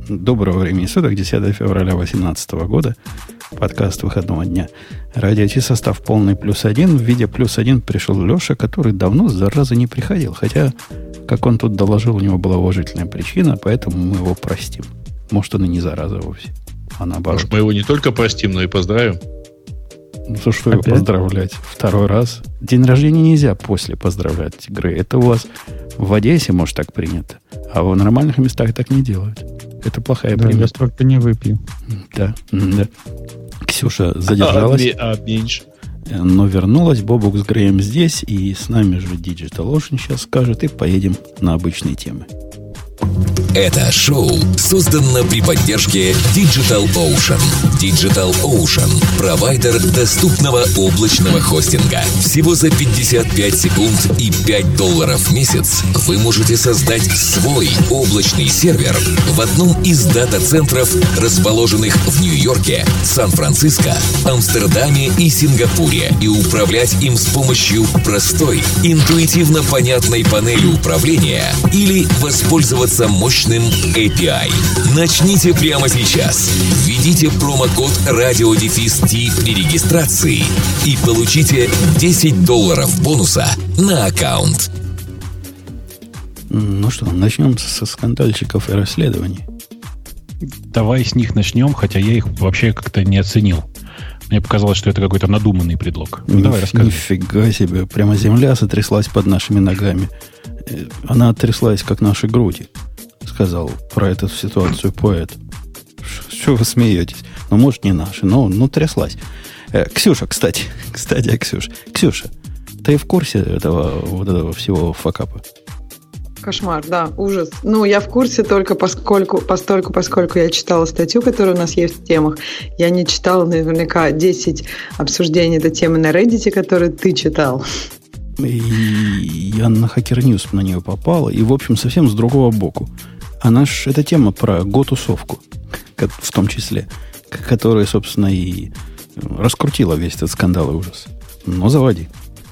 Доброго времени суток, 10 февраля 2018 года. Подкаст выходного дня. Радио состав полный +1. В виде +1 пришел Леша, который давно, зараза, не приходил. Хотя, как он тут доложил, у него была уважительная причина, поэтому мы его простим. Может, он и не зараза вовсе, а наоборот. Может, мы его не только простим, но и поздравим? Ну, за что его поздравлять? Второй раз. День рождения нельзя после поздравлять игры. Это у вас в Одессе, может, так принято. А в нормальных местах так не делают. Это плохая примета. Я столько не выпью. Да. Ксюша задержалась. Меньше. Но вернулась. Бобук с Греем здесь. И с нами же Digital Ocean сейчас скажет. И поедем на обычные темы. Это шоу создано при поддержке Digital Ocean. Digital Ocean – провайдер доступного облачного хостинга. Всего за 55 секунд и $5 в месяц вы можете создать свой облачный сервер в одном из дата-центров, расположенных в Нью-Йорке, Сан-Франциско, Амстердаме и Сингапуре, и управлять им с помощью простой, интуитивно понятной панели управления или воспользоваться мощным API. Начните прямо сейчас. Введите промокод RadioDefist при регистрации и получите $10 бонуса на аккаунт. Ну что, начнем со скандальчиков и расследований. Давай с них начнем, хотя я их вообще как-то не оценил. Мне показалось, что это какой-то надуманный предлог. Давай, рассказывай. Нифига себе. Прямо земля сотряслась под нашими ногами. Она тряслась, как наши груди. Сказал про эту ситуацию поэт. Что вы смеетесь? Ну, может, не наши, но тряслась. Ксюша, кстати, Ксюша. Ксюша, ты в курсе этого всего факапа? Кошмар, да, ужас. Ну, я в курсе только поскольку я читала статью, которая у нас есть в темах. Я не читала наверняка 10 обсуждений этой темы на Reddit, которые ты читал. И я на Hacker News на нее попал, и, в общем, совсем с другого боку. Эта тема про го-тусовку, в том числе, которая, собственно, и раскрутила весь этот скандал и ужас. Но заводи.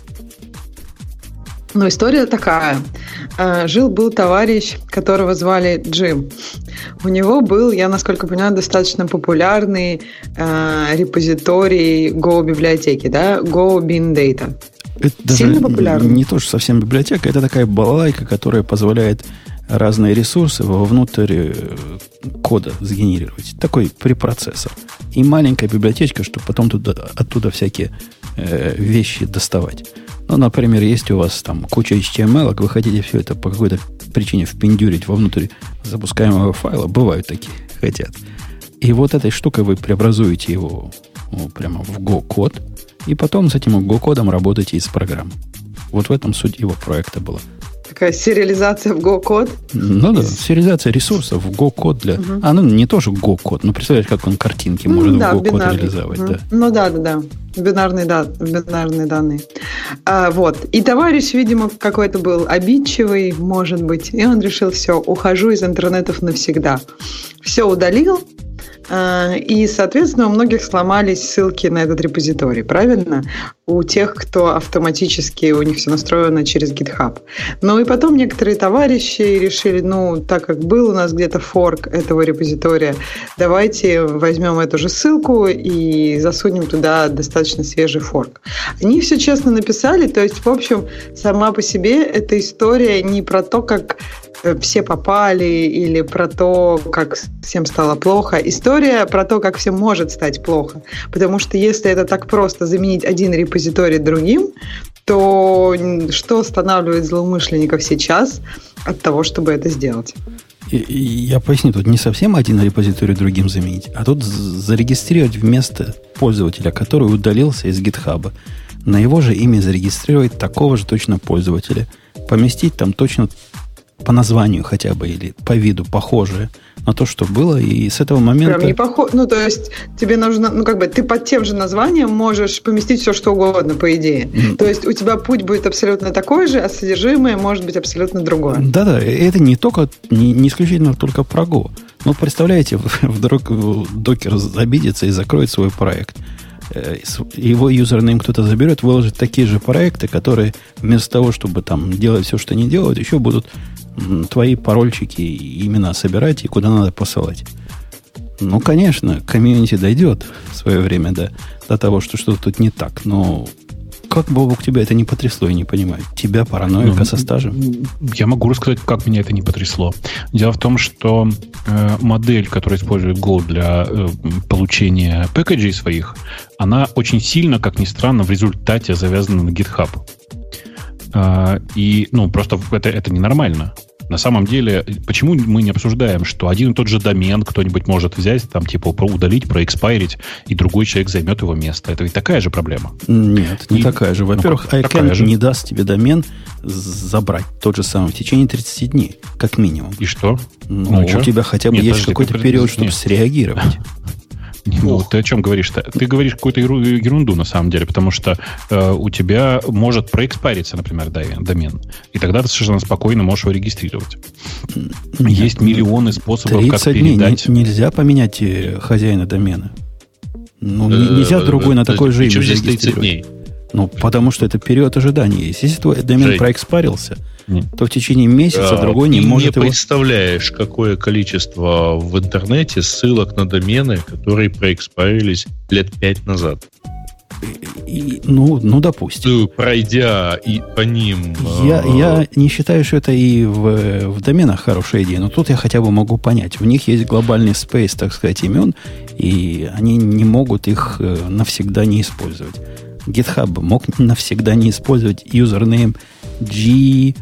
Ну, история такая. Жил-был товарищ, которого звали Джим. У него был, я насколько понимаю, достаточно популярный репозиторий Go-библиотеки, да? Go Bin Data. Это даже не то, что совсем библиотека, это такая балалайка, которая позволяет разные ресурсы вовнутрь кода сгенерировать. Такой препроцессор. И маленькая библиотечка, чтобы потом оттуда всякие вещи доставать. Ну, например, есть у вас там куча HTML, вы хотите все это по какой-то причине впендюрить вовнутрь запускаемого файла. Бывают такие, хотят. И вот этой штукой вы преобразуете его прямо в Go-код, и потом с этим Go-кодом работаете из программ. Вот в этом суть его проекта была. Такая сериализация в Go-код? Ну да, сериализация ресурсов в Go-код для... Ну, не тоже Go-код, но представляешь, как он картинки может в Go-код реализовать. Да. Ну да. Бинарные данные. Вот. И товарищ, видимо, какой-то был обидчивый, может быть, и он решил: все, ухожу из интернетов навсегда. Все удалил. И, соответственно, у многих сломались ссылки на этот репозиторий, правильно? У тех, кто автоматически, у них все настроено через GitHub. Ну и потом некоторые товарищи решили: так как был у нас где-то форк этого репозитория, давайте возьмем эту же ссылку и засунем туда достаточно свежий форк. Они все честно написали, то есть, в общем, сама по себе эта история не про то, как все попали, или про то, как всем стало плохо. История про то, как всем может стать плохо. Потому что если это так просто заменить один репозиторий другим, то что останавливает злоумышленников сейчас от того, чтобы это сделать? Я поясню, тут не совсем один репозиторий другим заменить, а тут зарегистрировать вместо пользователя, который удалился из GitHub, на его же имя зарегистрировать такого же точно пользователя, поместить там точно по названию хотя бы или по виду похожее на то, что было, и с этого момента... Прям не похоже. Ну, то есть, тебе нужно... ты под тем же названием можешь поместить все, что угодно, по идее. То есть, у тебя путь будет абсолютно такой же, а содержимое может быть абсолютно другое. Да-да, это не исключительно только про Go. Но представляете, вдруг докер обидится и закроет свой проект. Его юзернейм кто-то заберет, выложит такие же проекты, которые вместо того, чтобы там делать все, что они делают, еще будут твои парольчики и имена собирать и куда надо посылать. Ну, конечно, комьюнити дойдет в свое время до того, что что-то тут не так, но как, Бобук, тебя это не потрясло, я не понимаю. Тебя, параноика со стажем? Я могу рассказать, как меня это не потрясло. Дело в том, что модель, которая использует Go для получения пэкэджей своих, она очень сильно, как ни странно, в результате завязана на GitHub. И, просто это ненормально. На самом деле, почему мы не обсуждаем, что один и тот же домен кто-нибудь может взять, там, типа, удалить, проэкспайрить, и другой человек займет его место? Это ведь такая же проблема. Нет, не такая же. Во-первых, ICANN не даст тебе домен забрать тот же самый в течение 30 дней, как минимум. И что? У тебя хотя бы есть какой-то период, чтобы среагировать. Ты о чем говоришь-то? Ты говоришь какую-то ерунду на самом деле, потому что у тебя может проэкспариться, например, домен. И тогда ты совершенно спокойно можешь его регистрировать. Есть миллионы способов, как передать. Дней нельзя поменять хозяина домена. Нельзя другой на такой же имя зарегистрировать. Потому что это период ожидания есть. Если твой домен проэкспарился, то в течение месяца другой не может его... Ты не представляешь, какое количество в интернете ссылок на домены, которые проэкспарились лет 5 назад. Допустим. Пройдя и по ним... Я не считаю, что это и в доменах хорошая идея, но тут я хотя бы могу понять. У них есть глобальный спейс, так сказать, имен, и они не могут их навсегда не использовать. GitHub мог навсегда не использовать юзернейм GEUVEN.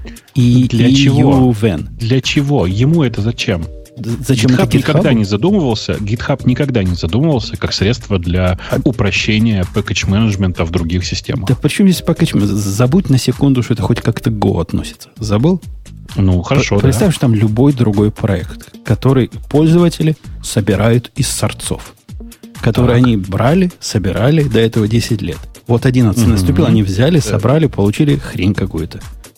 Для чего? Ему это зачем? Зачем GitHub GitHub никогда не задумывался как средство для упрощения пэкэдж-менеджмента в других системах. Да почему здесь пэкэдж-менеджмент? Забудь на секунду, что это хоть как-то Go относится. Забыл? Хорошо. Представь, что там любой другой проект, который пользователи собирают из сорцов, которые они брали, собирали до этого 10 лет. Вот 11 наступил, они взяли, собрали, получили хрень какую-то.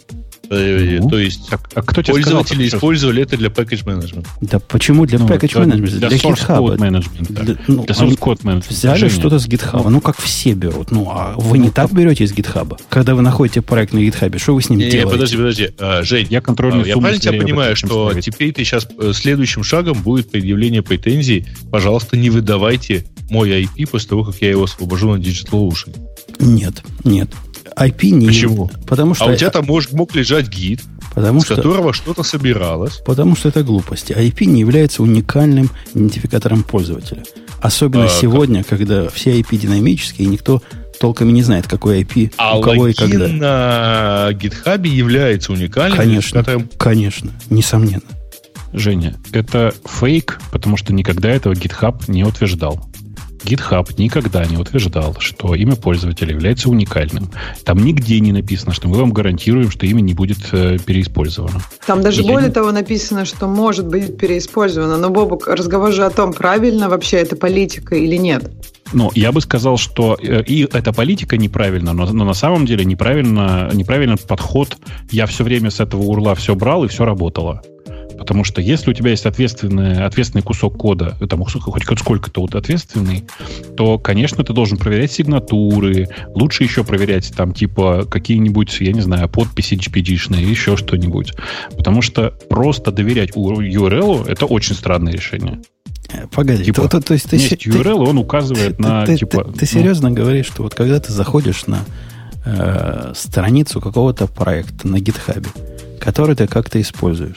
То есть пользователи использовали это для пэкэдж-менеджмента. Да почему для пэкэдж-менеджмента? Для GitHub. Для source-code менеджмента. Взяли что-то с GitHub. Как все берут. А вы не так берете из GitHub? Когда вы находите проект на GitHub, что вы с ним делаете? Подожди. Жень, я правильно тебя понимаю, что теперь ты сейчас следующим шагом будет предъявление претензий. Пожалуйста, не выдавайте мой IP после того, как я его освобожу на DigitalOcean. Нет. IP не... Почему? Потому что... у тебя там мог лежать гид, которого что-то собиралось. Потому что это глупости. IP не является уникальным идентификатором пользователя. Особенно сегодня, когда все IP динамические, и никто толком и не знает, какой IP у кого и когда. Логин на GitHub является уникальным идентификатором. Конечно, несомненно. Женя, это фейк, потому что никогда этого GitHub не утверждал. GitHub никогда не утверждал, что имя пользователя является уникальным. Там нигде не написано, что мы вам гарантируем, что имя не будет переиспользовано. Там даже более того написано, что может быть переиспользовано. Но, Бобук, разговор же о том, правильно вообще это политика или нет. Я бы сказал, что и эта политика неправильна, но на самом деле неправильный подход. Я все время с этого урла все брал и все работало. Потому что если у тебя есть ответственный кусок кода, там хоть сколько-то ответственный, то, конечно, ты должен проверять сигнатуры, лучше еще проверять там типа какие-нибудь, я не знаю, подписи GPG-шные, еще что-нибудь. Потому что просто доверять URL это очень странное решение. Погоди, то есть есть URL, он указывает на... Ты серьезно говоришь, что вот когда ты заходишь на страницу какого-то проекта на GitHub, который ты как-то используешь,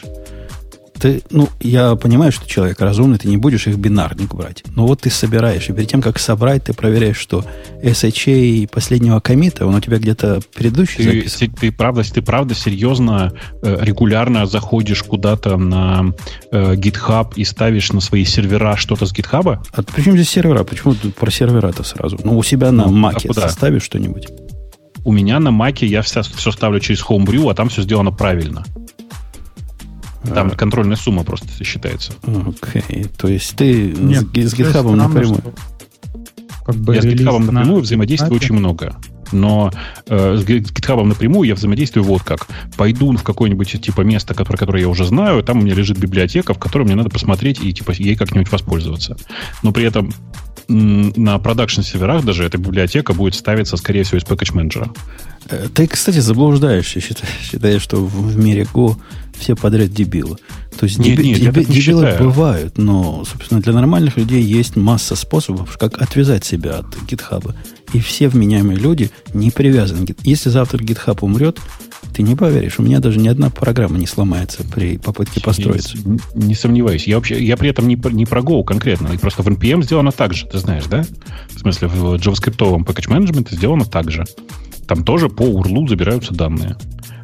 я понимаю, что человек разумный, ты не будешь их бинарник брать. Но вот ты собираешь, и перед тем, как собрать, ты проверяешь, что SHA последнего коммита, он у тебя где-то предыдущий записан. Ты правда серьезно регулярно заходишь куда-то на GitHub и ставишь на свои сервера что-то с GitHub? А причем здесь сервера? Почему тут про сервера-то сразу? У себя на Mac'е составишь что-нибудь? У меня на Mac'е я все ставлю через Homebrew, а там все сделано правильно. Там контрольная сумма просто считается. Окей. То есть ты с GitHub напрямую? Я с GitHub напрямую взаимодействую очень много. Но с GitHub напрямую я взаимодействую вот как. Пойду в какое-нибудь типа место, которое я уже знаю, там у меня лежит библиотека, в которой мне надо посмотреть и типа ей как-нибудь воспользоваться. Но при этом на продакшн-серверах даже эта библиотека будет ставиться, скорее всего, из пэкэдж-менеджера. Ты, кстати, заблуждаешься, считаешь, что в мире Go все подряд дебилы. То есть дебилы бывают, но, собственно, для нормальных людей есть масса способов, как отвязать себя от GitHub. И все вменяемые люди не привязаны. Если завтра GitHub умрет, ты не поверишь, у меня даже ни одна программа не сломается при попытке построиться. Не сомневаюсь. Я при этом не про Go конкретно. И просто в NPM сделано так же, ты знаешь, да? В смысле, в JavaScript-овом package management сделано так же. Там тоже по URL забираются данные.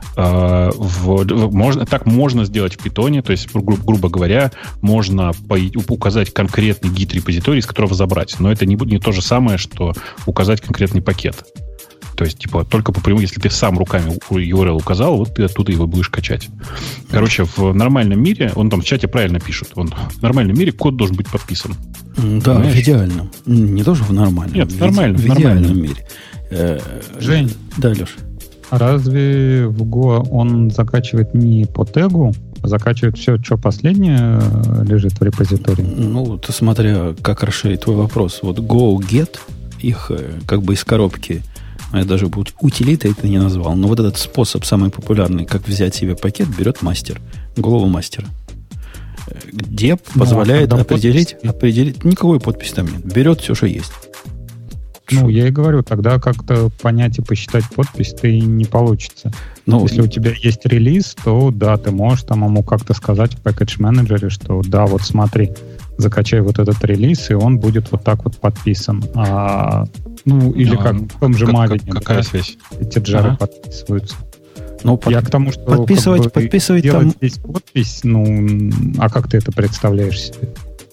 Так можно сделать в Python, то есть, грубо говоря, можно указать конкретный гид-репозиторий, из которого забрать. Но это не то же самое, что указать конкретный пакет. То есть, типа, только по прямому, если ты сам руками URL указал, вот ты оттуда его будешь качать. Короче, в нормальном мире, он там в чате правильно пишет, в нормальном мире код должен быть подписан. Да, понимаешь? В идеальном. Не тоже в нормальном. Нет, в идеальном мире. Жень. Да, Леш. Разве в Go он закачивает не по тегу, а закачивает все, что последнее лежит в репозитории? Ну, ты смотря, как расширить твой вопрос. Вот Go, Get, их как бы из коробки, я даже утилиты это не назвал, но вот этот способ самый популярный, как взять себе пакет, берет мастер, голову мастера. Deb позволяет определить, никакой подписи там нет, берет все, что есть. Ну, я и говорю, тогда как-то понять и посчитать подпись-то и не получится. Если у тебя есть релиз, то да, ты можешь там ему как-то сказать в package-менеджере, что да, вот смотри, закачай вот этот релиз, и он будет вот так вот подписан. Или как в том же Maven. Какая связь? Эти джары подписываются. Я к тому, что подписывать делать там... здесь подпись, а как ты это представляешь себе?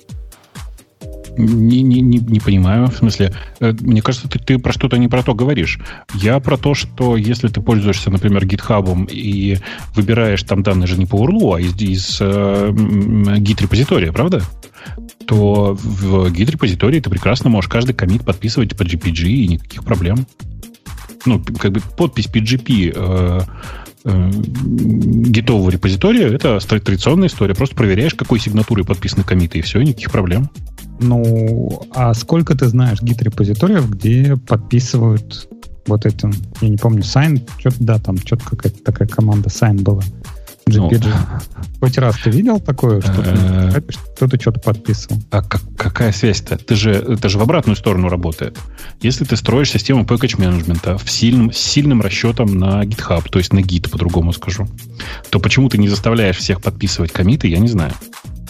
Не понимаю. В смысле, мне кажется, ты про что-то не про то говоришь. Я про то, что если ты пользуешься, например, GitHub и выбираешь там данные же не по URL, а из Git-репозитория, правда? То в Git-репозитории ты прекрасно можешь каждый коммит подписывать по GPG и никаких проблем. Как бы подпись PGP гитового репозитория — это традиционная история. Просто проверяешь, какой сигнатурой подписаны коммиты, и все, и никаких проблем. А сколько ты знаешь гит-репозиториев, где подписывают вот этим, я не помню, sign, там что-то какая-то такая команда sign была. GPG. Хоть раз ты видел такое, что кто-то что-то подписывал? А какая связь-то? Это же в обратную сторону работает. Если ты строишь систему package-менеджмента с сильным расчетом на GitHub, то есть на Git, по-другому скажу, то почему ты не заставляешь всех подписывать коммиты, я не знаю.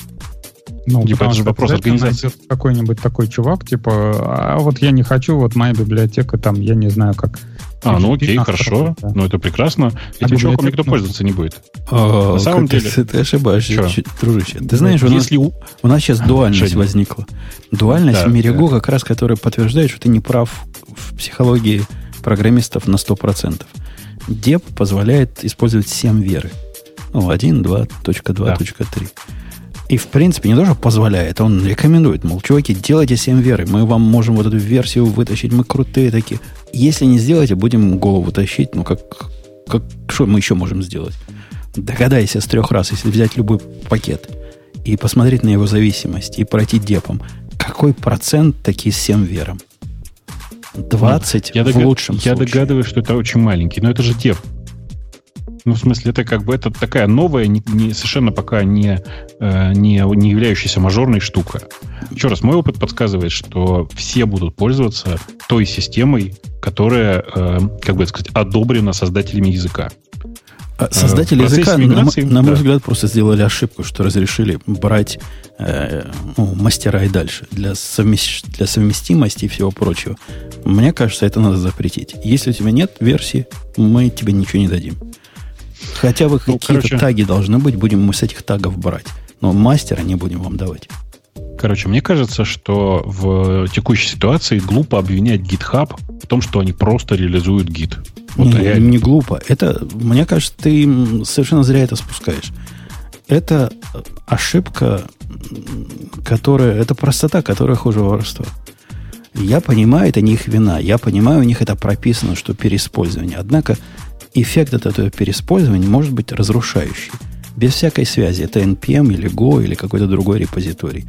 Это же вопрос организации. Какой-нибудь такой чувак, типа, вот я не хочу, вот моя библиотека там, я не знаю, как... окей, хорошо. Да. Это прекрасно. Этим чуваком никто пользоваться не будет. На самом деле... Ты ошибаешься, дружище. Ты знаешь, у нас сейчас дуальность возникла. Дуальность в мире Go как раз, которая подтверждает, что ты не прав в психологии программистов на 100%. Deb позволяет использовать 7 веры. 1, 2.2.3. И, в принципе, не то, что позволяет, он рекомендует, мол, чуваки, делайте 7 веры, мы вам можем вот эту версию вытащить, мы крутые такие. Если не сделаете, будем голову тащить, что мы еще можем сделать? Догадайся с 3 раз, если взять любой пакет и посмотреть на его зависимость и пройти депом, какой процент такие с 7 вером? 20 в лучшем случае. Я догадываюсь, что это очень маленький, но это же деп. В смысле, это это такая новая, совершенно пока не являющаяся мажорной штука. Еще раз, мой опыт подсказывает, что все будут пользоваться той системой, которая, одобрена создателями языка. Создатели языка, на мой взгляд, просто сделали ошибку, что разрешили брать мастера и дальше для совместимости и всего прочего. Мне кажется, это надо запретить. Если у тебя нет версии, мы тебе ничего не дадим. Хотя бы какие-то таги должны быть, будем мы с этих тагов брать. Но мастера не будем вам давать. Мне кажется, что в текущей ситуации глупо обвинять GitHub в том, что они просто реализуют Git. Не глупо. Мне кажется, ты совершенно зря это спускаешь. Это ошибка, это простота, которая хуже воровства. Я понимаю, это не их вина. Я понимаю, у них это прописано, что переиспользование. Однако эффект от этого переиспользования может быть разрушающий. Без всякой связи. Это NPM или Go или какой-то другой репозиторий.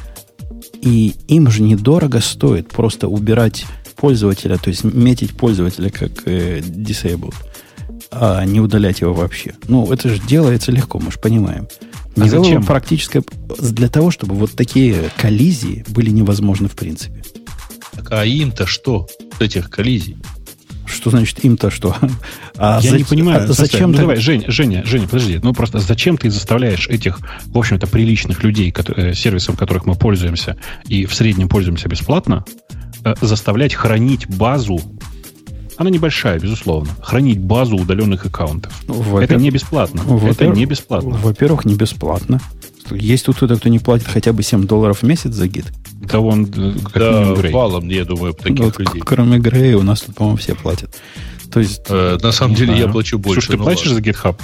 И им же недорого стоит просто убирать пользователя, то есть метить пользователя как disabled, а не удалять его вообще. Ну, это же делается легко, мы же понимаем. А зачем? Практическое для того, чтобы вот такие коллизии были невозможны в принципе. Так, а им-то что от этих коллизий? Что значит им-то что? Я не понимаю. Зачем ты... Давай, Женя, подожди. Ну, просто зачем ты заставляешь этих, в общем-то, приличных людей, сервисом которых мы пользуемся, и в среднем пользуемся бесплатно, заставлять хранить базу? Она небольшая, безусловно. Хранить базу удаленных аккаунтов. Это не бесплатно. Это не бесплатно. Во-первых, не бесплатно. Есть тут кто-то, кто не платит хотя бы $7 в месяц за гид? Да он как минимум Грей. Валом, я думаю, таких людей. Кроме Грея у нас тут, по-моему, все платят. То есть, на самом деле я плачу больше. Слушай, ты платишь за GitHub?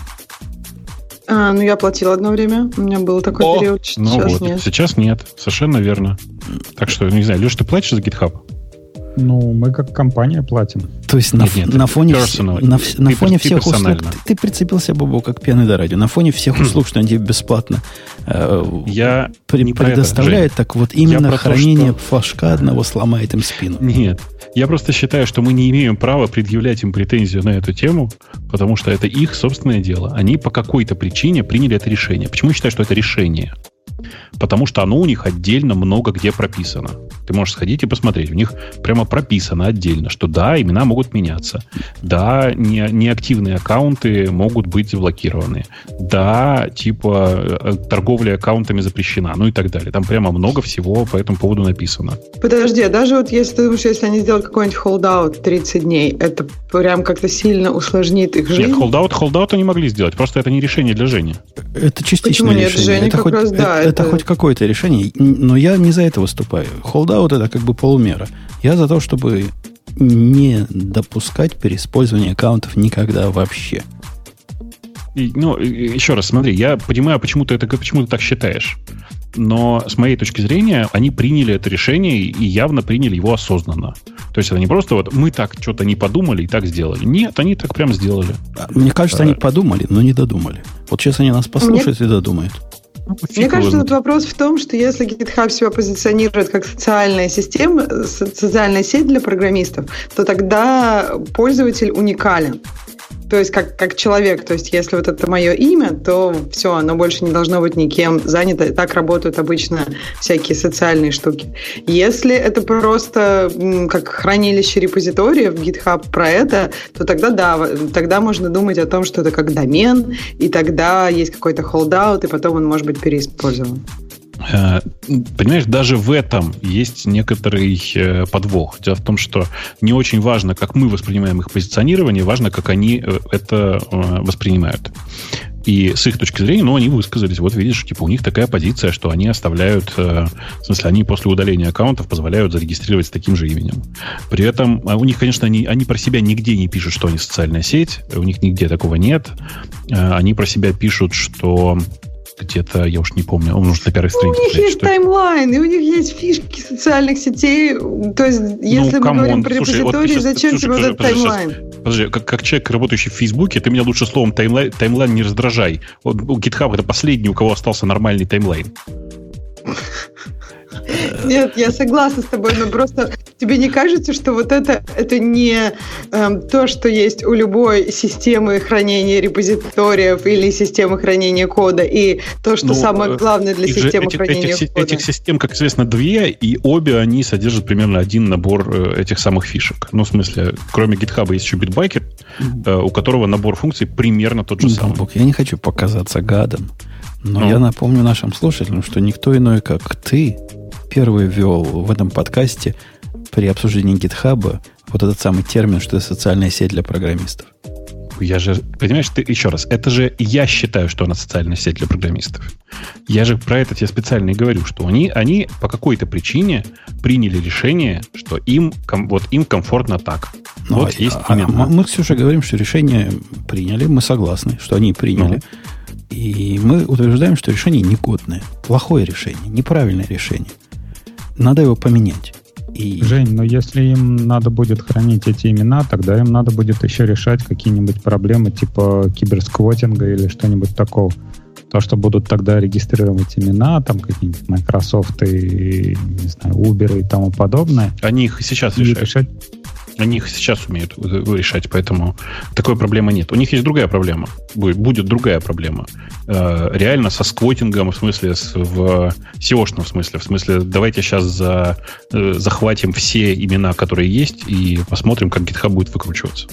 Ну, я платила одно время. У меня был такой период. Сейчас нет. Сейчас нет. Совершенно верно. Так что, не знаю, Леш, ты платишь за GitHub? Ну, мы как компания платим. То есть на фоне всех услуг... Ты прицепился, Бобо, как пьяный до радио. На фоне всех услуг, что они тебе бесплатно предоставляют, так вот именно хранение флажка одного сломает им спину. Нет. Я просто считаю, что мы не имеем права предъявлять им претензию на эту тему, потому что это их собственное дело. Они по какой-то причине приняли это решение. Почему я считаю, что это решение? Потому что оно у них отдельно много где прописано. Ты можешь сходить и посмотреть. У них прямо прописано отдельно, что да, имена могут меняться. Да, неактивные аккаунты могут быть заблокированы. Да, типа торговля аккаунтами запрещена. Ну и так далее. Там прямо много всего по этому поводу написано. Подожди, а даже вот если ты думаешь, если они сделают какой-нибудь холдаут 30 дней, это прям как-то сильно усложнит их жизнь? Нет, холдаут они могли сделать. Просто это не решение для Жени. Это частичное решение. Это хоть какое-то решение, но я не за это выступаю. Холдаут это как бы полумера. Я за то, чтобы не допускать переиспользования аккаунтов никогда вообще. Еще раз, смотри, я понимаю, почему ты так считаешь. Но с моей точки зрения, они приняли это решение и явно приняли его осознанно. То есть это не просто вот мы так что-то не подумали и так сделали. Нет, они так прям сделали. Мне кажется, они подумали, но не додумали. Вот сейчас они нас послушают и додумают. Мне кажется, тут вопрос в том, что если GitHub себя позиционирует как социальная система, социальная сеть для программистов, то тогда пользователь уникален. То есть как человек. То есть если вот это мое имя, то все, оно больше не должно быть никем занято. Так работают обычно всякие социальные штуки. Если это просто как хранилище репозиториев, GitHub про это, то тогда да, тогда можно думать о том, что это как домен, и тогда есть какой-то холдаут, и потом он может быть переиспользован. Понимаешь, даже в этом есть некоторый подвох. Дело в том, что не очень важно, как мы воспринимаем их позиционирование, важно, как они это воспринимают. И с их точки зрения, они высказались. Вот видишь, типа у них такая позиция, что они оставляют, в смысле, они после удаления аккаунтов позволяют зарегистрировать с таким же именем. При этом у них, конечно, они про себя нигде не пишут, что они социальная сеть. У них нигде такого нет. Они про себя пишут, что где-то, я уж не помню, он может на первой странице. У них есть таймлайн, и у них есть фишки социальных сетей. То есть, если мы говорим про репозитории, зачем тебе этот таймлайн? Подожди, как человек, работающий в Фейсбуке, ты меня лучше словом таймлайн не раздражай. Вот GitHub это последний, у кого остался нормальный таймлайн. Нет, я согласна с тобой, но просто тебе не кажется, что вот это не то, что есть у любой системы хранения репозиториев или системы хранения кода, и то, что самое главное для системы хранения кода? Этих систем, как известно, две, и обе они содержат примерно один набор этих самых фишек. Ну, в смысле, кроме GitHub есть еще Bitbucket, у которого набор функций примерно тот же самый. Я не хочу показаться гадом, но я напомню нашим слушателям, что никто иной, как ты, первый ввел в этом подкасте при обсуждении GitHub вот этот самый термин, что это социальная сеть для программистов. Я же, понимаешь, еще раз, это же я считаю, что она социальная сеть для программистов. Я же про это тебе специально и говорю, что они по какой-то причине приняли решение, что им комфортно так. Есть именно. Мы, Ксюша, говорим, что решение приняли, мы согласны, что они приняли. И мы утверждаем, что решение негодное, плохое решение, неправильное решение. Надо его поменять. Жень, но если им надо будет хранить эти имена, тогда им надо будет еще решать какие-нибудь проблемы типа киберсквотинга или что-нибудь такого. То, что будут тогда регистрировать имена, там какие-нибудь Microsoft и, не знаю, Uber и тому подобное. Они их сейчас решают. Они их сейчас умеют решать, поэтому такой проблемы нет. У них есть другая проблема. Будет другая проблема. Реально со сквотингом, в смысле, в SEO-шном смысле. В смысле, давайте сейчас захватим все имена, которые есть, и посмотрим, как GitHub будет выкручиваться.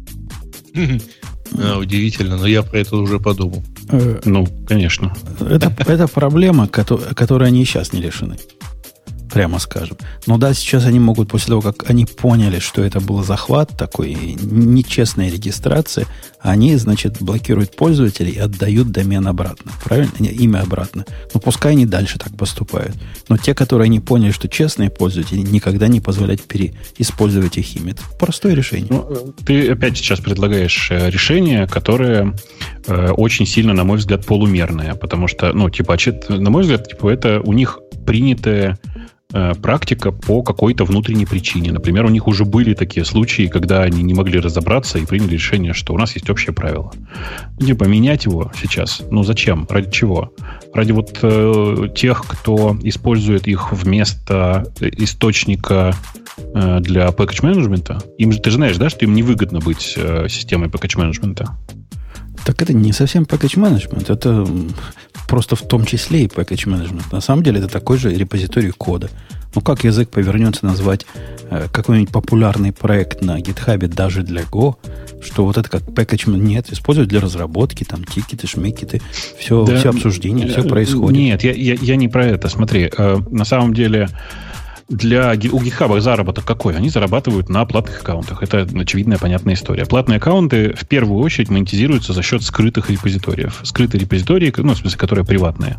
Удивительно, но я про это уже подумал. Ну, конечно. Это проблема, которой они сейчас не решены. Прямо скажем. Но да, сейчас они могут, после того, как они поняли, что это был захват такой, нечестная регистрация, они, значит, блокируют пользователей и отдают домен обратно. Правильно? Имя обратно. Но пускай они дальше так поступают. Но те, которые не поняли, что честные пользователи, никогда не позволять переиспользовать их имя. Это простое решение. Ну, ты опять сейчас предлагаешь решение, которое очень сильно, на мой взгляд, полумерное. Потому что, ну, типа, на мой взгляд, типа, это у них принятая практика по какой-то внутренней причине. Например, у них уже были такие случаи, когда они не могли разобраться и приняли решение, что у нас есть общее правило. Типа, менять его сейчас. Ну, зачем? Ради чего? Ради вот тех, кто использует их вместо источника для пэкэдж-менеджмента. Ты же знаешь, да, что им невыгодно быть системой пэкэдж-менеджмента? Так это не совсем package management, это просто в том числе и package management. На самом деле это такой же репозиторий кода. Ну, как язык повернется назвать какой-нибудь популярный проект на GitHub даже для Go, что вот это как package management нет, используют для разработки, там, тикеты, шмикеты, все, да, все обсуждение, все происходит. Нет, я не про это. Смотри, на самом деле у GitHub заработок какой? Они зарабатывают на платных аккаунтах. Это очевидная, понятная история. Платные аккаунты в первую очередь монетизируются за счет скрытых репозиториев. Скрытые репозитории, ну, в смысле, которые приватные.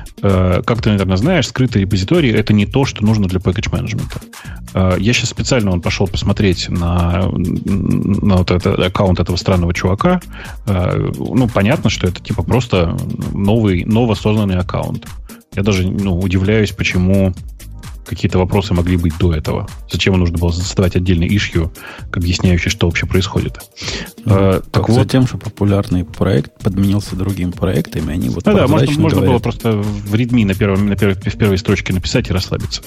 Как ты, наверное, знаешь, скрытые репозитории — это не то, что нужно для пэкэдж-менеджмента. Я сейчас специально пошел посмотреть на вот этот аккаунт этого странного чувака. Ну, понятно, что это типа просто новосозданный аккаунт. Я даже удивляюсь, почему какие-то вопросы могли быть до этого. Зачем нужно было создавать отдельный issue, объясняющий, что вообще происходит? Так вот, затем, что популярный проект подменился другим проектом, и они вот можно было просто в readme в первой строчке написать и расслабиться.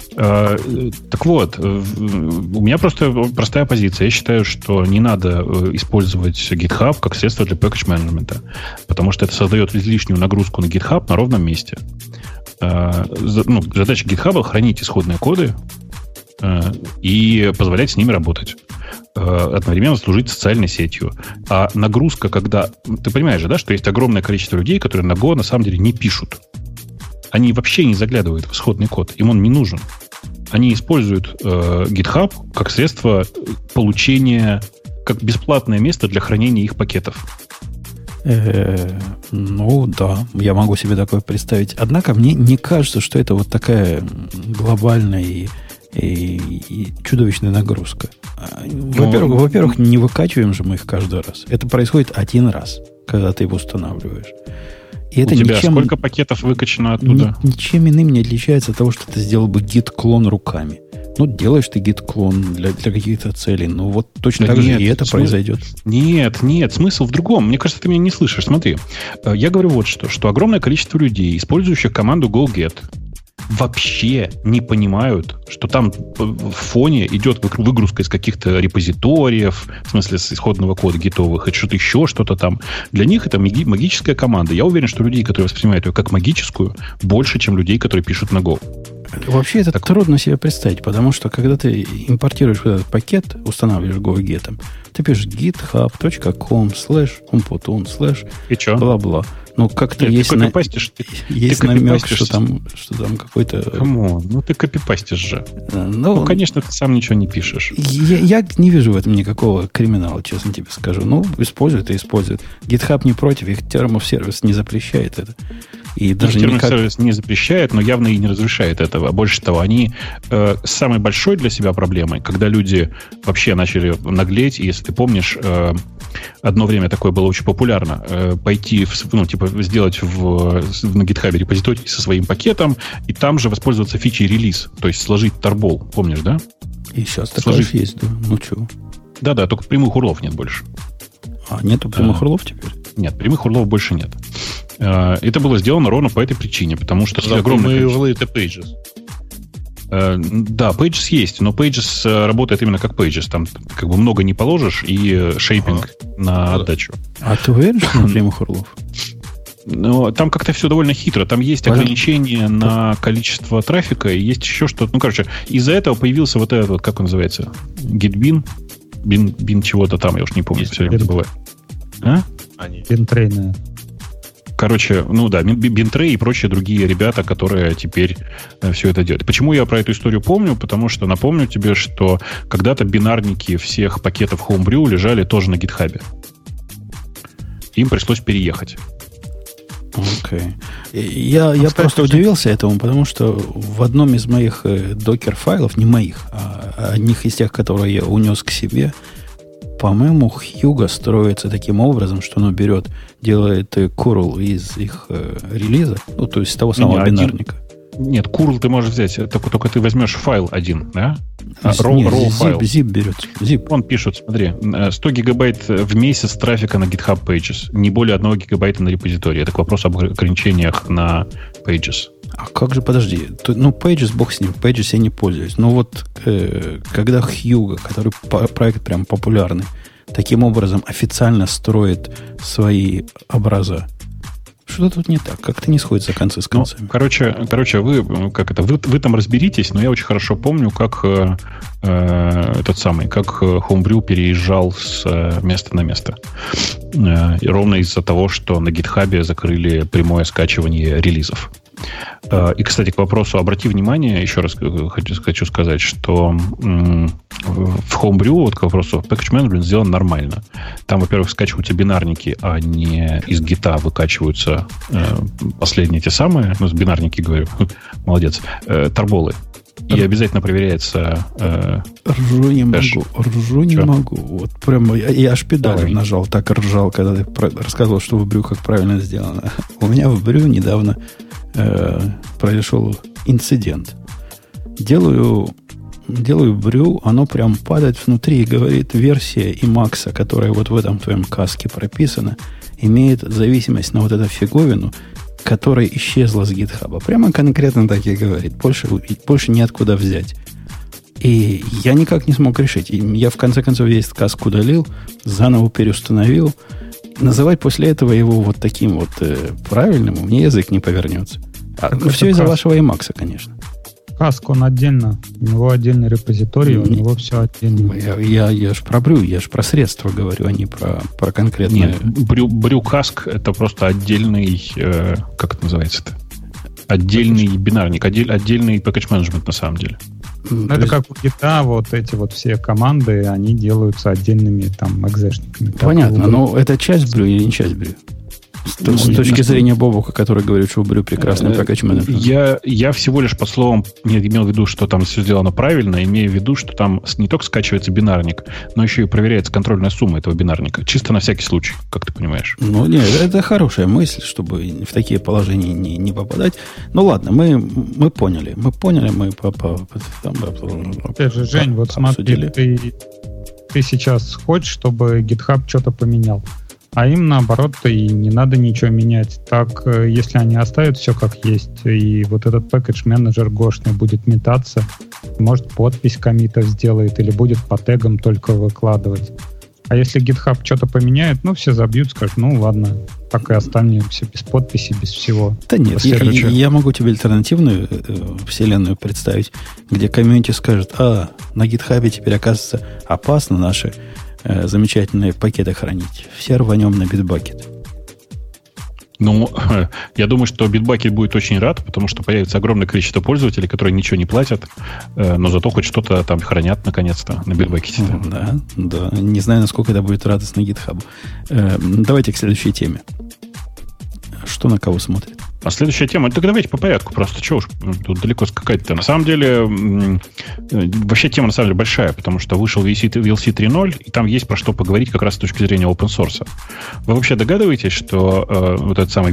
Так вот, у меня просто простая позиция. Я считаю, что не надо использовать GitHub как средство для package-менеджмента, потому что это создает излишнюю нагрузку на GitHub на ровном месте. Задача GitHub — хранить исходные коды и позволять с ними работать. Одновременно служить социальной сетью. А нагрузка, когда... Ты понимаешь же, да, что есть огромное количество людей, которые на Go на самом деле не пишут. Они вообще не заглядывают в исходный код. Им он не нужен. Они используют GitHub как средство получения, как бесплатное место для хранения их пакетов. Ну, да, я могу себе такое представить. Однако мне не кажется, что это вот такая глобальная и чудовищная нагрузка. Во-первых, не выкачиваем же мы их каждый раз. Это происходит один раз, когда ты его устанавливаешь. И это у тебя сколько пакетов выкачано оттуда? Ничем иным не отличается от того, что ты сделал бы git-клон руками. Ну, делаешь ты git-клон для каких-то целей. Ну, вот точно так же и это произойдет. Нет, смысл в другом. Мне кажется, ты меня не слышишь. Смотри, я говорю вот что огромное количество людей, использующих команду go-get, вообще не понимают, что там в фоне идет выгрузка из каких-то репозиториев, в смысле с исходного кода гитовых, и что-то еще, что-то там. Для них это магическая команда. Я уверен, что людей, которые воспринимают ее как магическую, больше, чем людей, которые пишут на Go. Вообще это трудно себе представить, потому что когда ты импортируешь этот пакет, устанавливаешь go-get, ты пишешь github.com/umputun/ и что? Бла-бла. Ну, как-то есть намек, что там какой-то... Камон, ты копипастишь же. Ну, конечно, ты сам ничего не пишешь. Я не вижу в этом никакого криминала, честно тебе скажу. Ну, использует и использует. GitHub не против, их термосервис не запрещает это. И даже терминал сервис не запрещает, но явно и не разрешает этого. Больше того, они самой большой для себя проблемой, когда люди вообще начали наглеть, и если ты помнишь, одно время такое было очень популярно, пойти, сделать на GitHub репозиторий со своим пакетом, и там же воспользоваться фичей релиз, то есть сложить торбол, помнишь, да? И сейчас такое же есть, да. Ну чего? Да, только прямых урлов нет больше. Нету прямых урлов теперь? Нет, прямых урлов больше нет. Это было сделано ровно по этой причине, потому что... Огромные урлы — это Pages. Да, Pages есть, но Pages работает именно как Pages. Там как бы много не положишь и шейпинг на отдачу. А ты уверен, что на прямых урлов? Но там как-то все довольно хитро. Там есть ограничения на количество трафика, и есть еще что-то. Из-за этого появился вот этот, как он называется? Gitbin? Бин чего-то там, я уж не помню, все время забываю. Бинтрейная. Бинтрей и прочие другие ребята, которые теперь все это делают. Почему я про эту историю помню? Потому что напомню тебе, что когда-то бинарники всех пакетов Homebrew лежали тоже на GitHub. Им пришлось переехать. Окей. Я просто удивился этому, потому что в одном из моих докер-файлов, не моих, а одних из тех, которые я унес к себе, по-моему, Hugo строится таким образом, что оно делает curl из их релиза, то есть того самого бинарника. Нет, curl ты можешь взять, только ты возьмешь файл один, да? Raw файл. Zip берется. Zip. Он пишет, смотри, 100 гигабайт в месяц трафика на GitHub Pages, не более 1 гигабайта на репозитории. Это к вопросу об ограничениях на Pages. А как же, подожди, Pages, бог с ним, Pages я не пользуюсь. Но вот когда Hugo, который проект прям популярный, таким образом официально строит свои образа, что-то тут не так, как-то не сходится концы с концами. Вы там разберитесь, но я очень хорошо помню, как как Homebrew переезжал с места на место. И ровно из-за того, что на GitHub закрыли прямое скачивание релизов. И, кстати, к вопросу, обрати внимание, еще раз хочу сказать, что в Homebrew, к вопросу package management сделан нормально. Там, во-первых, скачиваются бинарники, а не из гита выкачиваются последние те самые, бинарники, говорю, молодец, торболы. И обязательно проверяется... Ржу не могу. Вот прямо я аж педаль нажал, так ржал, когда ты рассказывал, что в Brew как правильно сделано. У меня в Brew недавно произошел инцидент. Делаю Brew, оно прям падает внутри и говорит, версия Emacs, которая вот в этом твоем каске прописана, имеет зависимость на вот эту фиговину, которая исчезла с GitHub. Прямо конкретно так и говорит. Больше неоткуда взять. И я никак не смог решить. И я в конце концов весь каск удалил, заново переустановил. Называть после этого его вот таким вот правильным, у меня язык не повернется. Все из-за вашего Emacs, конечно. Каск, он отдельно. У него отдельный репозиторий, у него все отдельно. Я ж про Brew, я ж про средства говорю, а не про конкретное... Нет, Brew Каск это просто отдельный, как это называется-то? Отдельный бинарник, отдельный package management на самом деле. Это как у Git, вот эти вот все команды, они делаются отдельными там экзешниками. Понятно, но это часть Brew или не часть Brew? С точки зрения Бобука, который говорит, что у Brew прекрасный package management. Я всего лишь под словом не имел в виду, что там все сделано правильно, имею в виду, что там не только скачивается бинарник, но еще и проверяется контрольная сумма этого бинарника. Чисто на всякий случай, как ты понимаешь. Ну, нет, это хорошая мысль, чтобы в такие положения не попадать. Ну, ладно, мы поняли. Мы опять же, Жень, вот смотри, ты сейчас хочешь, чтобы GitHub что-то поменял. А им, наоборот, и не надо ничего менять. Так, если они оставят все как есть, и вот этот пэкэдж-менеджер гошный будет метаться, может, подпись коммитов сделает, или будет по тегам только выкладывать. А если GitHub что-то поменяет, все забьют, скажут, ладно, так и останемся без подписи, без всего. Да нет, я могу тебе альтернативную вселенную представить, где комьюнити скажет, на GitHub теперь, оказывается, опасно наши замечательные пакеты хранить. Все рванем на Bitbucket. Я думаю, что Bitbucket будет очень рад, потому что появится огромное количество пользователей, которые ничего не платят, но зато хоть что-то там хранят наконец-то на Bitbucket. Да. Не знаю, насколько это будет радостно GitHub. Давайте к следующей теме. Что на кого смотрит? А следующая тема, так давайте по порядку, просто чего уж тут далеко скакать-то. На самом деле, вообще тема на самом деле большая, потому что вышел VLC 3.0, и там есть про что поговорить как раз с точки зрения open source. Вы вообще догадываетесь, что вот этот самый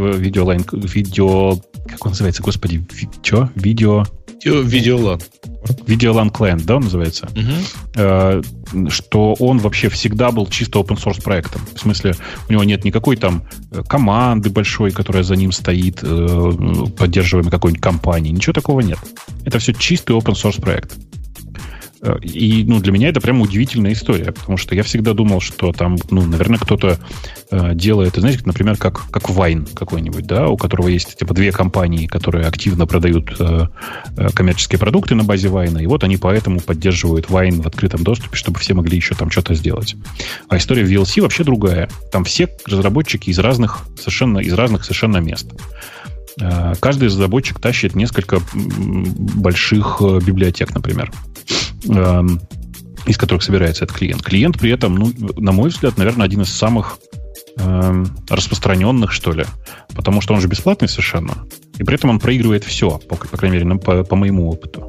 как он называется, господи, Видеолан. Видеолан клиент, да, он называется? Что он вообще всегда был чисто open source проектом. В смысле, у него нет никакой там команды большой, которая за ним стоит, поддерживаемой какой-нибудь компанией. Ничего такого нет. Это все чистый open source проект. И для меня это прям удивительная история, потому что я всегда думал, что там, наверное, кто-то делает, знаете, например, как Wine какой-нибудь, да, у которого есть типа две компании, которые активно продают коммерческие продукты на базе Wine, и вот они поэтому поддерживают Wine в открытом доступе, чтобы все могли еще там что-то сделать. А история в VLC вообще другая. Там все разработчики из разных совершенно мест. Каждый разработчик тащит несколько больших библиотек, например, из которых собирается этот клиент. Клиент при этом, на мой взгляд, наверное, один из самых распространенных, что ли, потому что он же бесплатный совершенно, и при этом он проигрывает все, по крайней мере, по моему опыту.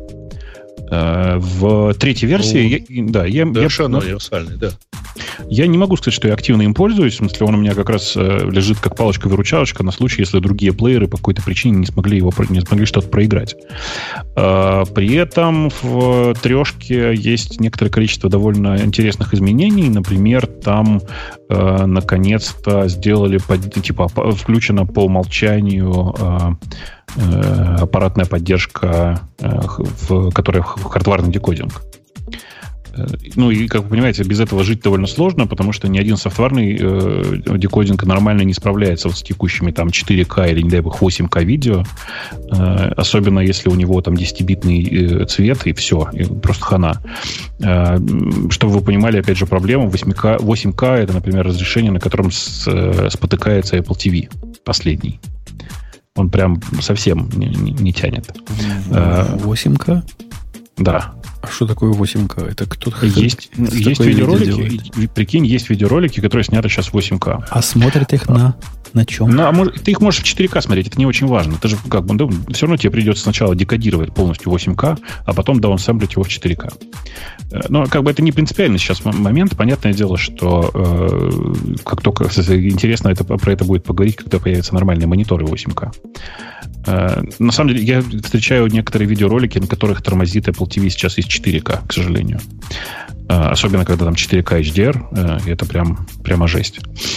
В третьей версии... Совершенно универсальный, да. Я не могу сказать, что я активно им пользуюсь. В смысле, он у меня как раз лежит как палочка-выручалочка на случай, если другие плееры по какой-то причине не смогли что-то проиграть. При этом в трешке есть некоторое количество довольно интересных изменений. Например, там наконец-то сделали, включена по умолчанию аппаратная поддержка, которая в хардварный декодинг. И, как вы понимаете, без этого жить довольно сложно, потому что ни один софтварный декодинг нормально не справляется с текущими там 4К или, не дай бог, 8К видео. Особенно если у него там 10-битный цвет, и все, и просто хана. Чтобы вы понимали, опять же, проблему, 8К это, например, разрешение, на котором спотыкается Apple TV последний. Он прям совсем не тянет. 8К? Да. А что такое 8К? Это кто-то... Есть видеоролики, прикинь, есть видеоролики, которые сняты сейчас в 8К. А смотрят их на чем? Ты их можешь в 4К смотреть, это не очень важно. Это же все равно тебе придется сначала декодировать полностью 8К, а потом даунсэмплить его в 4К. Но это не принципиальный сейчас момент. Понятное дело, что как только интересно про это будет поговорить, когда появятся нормальные мониторы 8К. На самом деле, я встречаю некоторые видеоролики, на которых тормозит Apple TV сейчас из 4К, к сожалению. Особенно, когда там 4К HDR, это прямо жесть.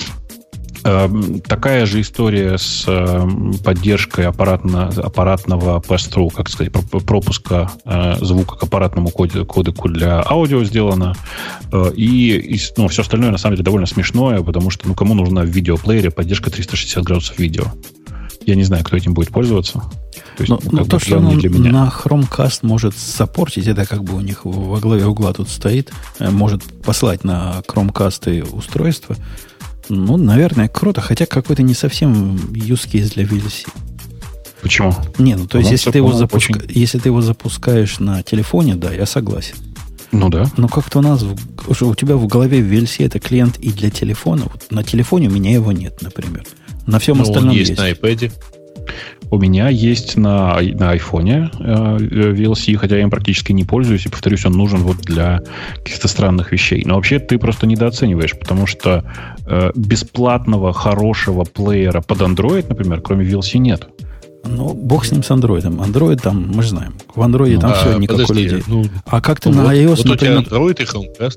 Такая же история с поддержкой аппаратного pass-through, как сказать, пропуска звука к аппаратному кодеку для аудио сделана. И все остальное, на самом деле, довольно смешное, потому что кому нужна в видеоплеере поддержка 360 градусов видео? Я не знаю, кто этим будет пользоваться. То есть, то, что он на Chromecast может саппортить, это как бы у них во главе угла тут стоит, может послать на Chromecast устройство. Наверное, круто, хотя какой-то не совсем use case для VLC. Почему? То есть, если ты его запускаешь на телефоне, да, я согласен. Да. Но как-то у тебя в голове VLC это клиент и для телефона. Вот на телефоне у меня его нет, например. На всем остальном он есть на iPad. У меня есть на iPhone VLC, хотя я им практически не пользуюсь, и, повторюсь, он нужен для каких-то странных вещей. Но вообще ты просто недооцениваешь, потому что бесплатного хорошего плеера под Android, например, кроме VLC нет. Бог с ним, с андроидом. Android там, мы же знаем, в Android там все, никакой людей. А как ты на iOS, например... Вот у тебя Android и Chromecast?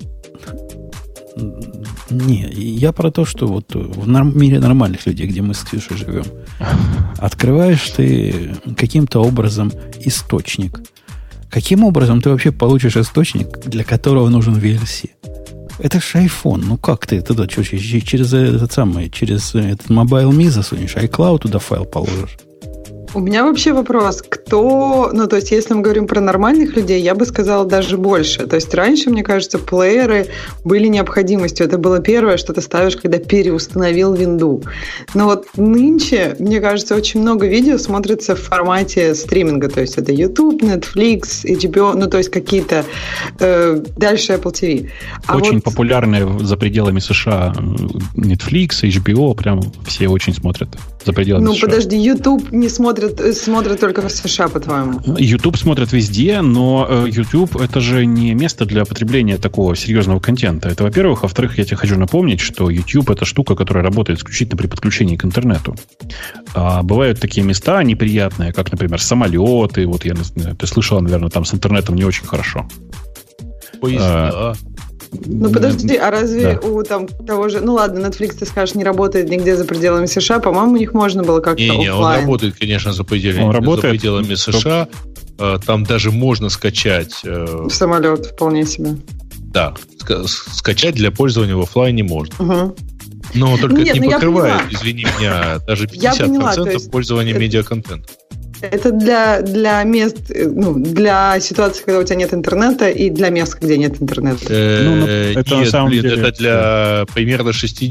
Не, я про то, что вот в мире нормальных людей, где мы с Ксюшей живем, открываешь ты каким-то образом источник. Каким образом ты вообще получишь источник, для которого нужен VLC? Это же iPhone. Как ты туда через этот Mobile Me засунешь, iCloud туда файл положишь? У меня вообще вопрос, кто... Ну, то есть, если мы говорим про нормальных людей, я бы сказала даже больше. То есть, раньше, мне кажется, плееры были необходимостью. Это было первое, что ты ставишь, когда переустановил винду. Но вот нынче, мне кажется, очень много видео смотрится в формате стриминга. То есть, это YouTube, Netflix, HBO, ну, то есть, какие-то... дальше Apple TV. Очень популярные за пределами США Netflix, HBO, прям все очень смотрят за пределами США. Ну, подожди, YouTube не смотрят только в США, по-твоему? YouTube смотрят везде, но YouTube — это же не место для потребления такого серьезного контента. Это, во-первых. Во-вторых, я тебе хочу напомнить, что YouTube — это штука, которая работает исключительно при подключении к интернету. А бывают такие места неприятные, как, например, самолеты. Вот я не знаю, ты слышала, наверное, там с интернетом не очень хорошо. Поезда. Ну, подожди, а разве у там того же... Ну, ладно, Netflix, ты скажешь, не работает нигде за пределами США. По-моему, у них можно было как-то оффлайн. Не, он работает, конечно, за пределами США. Там даже можно скачать... В самолет, вполне себе. Да, скачать для пользования в офлайне можно. Угу. Но только это не покрывает, извини меня, даже 50% пользования медиаконтента. Это для мест, ну, для ситуации, когда у тебя нет интернета, и для мест, где нет интернета. Это на самом деле... Это для примерно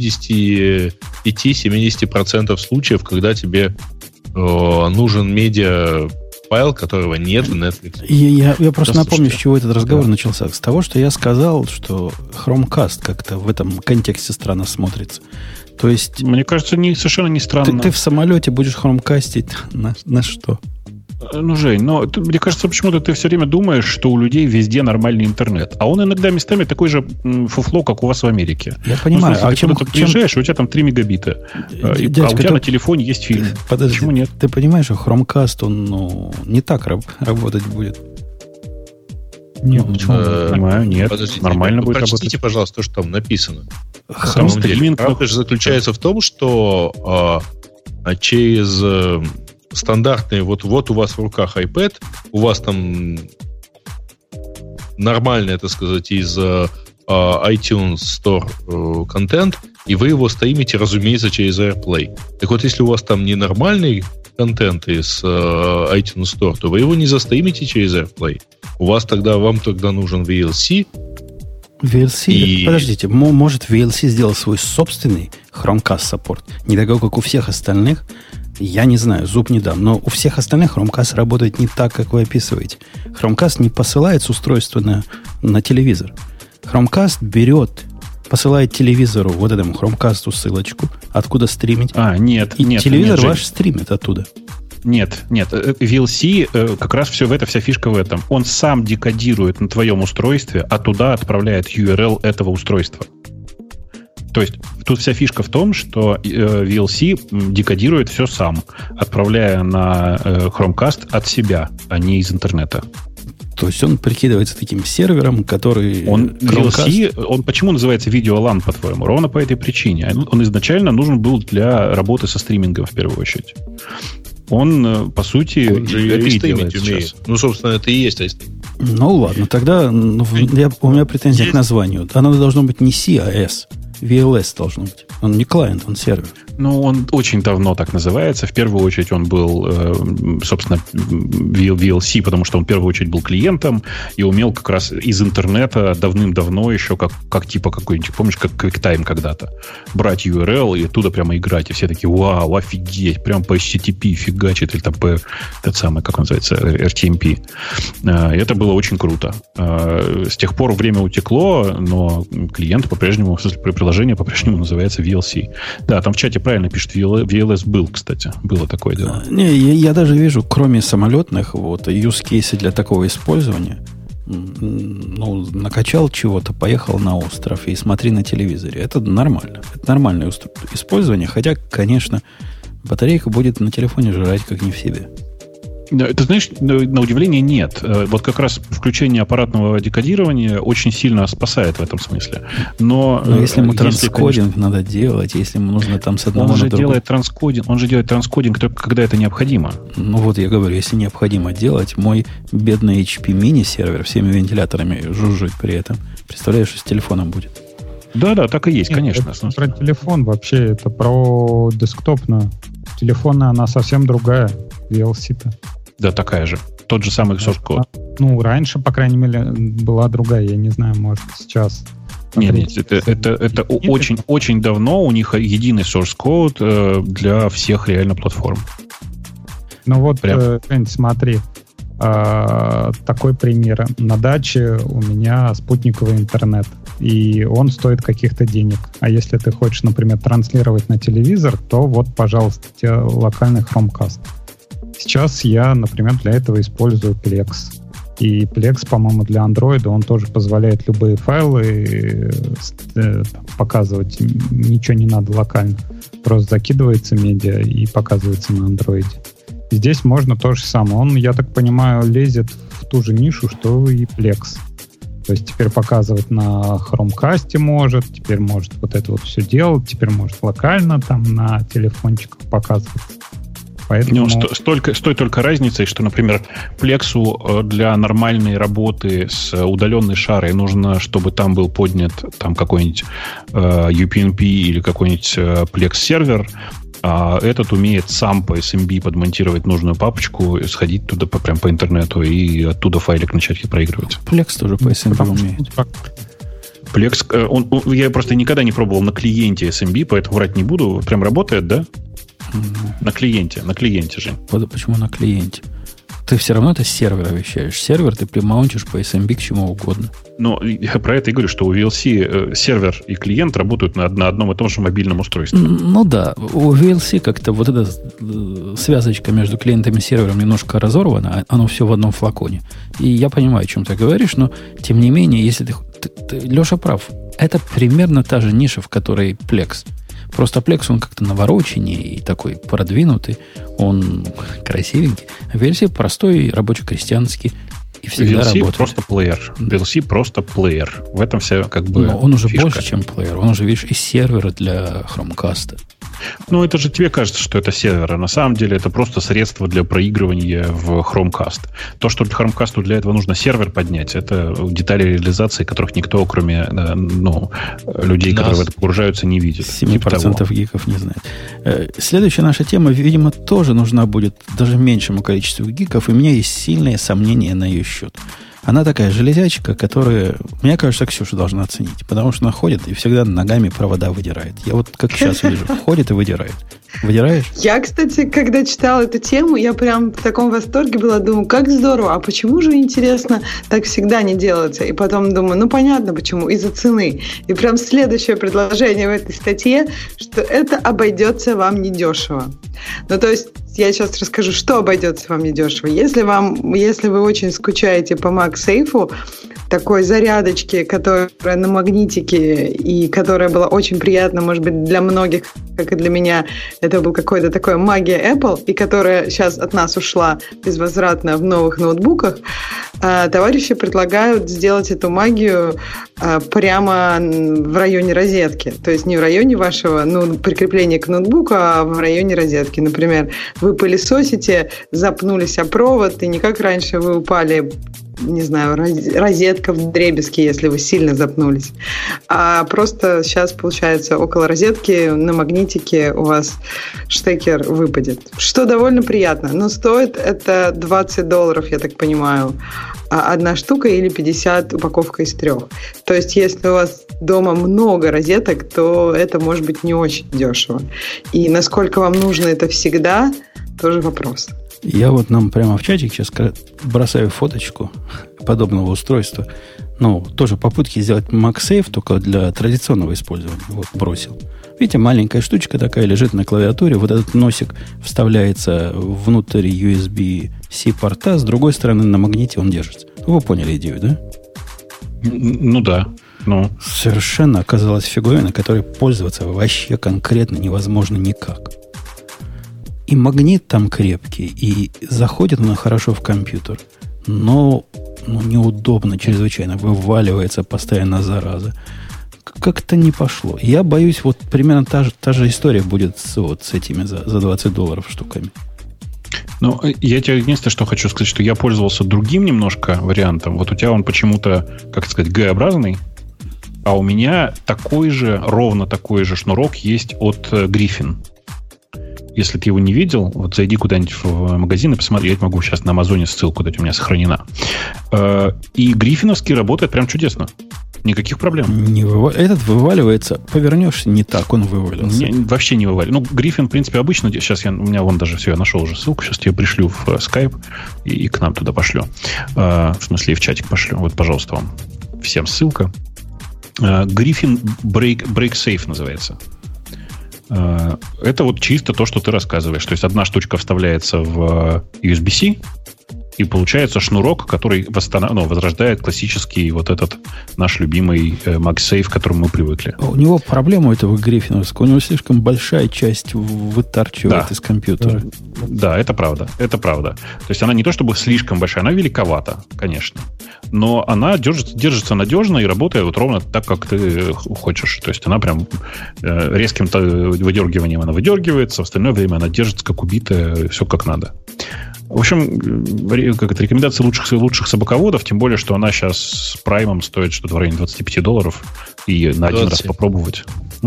65-70% случаев, когда тебе нужен медиафайл, которого нет в Netflix. Я просто напомню, с чего этот разговор начался. С того, что я сказал, что Chromecast как-то в этом контексте странно смотрится. То есть... Мне кажется, совершенно не странно. Ты в самолете будешь хромкастить на что? Ну, Жень, мне кажется, почему-то ты все время думаешь, что у людей везде нормальный интернет. А он иногда местами такой же фуфло, как у вас в Америке. Я понимаю. Ну, ты приезжаешь, и у тебя там 3 мегабита. Дядька, а у тебя на телефоне есть фильм. Подожди, почему нет? Ты понимаешь, что Chromecast, он не так работать будет? Нет, почему? Понимаю, нет. Подождите, нормально будет работать. Прочтите, пожалуйста, то, что там написано. На самом деле, правда же заключается в том, что через стандартные, вот у вас в руках iPad, у вас там нормальный, так сказать, из iTunes Store контент, и вы его стримите, разумеется, через AirPlay. Так вот, если у вас там ненормальный контент из iTunes Store, то вы его не застримите через AirPlay. Вам тогда нужен VLC. VLC? Подождите, может VLC сделать свой собственный Chromecast саппорт? Не такой, как у всех остальных. Я не знаю, зуб не дам. Но у всех остальных Chromecast работает не так, как вы описываете. Chromecast не посылает с устройства на телевизор. Chromecast посылает телевизору, вот этому Chromecast ссылочку, откуда стримить. Нет. Телевизор ваш стримит оттуда. Нет. VLC, как раз вся фишка в этом. Он сам декодирует на твоем устройстве, а туда отправляет URL этого устройства. То есть тут вся фишка в том, что VLC декодирует все сам, отправляя на Chromecast от себя, а не из интернета. То есть он прикидывается таким сервером, который... VLC, он почему называется видеолан, по-твоему? Ровно по этой причине. Он изначально нужен был для работы со стримингом, в первую очередь. Он, по сути, это и делает сейчас. Ну, собственно, это и есть iStream. Ну, ладно, тогда у меня претензия к названию. Оно должно быть не C, а S. VLS должно быть. Он не клиент, он сервер. Ну, он очень давно так называется. В первую очередь он был, собственно, VLC, потому что он в первую очередь был клиентом и умел как раз из интернета давным-давно еще, как типа какой-нибудь, помнишь, как QuickTime когда-то, брать URL и оттуда прямо играть. И все такие, вау, офигеть, прям по HTTP фигачит, или там по, тот самый, как он называется, RTMP. И это было очень круто. С тех пор время утекло, но клиент по-прежнему, в смысле, приложение по-прежнему называется VLC. Да, там в чате правильно пишут, VLS был, кстати. Было такое дело. Не, я даже вижу, кроме самолетных, вот, use cases для такого использования. Ну, накачал чего-то, поехал на остров и смотри на телевизоре. Это нормально. Это нормальное использование, хотя, конечно, батарейка будет на телефоне жрать как не в себе. Ты знаешь, на удивление нет. Вот как раз включение аппаратного декодирования очень сильно спасает в этом смысле. Но если ему транскодинг надо делать, если ему нужно там с одного на другое... Он же делает транскодинг только когда это необходимо. Ну вот я говорю, если необходимо делать, мой бедный HP мини-сервер всеми вентиляторами жужжит при этом. Представляешь, что с телефоном будет? Да, так и есть, конечно. Это про телефон вообще, это про десктопную. Телефонная, она совсем другая. VLC-то. Да, такая же. Тот же самый source code. Ну, раньше, по крайней мере, была другая. Я не знаю, может, сейчас... Нет, это очень давно у них единый source code для всех реально платформ. Ну вот, смотри, такой пример. На даче у меня спутниковый интернет, и он стоит каких-то денег. А если ты хочешь, например, транслировать на телевизор, то вот, пожалуйста, тебе локальный Chromecast. Сейчас я, например, для этого использую Plex. И Plex, по-моему, для Android, он тоже позволяет любые файлы показывать. Ничего не надо локально. Просто закидывается медиа и показывается на Android. Здесь можно то же самое. Он, я так понимаю, лезет в ту же нишу, что и Plex. То есть теперь показывать на Chromecast может, теперь может вот это вот все делать, теперь может локально там на телефончиках показывать. Поэтому... с той только разницей, что, например, Plexу для нормальной работы с удаленной шарой нужно, чтобы там был поднят там какой-нибудь UPnP или какой-нибудь Plex-сервер, а этот умеет сам по SMB подмонтировать нужную папочку, сходить туда прям по интернету и оттуда файлик начать проигрывать. Plex тоже по SMB умеет. Plex, я просто никогда не пробовал на клиенте SMB, поэтому врать не буду. Прям работает, да? На клиенте же. Почему на клиенте? Ты все равно это с сервера вещаешь. Сервер ты примаунтишь по SMB к чему угодно. Но я про это и говорю, что у VLC сервер и клиент работают на одном и том же мобильном устройстве. Ну да, у VLC как-то вот эта связочка между клиентом и сервером немножко разорвана, оно все в одном флаконе. И я понимаю, о чем ты говоришь, но тем не менее, если ты Леша прав, это примерно та же ниша, в которой Plex. Просто Plex, он как-то навороченнее и такой продвинутый, он красивенький. VLC простой, рабоче-крестьянский и всегда VLC работает. Просто плеер. VLC просто плеер. В этом вся как бы но он уже фишка. больше, чем плеер. Он уже, видишь, из сервера для Chromecast. Ну, это же тебе кажется, что это сервер, а на самом деле это просто средство для проигрывания в Chromecast. То, что Chromecast для этого нужно сервер поднять, это детали реализации, которых никто, кроме людей, которые в это погружаются, не видит. 7% гиков не знает. Следующая наша тема, видимо, тоже нужна будет даже меньшему количеству гиков, и у меня есть сильные сомнения на ее счет. Она такая железячка, которая, мне кажется, Ксюша должна оценить, потому что она ходит и всегда ногами провода выдирает. Я вот как сейчас вижу, ходит и выдирает. Выдираешь? Я, кстати, когда читала эту тему, я прям в таком восторге была, думаю, как здорово, а почему же, интересно, так всегда не делается? И потом думаю, ну понятно почему, из-за цены. И прям следующее предложение в этой статье, что это обойдется вам недешево. Ну, то есть, я сейчас расскажу, что обойдется вам недешево. Если вы очень скучаете по MagSafe, такой зарядочки, которая на магнитике и которая была очень приятна, может быть, для многих, как и для меня, это был какой-то такой магия Apple, и которая сейчас от нас ушла безвозвратно в новых ноутбуках, товарищи предлагают сделать эту магию прямо в районе розетки. То есть не в районе вашего прикрепления к ноутбуку, а в районе розетки. Например, вы пылесосите, запнулись о провод, и не как раньше вы упали, не знаю, розетка вдребезги, если вы сильно запнулись. А просто сейчас, получается, около розетки на магнитике у вас штекер выпадет. Что довольно приятно. Но стоит это $20, я так понимаю, одна штука или 50 упаковка из 3. То есть, если у вас дома много розеток, то это может быть не очень дешево. И насколько вам нужно это всегда, тоже вопрос. Я вот нам прямо в чатик сейчас бросаю фоточку подобного устройства. Тоже попытки сделать MagSafe, только для традиционного использования. Вот, бросил. Видите, маленькая штучка такая лежит на клавиатуре. Вот этот носик вставляется внутрь USB-C порта. С другой стороны, на магните он держится. Вы поняли идею, да? Ну да. Совершенно оказалась фиговина, которой пользоваться вообще конкретно невозможно никак. И магнит там крепкий, и заходит она хорошо в компьютер, но неудобно чрезвычайно, вываливается постоянно зараза. Как-то не пошло. Я боюсь, вот примерно та же история будет с этими за $20 штуками. Я тебе единственное, что хочу сказать, что я пользовался другим немножко вариантом. Вот у тебя он почему-то, как сказать, Г-образный, а у меня ровно такой же шнурок есть от Griffin. Если ты его не видел, вот зайди куда-нибудь в магазин и посмотри. Я могу сейчас на Амазоне ссылку дать, у меня сохранена. И гриффиновский работает прям чудесно. Никаких проблем. Этот вываливается, повернешься не так, он вывалился. Вообще не вываливается. Ну, Гриффин, в принципе, обычно. Сейчас у меня вон даже все, я нашел уже ссылку. Сейчас тебе пришлю в Skype и к нам туда пошлю. В смысле, и в чатик пошлю. Вот, пожалуйста, вам всем ссылка. Гриффин Break Safe называется. Это вот чисто то, что ты рассказываешь. То есть одна штучка вставляется в USB-C, и получается шнурок, который возрождает классический вот этот наш любимый MagSafe, к которому мы привыкли. У него проблема у этого гриффиновского. У него слишком большая часть вытарчивает из компьютера. Да, это правда. Это правда. То есть она не то чтобы слишком большая, она великовата, конечно. Но она держится надежно и работает вот ровно так, как ты хочешь. То есть она прям резким выдергиванием она выдергивается, в остальное время она держится как убитая, все как надо. В общем, рекомендации лучших собаководов, тем более, что она сейчас с праймом стоит что-то в районе $25, и на 27. один раз попробовать.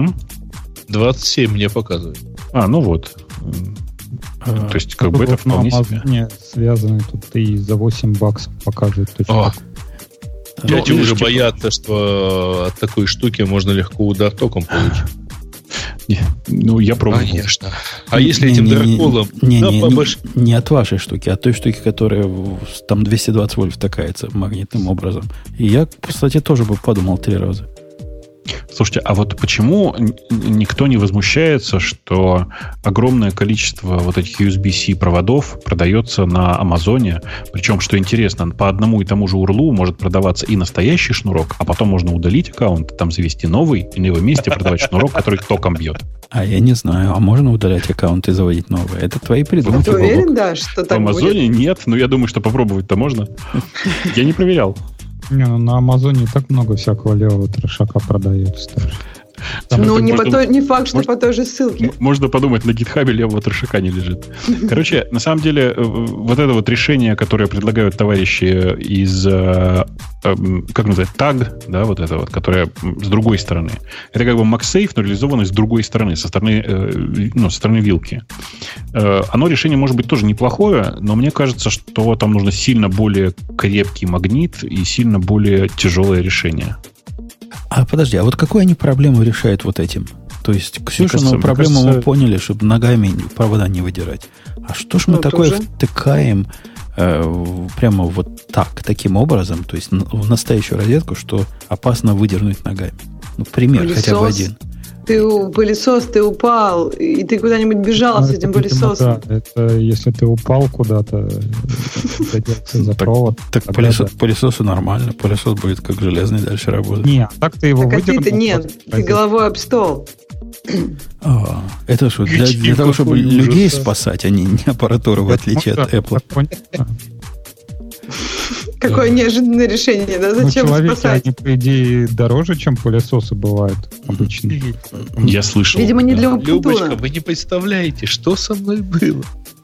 27 мне показывает. Ну вот. То есть, как бы это вполне себе. Не связаны, тут и за $8 показывает. Эти уже боятся, что от такой штуки можно легко удар током получить. Я пробую. Конечно. А если этим драколом... Не от вашей штуки, а от той штуки, которая там 220 вольт втыкается магнитным образом. И я, кстати, тоже бы подумал 3 раза. Слушайте, а вот почему никто не возмущается, что огромное количество вот этих USB-C проводов продается на Амазоне? Причем, что интересно, по одному и тому же URL может продаваться и настоящий шнурок, а потом можно удалить аккаунт, там завести новый, и на его месте продавать шнурок, который током бьет. А я не знаю, а можно удалять аккаунт и заводить новый? Это твои придумки. Ты уверен, да, что так будет? В Амазоне нет, но я думаю, что попробовать-то можно. Я не проверял. На Амазоне и так много всякого левого трешака продается. Не факт, что по той же ссылке. Можно подумать, на гитхабе левого трешака не лежит. Короче, на самом деле, вот это вот решение, которое предлагают товарищи из, как называется, TAG, да, вот это вот, которое с другой стороны. Это как бы MagSafe, но реализованное с другой стороны, со стороны вилки. Оно решение может быть тоже неплохое, но мне кажется, что там нужно сильно более крепкий магнит и сильно более тяжелое решение. А подожди, а вот какую они проблему решают вот этим? То есть Ксюшину проблему мы поняли, чтобы ногами провода не выдирать. А что ж мы такое втыкаем прямо вот так, таким образом, то есть в настоящую розетку, что опасно выдернуть ногами? Пример пылесос, хотя бы один. Пылесос, ты упал, и ты куда-нибудь бежал с этим пылесосом. Да, это если ты упал куда-то, за провод. Так пылесосу нормально, пылесос будет как железный дальше работать. Не, так ты его выдернул. Ты нет, ты головой об стол. Это что, для того, чтобы людей спасать, а не аппаратуру, в отличие от Apple. Какое неожиданное решение, да? Зачем спасать? Они, по идее, дороже, чем пылесосы бывают обычно. Я слышал. Видимо, не для Умпутуна. Любочка, вы не представляете, что со мной было.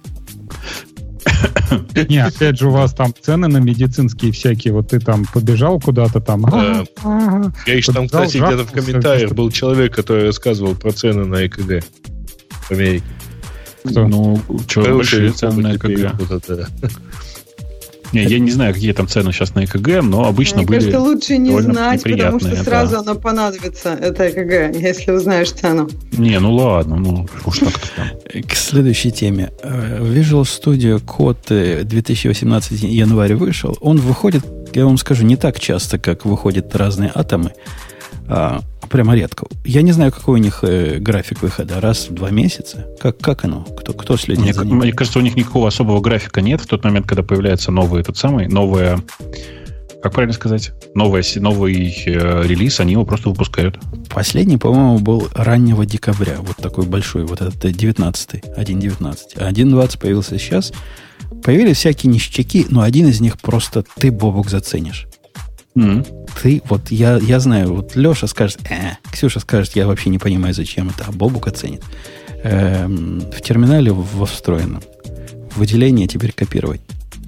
Не, опять же, у вас там цены на медицинские всякие. Вот ты там побежал куда-то там. Я еще там, кстати, где-то в комментариях был человек, который рассказывал про цены на ЭКГ в Америке. Ну, что, большие цены на ЭКГ. Не, я не знаю, какие там цены сейчас на ЭКГ, но обычно Мне были. Мне кажется, лучше не знать, потому что сразу да. оно понадобится, это ЭКГ, если узнаешь цену. Не, ну ладно, уж так-то там. К следующей теме. Visual Studio Code 2018 январь вышел. Он выходит, я вам скажу, не так часто, как выходят разные атомы. Прямо редко. Я не знаю, какой у них график выхода. Раз в 2 месяца? Как оно? Кто следит за ним? Мне кажется, у них никакого особого графика нет в тот момент, когда появляется новый как правильно сказать? Новый релиз, они его просто выпускают. Последний, по-моему, был раннего декабря. Вот такой большой. Вот этот 19-й. 1.19. А 1.20 появился сейчас. Появились всякие ништяки, но один из них просто ты, Бобук, заценишь. Ты, вот я знаю, вот Леша скажет, Ксюша скажет, я вообще не понимаю, зачем это, а Бобук оценит. В терминале во встроенном выделение теперь копировать.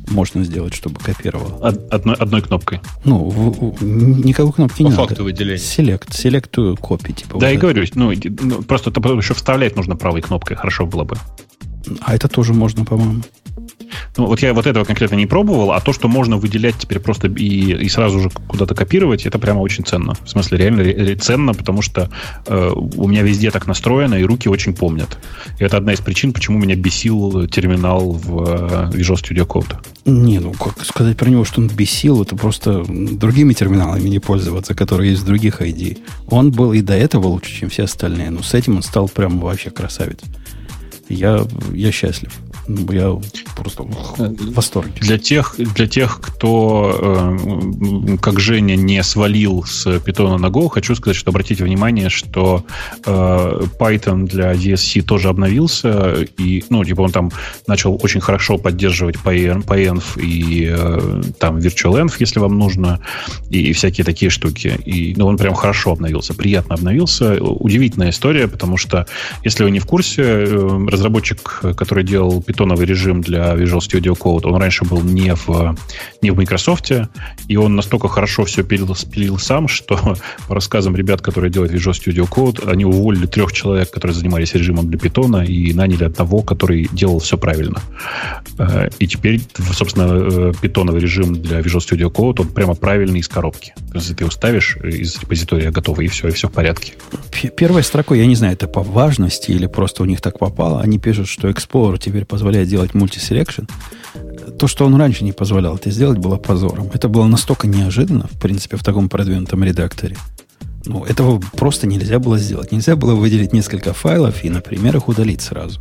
можно сделать, чтобы копировал. Одной кнопкой. Никакой кнопки не надо. По факту выделения. Select to copy. Типа, да, вот и говорю, просто это еще вставлять нужно правой кнопкой, хорошо было бы. А это тоже можно, по-моему. Вот я вот этого конкретно не пробовал, а то, что можно выделять теперь просто и сразу же куда-то копировать, это прямо очень ценно. В смысле, реально ценно, потому что у меня везде так настроено, и руки очень помнят. И это одна из причин, почему меня бесил терминал в Visual Studio Code. Не, как сказать про него, что он бесил, это просто другими терминалами не пользоваться, которые есть в других ID. Он был и до этого лучше, чем все остальные, но с этим он стал прям вообще красавец. Я счастлив. Я просто в восторге. Для тех, кто, как Женя, не свалил с Python на Go, хочу сказать, что обратите внимание, что Python для DSC тоже обновился, и, он там начал очень хорошо поддерживать PyEnv и там VirtualEnv, если вам нужно, и всякие такие штуки. И он прям хорошо обновился, приятно обновился. Удивительная история, потому что, если вы не в курсе, разработчик, который делал питоновый режим для Visual Studio Code, он раньше был не в Microsoft, и он настолько хорошо все спилил сам, что по рассказам ребят, которые делают Visual Studio Code, они уволили 3 человек, которые занимались режимом для питона, и наняли одного, который делал все правильно. И теперь, собственно, питоновый режим для Visual Studio Code, он прямо правильный из коробки. То есть ты его ставишь из репозитория готово, и все в порядке. Первой строкой, я не знаю, это по важности или просто у них так попало, они пишут, что Explorer теперь позволяет делать мультиселекшн. То, что он раньше не позволял это сделать, было позором. Это было настолько неожиданно, в принципе, в таком продвинутом редакторе. Этого просто нельзя было сделать. Нельзя было выделить несколько файлов и, например, их удалить сразу.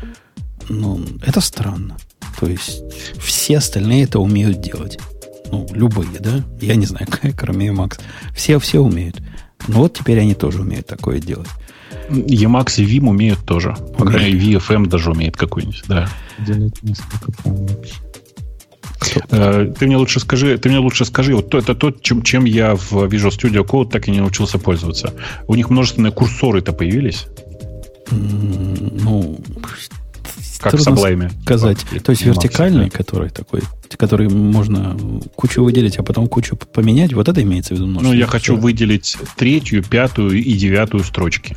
Это странно. То есть все остальные это умеют делать. Любые, да? Я не знаю, кроме Emacs. Все умеют. Но вот теперь они тоже умеют такое делать. Emacs и Vim умеют тоже. По крайней мере, VFM даже умеет какой-нибудь, да. Делить несколько вообще. Ты мне лучше скажи, вот это то, чем я в Visual Studio Code так и не научился пользоваться. У них множественные курсоры-то появились? Как в Sublime. Сказать. То есть вертикальный, который можно кучу выделить, а потом кучу поменять, вот это имеется в виду? Я хочу выделить 3-ю, 5-ю и 9-ю строчки.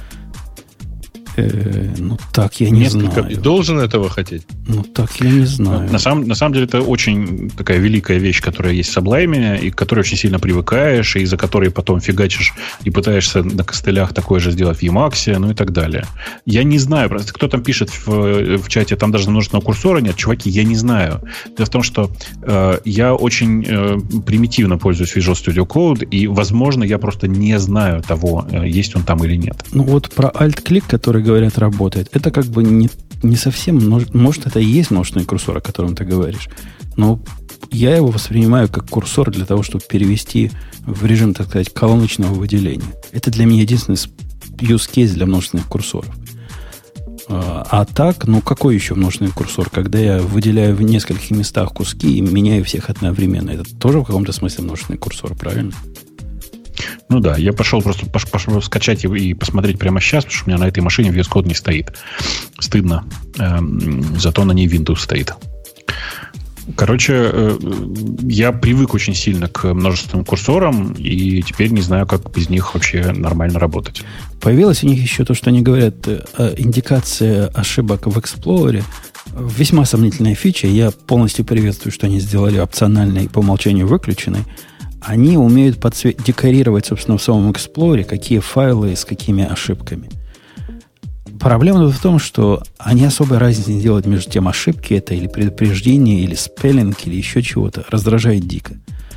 Так я не знаю. Ты должен этого хотеть? Так я не знаю. На самом деле, это очень такая великая вещь, которая есть в Sublime, и к которой очень сильно привыкаешь, и за которой потом фигачишь и пытаешься на костылях такое же сделать в Emacs, и так далее. Я не знаю, просто кто там пишет в чате, там даже множественного курсора нет. Чуваки, я не знаю. Дело в том, что я очень примитивно пользуюсь Visual Studio Code, и, возможно, я просто не знаю того, есть он там или нет. Про Alt-клик, который, говорят, работает, это как бы не совсем, может, это и есть множественный курсор, о котором ты говоришь, но я его воспринимаю как курсор для того, чтобы перевести в режим, так сказать, колоночного выделения. Это для меня единственный use case для множественных курсоров. А так, какой еще множественный курсор, когда я выделяю в нескольких местах куски и меняю всех одновременно? Это тоже в каком-то смысле множественный курсор, правильно? Да, я пошел скачать и посмотреть прямо сейчас, потому что у меня на этой машине VS Code не стоит. Стыдно. Зато на ней Windows стоит. Короче, я привык очень сильно к множественным курсорам, и теперь не знаю, как без них вообще нормально работать. Появилось у них еще то, что они говорят, индикация ошибок в Explorer. Весьма сомнительная фича. Я полностью приветствую, что они сделали опциональной и по умолчанию выключенной. Они умеют декорировать, собственно, в самом Explorer, какие файлы с какими ошибками. Проблема в том, что они особой разницы не делают между тем, ошибки это или предупреждение, или спеллинг, или еще чего-то. Раздражает дико.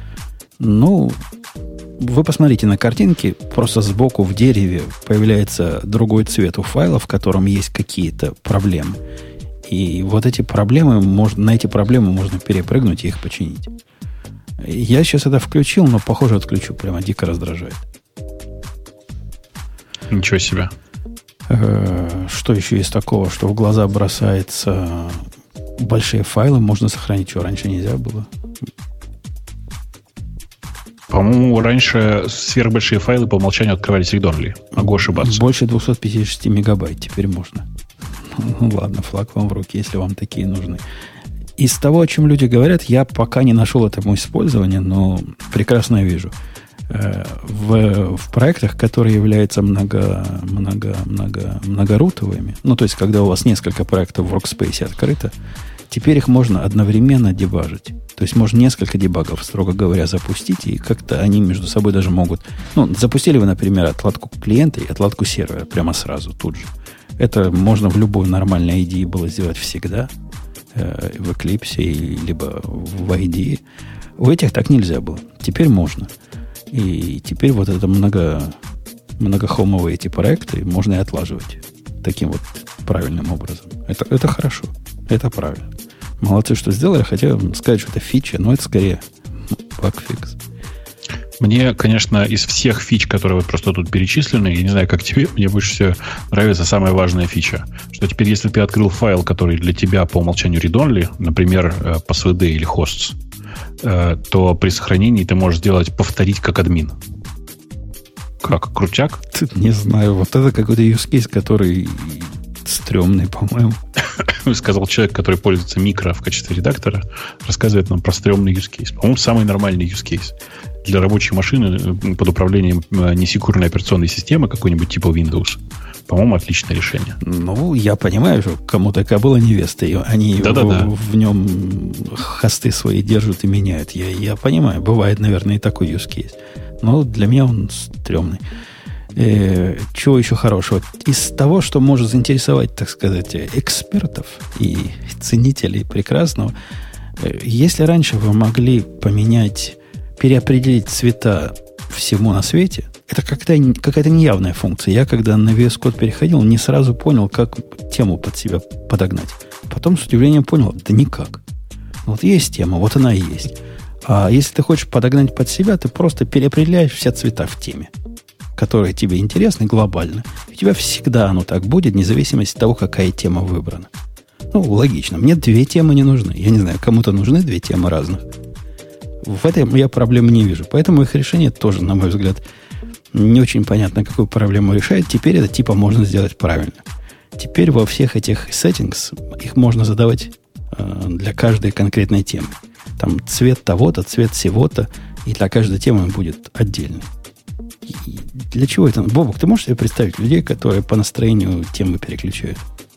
Вы посмотрите на картинки, просто сбоку в дереве появляется другой цвет у файла, в котором есть какие-то проблемы. И вот эти проблемы, на эти проблемы можно перепрыгнуть и их починить. Я сейчас это включил, но, похоже, отключу. Прямо дико раздражает. Ничего себе. Что еще есть такого, что в глаза бросается большие файлы можно сохранить, что раньше нельзя было? По-моему, раньше сверхбольшие файлы по умолчанию открывались read-only. Могу ошибаться. Больше 256 мегабайт теперь можно. Ладно, флаг вам в руки, если вам такие нужны. Из того, о чем люди говорят, я пока не нашел этому использования, но прекрасно вижу. В проектах, которые являются многорутовыми, ну, то есть, когда у вас несколько проектов в Workspace открыто, теперь их можно одновременно дебажить. То есть, можно несколько дебагов, строго говоря, запустить, и как-то они между собой даже могут... Ну, запустили вы, например, отладку клиента и отладку сервера прямо сразу, тут же. Это можно в любой нормальной IDE было сделать всегда, в Eclipse, либо в IDE. У этих так нельзя было. Теперь можно. И теперь вот это многохомовые эти проекты можно и отлаживать таким вот правильным образом. Это хорошо. Это правильно. Молодцы, что сделали. Хотя сказать, что это фича, но это скорее багфикс. Мне, конечно, из всех фич, которые вот просто тут перечислены, я не знаю, как тебе, мне больше всего нравится самая важная фича. Что теперь, если ты открыл файл, который для тебя по умолчанию read-only, например, passwd или hosts, то при сохранении ты можешь повторить как админ. Как? Крутяк? Не знаю. Вот это какой-то use case, который стрёмный, по-моему. Сказал человек, который пользуется микро в качестве редактора, рассказывает нам про стрёмный use case. По-моему, самый нормальный use case. Для рабочей машины под управлением несекурной операционной системы какой-нибудь типа Windows. По-моему, отличное решение. Ну, я понимаю, что кому-то была невеста, и они в нем хосты свои держат и меняют. Я понимаю, бывает, наверное, и такой use case. Но для меня он стрёмный. Чего еще хорошего? Из того, что может заинтересовать, так сказать, экспертов и ценителей прекрасного, если раньше вы могли переопределить цвета всему на свете, это какая-то неявная функция. Я, когда на VS Code переходил, не сразу понял, как тему под себя подогнать. Потом с удивлением понял, да никак. Вот есть тема, вот она и есть. А если ты хочешь подогнать под себя, ты просто переопределяешь все цвета в теме, которые тебе интересны глобально. У тебя всегда оно так будет, вне зависимости от того, какая тема выбрана. Ну, логично. Мне 2 темы не нужны. Я не знаю, кому-то нужны 2 темы разных. В этом я проблемы не вижу. Поэтому их решение тоже, на мой взгляд, не очень понятно, какую проблему решает. Теперь это типа можно сделать правильно. Теперь во всех этих settings их можно задавать для каждой конкретной темы. Там цвет того-то, цвет всего-то, и для каждой темы будет отдельно. И для чего это? Бобок, ты можешь себе представить людей, которые по настроению темы переключают?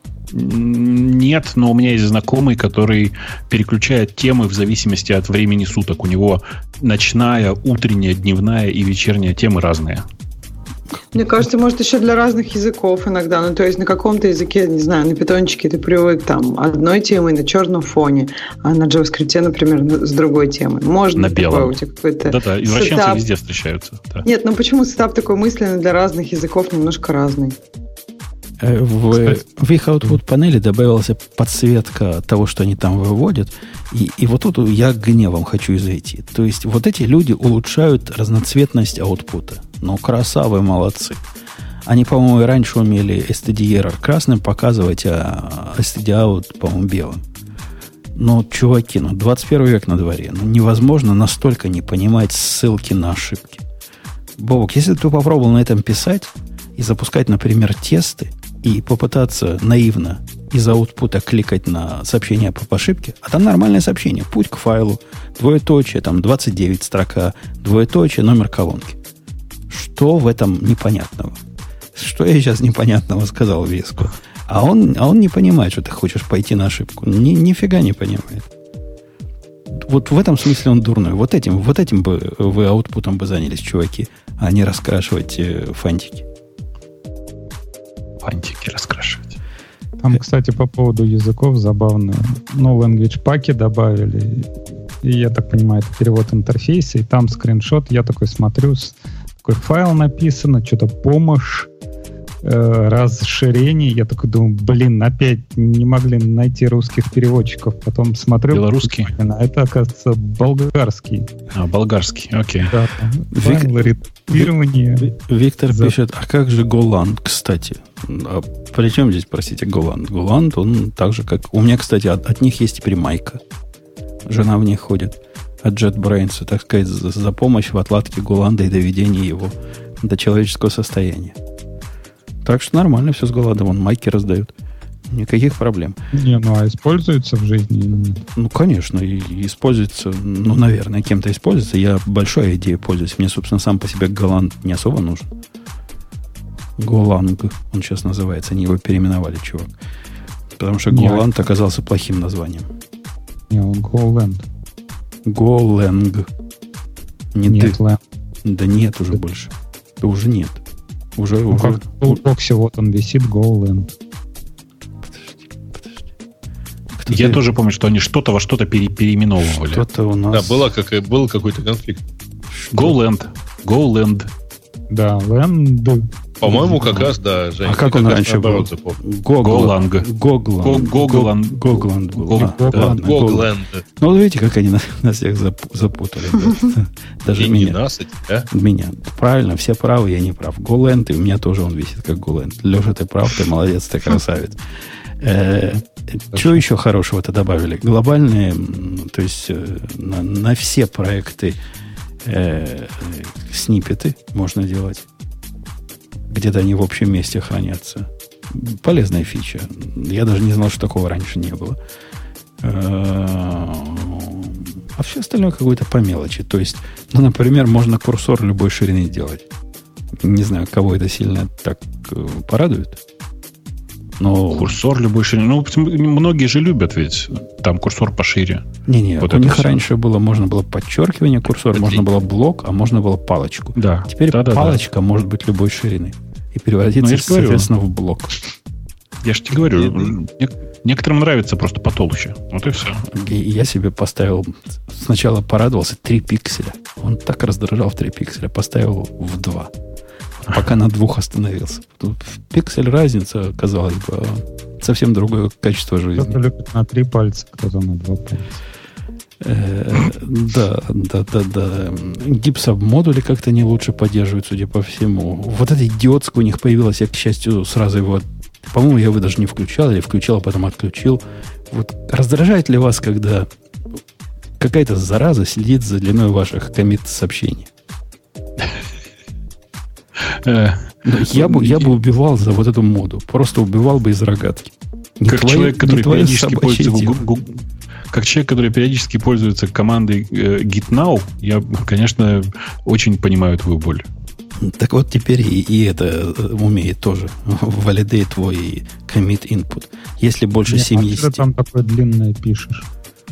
Нет, но у меня есть знакомый, который переключает темы в зависимости от времени суток. У него ночная, утренняя, дневная и вечерняя темы разные. Мне кажется, может, еще для разных языков иногда. Ну, то есть на каком-то языке, не знаю, на питончике ты привык там одной темой на черном фоне, а на JavaScript, например, с другой темой. Может на белом. У тебя какой-то да, извращенцы везде встречаются. Да. Нет, ну почему сетап такой мысленный для разных языков немножко разный? В их output панели добавилась подсветка того, что они там выводят. И вот тут я гневом хочу изойти. То есть вот эти люди улучшают разноцветность аутпута. Ну, красавы, молодцы. Они, по-моему, и раньше умели std-error красным показывать, а std-out, по-моему, белым. Но, чуваки, 21 век на дворе. Невозможно настолько не понимать ссылки на ошибки. Бобок, если ты попробовал на этом писать и запускать, например, тесты, и попытаться наивно из аутпута кликать на сообщение по ошибке, а там нормальное сообщение. Путь к файлу, двоеточие, там 29 строка, двоеточие, номер колонки. Что в этом непонятного? Что я сейчас непонятного сказал Веску? А он не понимает, что ты хочешь пойти на ошибку. Нифига не понимает. Вот в этом смысле он дурной. Вот этим бы вы аутпутом бы занялись, чуваки, а не раскрашивать фантики. Фантики раскрашивать. Там, кстати, по поводу языков забавно. Language паки добавили. И я так понимаю, это перевод интерфейса. И там скриншот. Я такой смотрю, такой файл написано, что-то помощь, расширение. Я такой думаю, опять не могли найти русских переводчиков. Потом смотрю. Белорусский? Это, оказывается, болгарский. Болгарский, окей. Да, файл редактирование. Виктор пишет, а как же Голланд, кстати? А при чем здесь, простите, Голланд? Голланд, он так же, как... У меня, кстати, от них есть теперь майка. Жена в них ходит. От JetBrains, так сказать, за помощь в отладке Голланда и доведении его до человеческого состояния. Так что нормально все с Голландом. Он майки раздают. никаких проблем. Не, ну а используется в жизни? Ну, конечно, и используется, ну, наверное, кем-то используется. Я большой идеей пользуюсь. Мне, собственно, сам по себе Golang не особо нужен. Golang, он сейчас называется, они его переименовали, чувак. Потому что Golang оказался плохим названием. Не, он Golang. Golang. Нет, да нет уже больше. Да уже нет. Уже. Как Toolbox, вот он висит, Golang. Я тоже помню, что они что-то во что-то переименовывали. Что-то у нас... Да, был какой-то конфликт. Golang. Да, Land. По-моему, как раз, да, Жень. А как он раньше был? Golang. Golang. Ну, вот видите, как они нас всех запутали. Даже меня. Не нас, да? Меня. Правильно, все правы, я не прав. Golang, и у меня тоже он висит как Golang. Леша, ты прав, ты молодец, ты красавец. Что еще хорошего-то добавили? Глобальные, то есть на все проекты сниппеты можно делать. Где-то они в общем месте хранятся. Полезная фича. Я даже не знал, что такого раньше не было. А все остальное какое-то по мелочи. То есть, ну, например, можно курсор любой ширины делать. Не знаю, кого это сильно так порадует. Но... Курсор любой ширины. Ну, многие же любят ведь. Там курсор пошире. Не-не, вот у них раньше было, можно было подчеркивание курсора, можно было блок, а можно было палочку. Да. Теперь палочка может быть любой ширины. И превратиться, соответственно, в блок. Я же тебе говорю, некоторым нравится просто потолще. Вот и все. И я себе поставил, сначала порадовался, 3 пикселя. Он так раздражал в 3 пикселя, поставил в 2. Пока на 2 остановился. Тут пиксель разница, казалось бы, совсем другое качество жизни. Кто-то любит на 3 пальца, кто-то на 2 пальца. Да. Гипсомодули как-то не лучше поддерживают, судя по всему. Вот эта идиотская у них появилась, я, к счастью, сразу его... По-моему, я его даже не включал, или включал, а потом отключил. Вот раздражает ли вас, когда какая-то зараза следит за длиной ваших коммит-сообщений? Я бы убивал за вот эту моду. Просто убивал бы из рогатки. Как человек, который периодически пользуется командой GitNow, я, конечно, очень понимаю твою боль. Так вот теперь и это умеет тоже. Validate твой commit input. Если больше 70... А ты там такое длинное пишешь?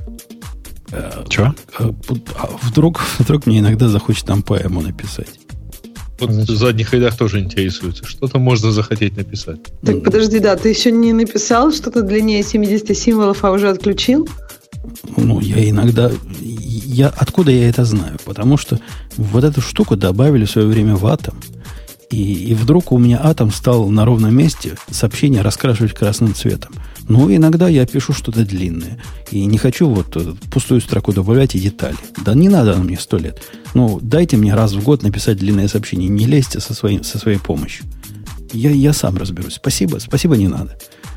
Чего? Вдруг мне иногда захочет там поэму написать. Вот в задних рядах тоже интересуется. Что-то можно захотеть написать. Так подожди, да, ты еще не написал что-то длиннее 70 символов, а уже отключил? Ну, я иногда... Откуда я это знаю? Потому что вот эту штуку добавили в свое время в Atom, и вдруг у меня Atom стал на ровном месте сообщение раскрашивать красным цветом. Ну, иногда я пишу что-то длинное. И не хочу вот пустую строку добавлять и детали. Да не надо мне 100 лет. Ну, дайте мне раз в год написать длинное сообщение. Не лезьте со своей помощью. Я сам разберусь. Спасибо, не надо.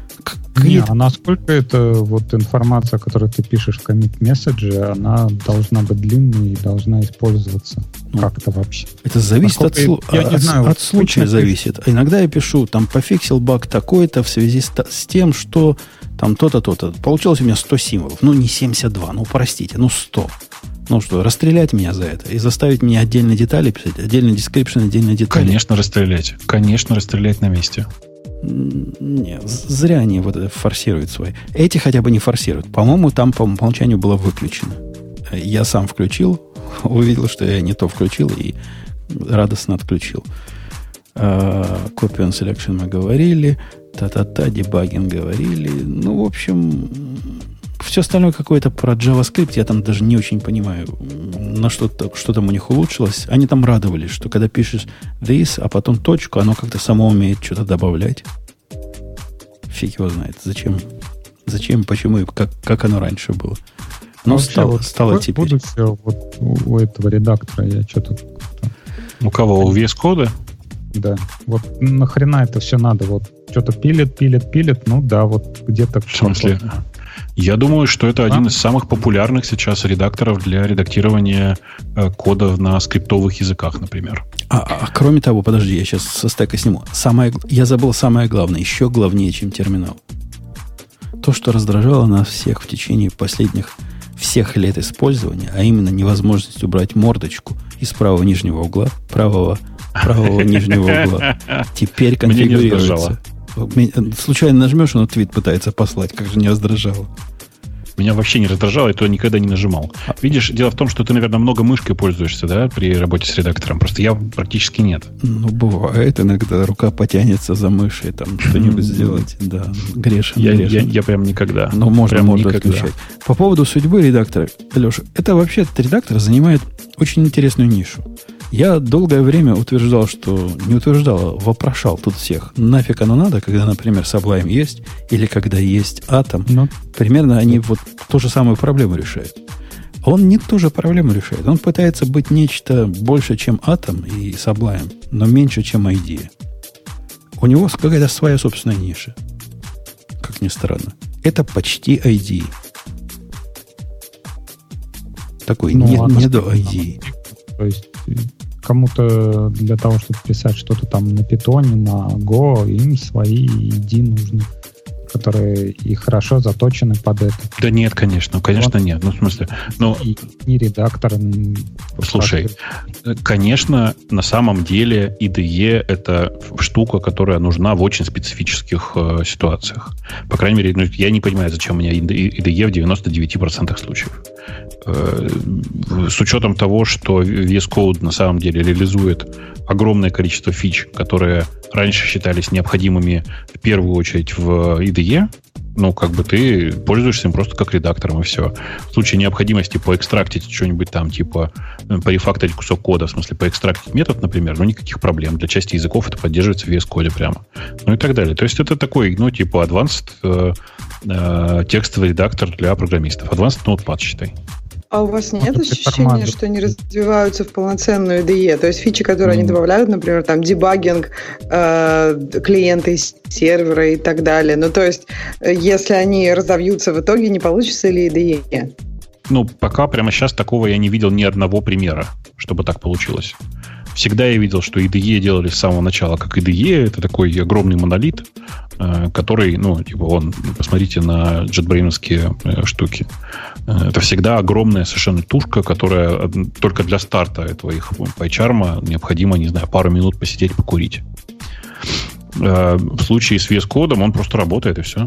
А насколько это вот информация, которую ты пишешь в commit-месседже, она должна быть длинной и должна использоваться как-то вообще? Это зависит от случая зависит. А иногда я пишу, там, пофиксил баг такой-то в связи с тем, что там то-то, то-то. Получилось у меня 100 символов. Ну, не 72, ну, простите, 100. Ну что, расстрелять меня за это и заставить меня отдельные детали писать, отдельный description, отдельные детали? Конечно, расстрелять. Конечно, расстрелять на месте. Нет, зря они вот это форсируют свои. Эти хотя бы не форсируют. По-моему, там по умолчанию было выключено. Я сам включил, увидел, что я не то включил и радостно отключил. Copy on selection мы говорили, дебагинг говорили. Ну, в общем, все остальное какое-то про JavaScript я там даже не очень понимаю, на что там у них улучшилось. Они там радовались, что когда пишешь this, а потом точку, оно как-то само умеет что-то добавлять. Фиг его знает. Зачем, почему и как оно раньше было. Но стало теперь. Будущее вот у этого редактора я что-то... У кого? У VS Code? Да. Вот нахрена это все надо? Вот что-то пилит. Ну да, вот где-то... В смысле? Я думаю, что это один из самых популярных сейчас редакторов для редактирования кода на скриптовых языках, например. А кроме того, подожди, я сейчас со стека сниму. Я забыл самое главное, еще главнее, чем терминал. То, что раздражало нас всех в течение последних всех лет использования, а именно невозможность убрать мордочку из правого нижнего угла, правого нижнего угла, теперь конфигурируется. Случайно нажмешь, он твит пытается послать, как же не раздражало. Меня вообще не раздражало, и то никогда не нажимал. Видишь, дело в том, что ты, наверное, много мышкой пользуешься, да, при работе с редактором. Просто я практически нет. Ну, бывает иногда. Рука потянется за мышей, там что-нибудь сделать. Да, грешен. Я прям никогда. Но можно отключать. По поводу судьбы редактора, Леша, это вообще этот редактор занимает очень интересную нишу. Я долгое время утверждал, вопрошал тут всех. Нафиг оно надо, когда, например, Sublime есть, или когда есть Atom. Примерно они вот ту же самую проблему решают. Он не ту же проблему решает. Он пытается быть нечто больше, чем Atom и Sublime, но меньше, чем IDEA. У него какая-то своя собственная ниша. Как ни странно. Это почти IDEA. Такой не до IDEA. То есть кому-то для того, чтобы писать что-то там на питоне, на Go, им свои ID нужны, которые и хорошо заточены под это. Да нет, конечно, нет. Ну, в смысле, не редактор. Слушай, конечно, на самом деле IDE — это штука, которая нужна в очень специфических ситуациях. По крайней мере, я не понимаю, зачем у меня IDE в 99% случаев. С учетом того, что VS Code на самом деле реализует огромное количество фич, которые раньше считались необходимыми в первую очередь в IDE, ты пользуешься им просто как редактором, и все. В случае необходимости поэкстрактить что-нибудь там, типа порефакторить кусок кода, в смысле поэкстрактить метод, например, никаких проблем. Для части языков это поддерживается в VS Code прямо. И так далее. То есть это такой, advanced текстовый редактор для программистов. Advanced Notepad, считай. А у вас нет ощущения, что они развиваются в полноценную IDE? То есть фичи, которые они добавляют, например, там дебагинг клиента из сервера и так далее. То есть, если они разовьются в итоге, не получится ли IDE? Пока прямо сейчас такого я не видел ни одного примера, чтобы так получилось. Всегда я видел, что IDE делали с самого начала как IDE. Это такой огромный монолит, который, посмотрите на JetBrains-ские штуки. Это всегда огромная совершенно тушка, которая только для старта этого их PyCharm необходимо, пару минут посидеть, покурить. В случае с VS Code он просто работает, и все.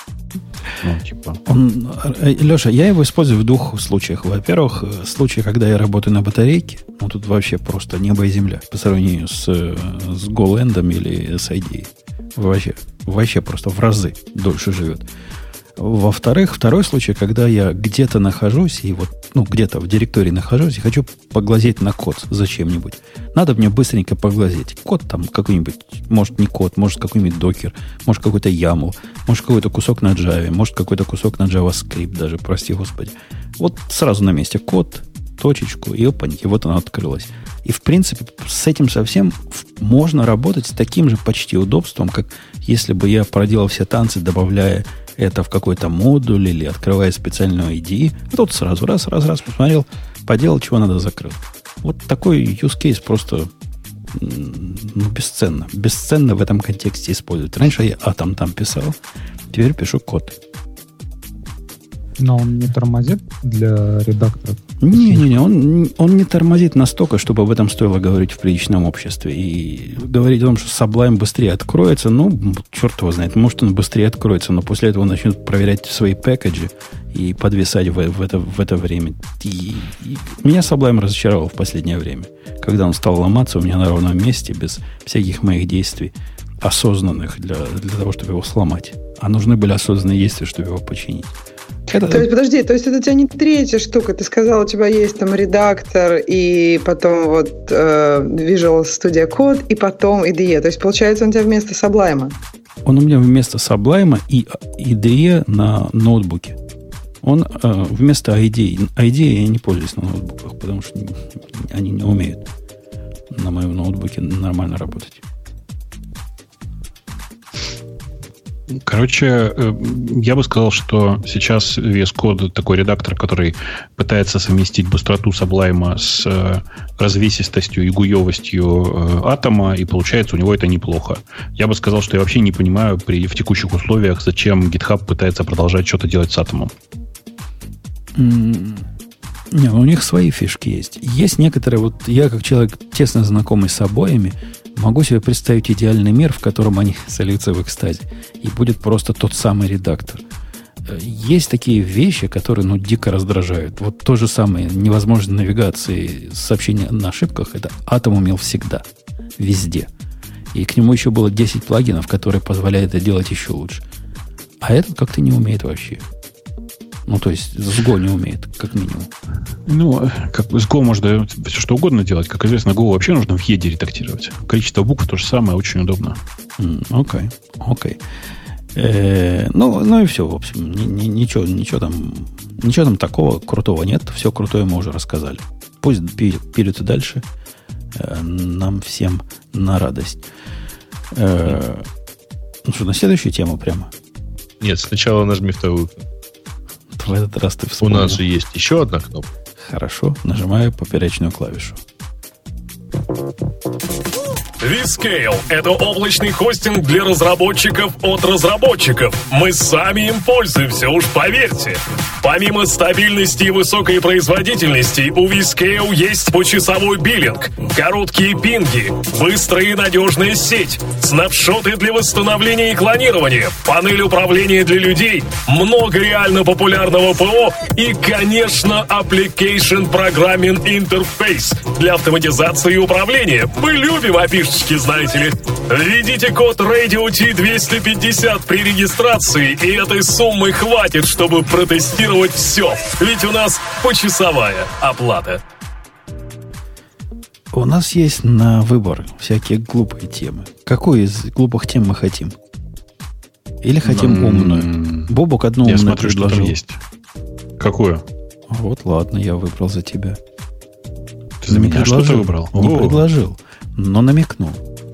Леша, я его использую в двух случаях. Во-первых, в случае, когда я работаю на батарейке, тут вообще просто небо и земля по сравнению с GoLand или с IDE. Вообще просто в разы дольше живет. Во-вторых, второй случай, когда я где-то нахожусь, и где-то в директории нахожусь, и хочу поглазеть на код зачем-нибудь. Надо мне быстренько поглазеть. Код там какой-нибудь, может не код, может какой-нибудь докер, может какой-то YAML, может какой-то кусок на Java, может какой-то кусок на JavaScript даже, прости господи. Вот сразу на месте код, точечку, и опаньки, вот она открылась. И, в принципе, с этим совсем можно работать с таким же почти удобством, как если бы я проделал все танцы, добавляя это в какой-то модуль или открывая специальную IDE. А тут сразу раз, посмотрел, поделал, чего надо, закрыл. Вот такой use case просто бесценно. Бесценно в этом контексте использовать. Раньше я Atom там писал, теперь пишу код. Но он не тормозит для редакторов? Не, он не тормозит настолько, чтобы об этом стоило говорить в приличном обществе. И говорить о том, что Sublime быстрее откроется, черт его знает, может он быстрее откроется, но после этого начнут проверять свои пэкэджи и подвисать в это время. И меня Sublime разочаровал в последнее время, когда он стал ломаться у меня на ровном месте, без всяких моих действий осознанных для того, чтобы его сломать. А нужны были осознанные действия, чтобы его починить. То есть, подожди, это у тебя не третья штука. Ты сказал, у тебя есть там редактор, и потом Visual Studio Code, и потом IDE. То есть, получается, он у тебя вместо Sublime. Он у меня вместо Sublime и IDE на ноутбуке. Он вместо IDE. IDE я не пользуюсь на ноутбуках, потому что они не умеют на моем ноутбуке нормально работать. Короче, я бы сказал, что сейчас VS Code такой редактор, который пытается совместить быстроту Sublime с развесистостью и гуевостью Атома, и получается у него это неплохо. Я бы сказал, что я вообще не понимаю в текущих условиях, зачем GitHub пытается продолжать что-то делать с Атомом. Не, у них свои фишки есть. Есть некоторые, вот я как человек, тесно знакомый с обоими, могу себе представить идеальный мир, в котором они сольются в экстазе. И будет просто тот самый редактор. Есть такие вещи, которые, дико раздражают. Вот то же самое, невозможность навигации сообщения на ошибках, это Atom умел всегда. Везде. И к нему еще было 10 плагинов, которые позволяют это делать еще лучше. А этот как-то не умеет вообще. То есть с Go не умеет, как минимум. Как бы с Go можно все что угодно делать. Как известно, Go вообще нужно в еде редактировать. Количество букв то же самое, очень удобно. Окей. И все, в общем. Ничего там такого крутого нет. Все крутое мы уже рассказали. Пусть пилят и дальше. Нам всем на радость. На следующую тему прямо? Нет, сначала нажми вторую. В этот раз ты вспомнил. У нас же есть еще одна кнопка. Хорошо, нажимаю поперечную клавишу. vScale – это облачный хостинг для разработчиков от разработчиков. Мы сами им пользуемся, уж поверьте. Помимо стабильности и высокой производительности, у vScale есть почасовой биллинг, короткие пинги, быстрая и надежная сеть, снапшоты для восстановления и клонирования, панель управления для людей, много реально популярного ПО и, конечно, Application Programming Interface для автоматизации и управления. Мы любим опишечки, знаете ли. Введите код Radio T250 при регистрации, и этой суммы хватит, чтобы протестировать все. Ведь у нас почасовая оплата. У нас есть на выбор всякие глупые темы. Какую из глупых тем мы хотим? Или хотим умную? Бобок одну умную смотрю, предложил. Что там есть. Какую? Вот ладно, я выбрал за тебя. Ты за меня что-то выбрал? Не предложил, но намекнул.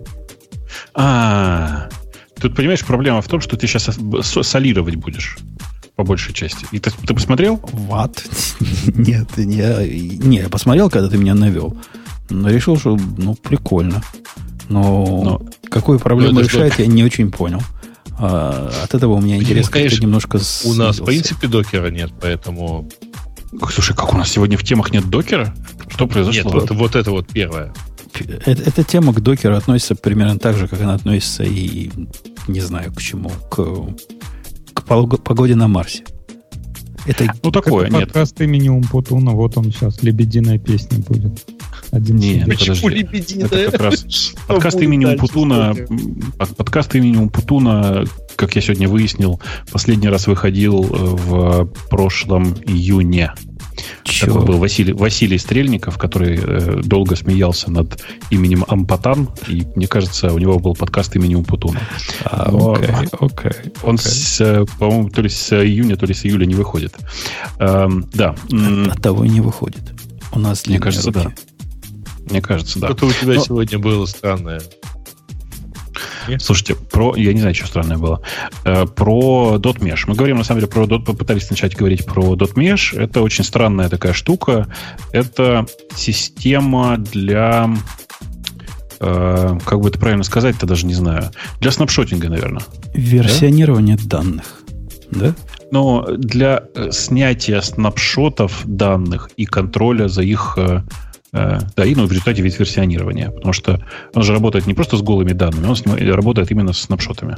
Тут, понимаешь, проблема в том, что ты сейчас солировать будешь по большей части. И ты посмотрел? What? Нет, я посмотрел, когда ты меня навел. Но решил, что прикольно. Но какую проблему решает, я не очень понял. От этого у меня интерес как-то немножко снизился. У нас, в принципе, докера нет, поэтому... Слушай, как у нас сегодня в темах нет докера? Что произошло? Нет, вот это вот первое. Эта тема к докеру относится примерно так же, как она относится и не знаю к чему, к погоде на Марсе. Это такое, нет. Подкаст имени Умпутуна, вот он сейчас, лебединая песня будет. Нет, почему лебединая? Это как раз подкаст имени Умпутуна, как я сегодня выяснил, последний раз выходил в прошлом июне. Такой был Василий Стрельников, который долго смеялся над именем Ампатан, и, мне кажется, у него был подкаст имени Умпутуна. Окей. Он, по-моему, то ли с июня, то ли с июля не выходит. Да. От того и не выходит. У нас мне кажется, да. Мне кажется, да. Что-то у тебя сегодня было странное. Слушайте, я не знаю, что странное было. Про .mesh. Мы говорим, на самом деле, попытались начать говорить про .mesh. Это очень странная такая штука. Это система для... как бы это правильно сказать-то, даже не знаю. Для снапшотинга, наверное. Версионирование данных. Да? Но для снятия снапшотов данных и контроля за их... и в результате ведь версионирования. Потому что он же работает не просто с голыми данными, он работает именно с снапшотами.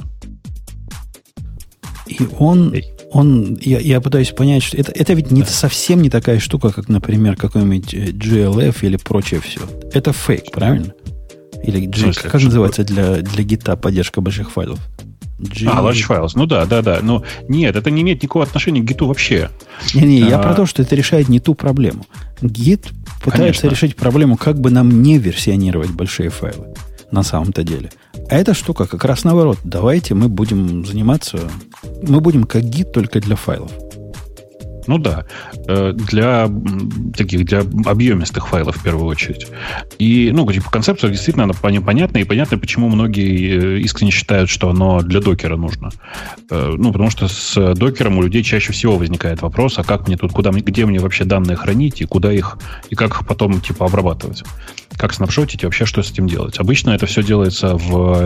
И я пытаюсь понять, что это ведь совсем не такая штука, как, например, какой-нибудь GLF или прочее все. Это фейк, правильно? Или как называется для гита поддержка больших файлов? Large files. Да. Но нет, это не имеет никакого отношения к гиту вообще. Я про то, что это решает не ту проблему. Гит пытается решить проблему, как бы нам не версионировать большие файлы на самом-то деле. А эта штука как раз наоборот. Давайте мы будем заниматься... Мы будем как гит только для файлов. Ну да, для объемистых файлов в первую очередь. И, типа, концепция действительно она понятна, и понятно, почему многие искренне считают, что оно для докера нужно. Потому что с докером у людей чаще всего возникает вопрос, а как мне тут, где мне вообще данные хранить, и куда их, и как их потом, типа, обрабатывать. Как снапшотить и вообще что с этим делать. Обычно это все делается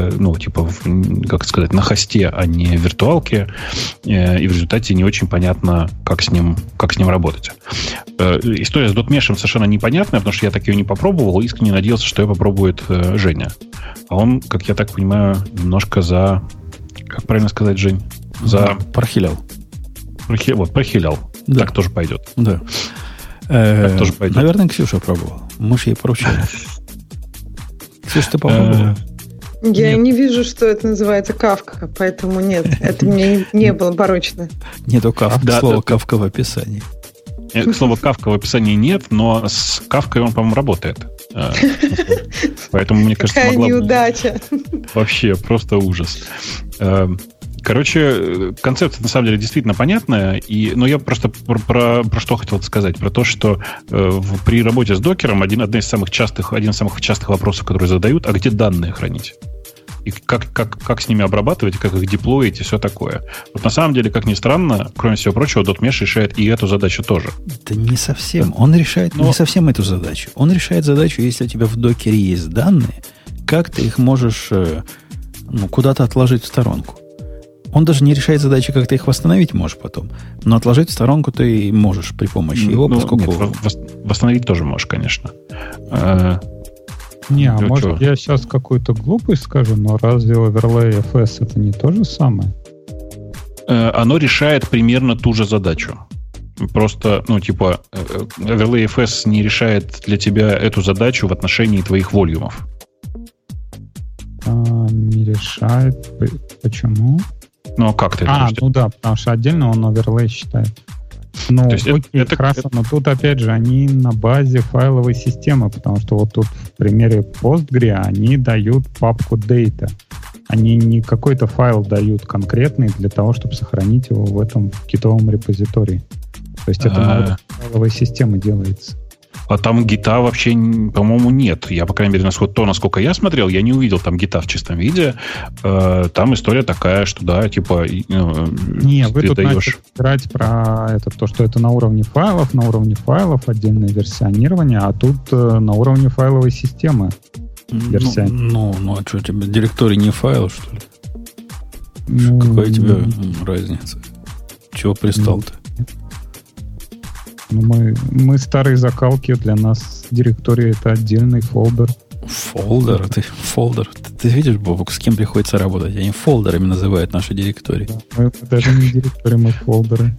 на хосте, а не в виртуалке, и в результате не очень понятно, как с ним работать. История с .mesh совершенно непонятная, потому что я так ее не попробовал, искренне надеялся, что ее попробует Женя. А он, как я так понимаю, немножко как правильно сказать, Жень? Прохилял. Прохилял. Да. Так тоже пойдет. Да. Так тоже пойдет. Наверное, Ксюша пробовала. Мы же ей поручили. Ксюша, ты попробовала? Я не вижу, что это называется кавка, поэтому нет, это мне не было поручено. Нету слова кавка в описании. Слова кавка в описании нет, но с кавкой он, по-моему, работает. Поэтому, мне кажется, какая неудача. Вообще, просто ужас. Короче, концепция на самом деле действительно понятная, но я просто про что хотел сказать. Про то, что при работе с докером один из самых частых вопросов, которые задают, а где данные хранить? И как с ними обрабатывать, как их деплоить и все такое. Вот на самом деле, как ни странно, кроме всего прочего, .mesh решает и эту задачу тоже. Да не совсем. Он решает не совсем эту задачу. Он решает задачу, если у тебя в докере есть данные, как ты их можешь куда-то отложить в сторонку. Он даже не решает задачи, как ты их восстановить можешь потом. Но отложить в сторонку ты можешь при помощи его, поскольку... Нет, восстановить тоже можешь, конечно. Может, я сейчас какую-то глупость скажу, но разве Overlay FS это не то же самое? Оно решает примерно ту же задачу. Просто, Overlay FS не решает для тебя эту задачу в отношении твоих волюмов. Не решает. Почему? Ну, а как ты это решаешь? Потому что отдельно он оверлей считает. Хорошо, но тут, опять же, они на базе файловой системы, потому что вот тут в примере Postgre они дают папку data. Они не какой-то файл дают конкретный для того, чтобы сохранить его в этом гитовом репозитории. То есть это на файловой системе делается. А там гита вообще, по-моему, нет. Я, по крайней мере, насколько я смотрел, я не увидел там гита в чистом виде. Там история такая, что да, типа... вы тут начали играть про то, что это на уровне файлов, отдельное версионирование, а тут на уровне файловой системы версионирование. А что, у тебя директорий не файл, что ли? Какая тебе разница? Чего пристал-то? Мы старые закалки, для нас директория это отдельный фолдер. Фолдер? Ты видишь, Бобок, с кем приходится работать? Они фолдерами называют наши директории. Мы даже не директории, мы фолдеры.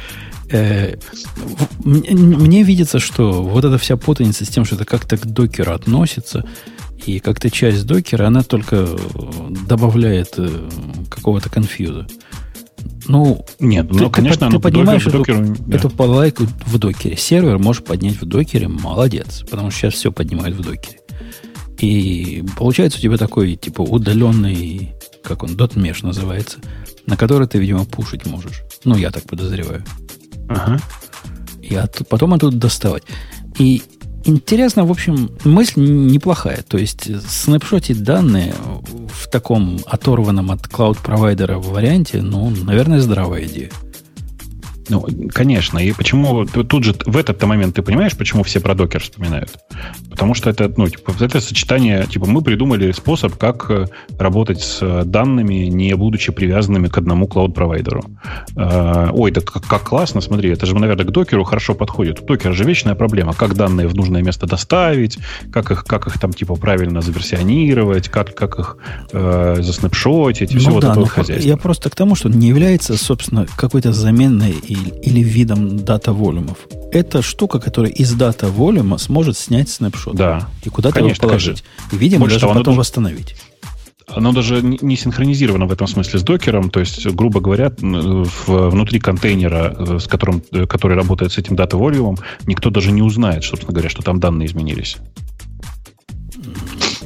Мне видится, что вот эта вся путаница с тем, что это как-то к докеру относится, и как-то часть докера, она только добавляет какого-то конфьюза. Конечно, ты поднимаешь эту балалайку в докере. Сервер можешь поднять в докере, молодец, потому что сейчас все поднимают в докере. И получается у тебя такой, типа, удаленный, как он, .mesh называется, на который ты, видимо, пушить можешь. Я так подозреваю. Ага. И потом оттуда доставать. И интересно, в общем, мысль неплохая. То есть снапшотить данные в таком оторванном от клауд-провайдера варианте, наверное, здравая идея. Конечно. И почему тут же в этот момент ты понимаешь, почему все про докер вспоминают? Потому что это, это сочетание, мы придумали способ, как работать с данными, не будучи привязанными к одному клауд-провайдеру. Ой, да как классно, смотри, это же, наверное, к докеру хорошо подходит. У докера же вечная проблема, как данные в нужное место доставить, как их там, правильно заверсионировать, как их заснапшотить, и все это хозяйство. Я просто к тому, что он не является, собственно, какой-то заменой или видом дата-волюмов. Это штука, которая из дата-волюма сможет снять снапшот. Да. И куда-то его положить. И, видимо, даже потом восстановить. Оно даже не синхронизировано в этом смысле с докером. То есть, грубо говоря, внутри контейнера, который работает с этим дата-волюмом, никто даже не узнает, собственно говоря, что там данные изменились.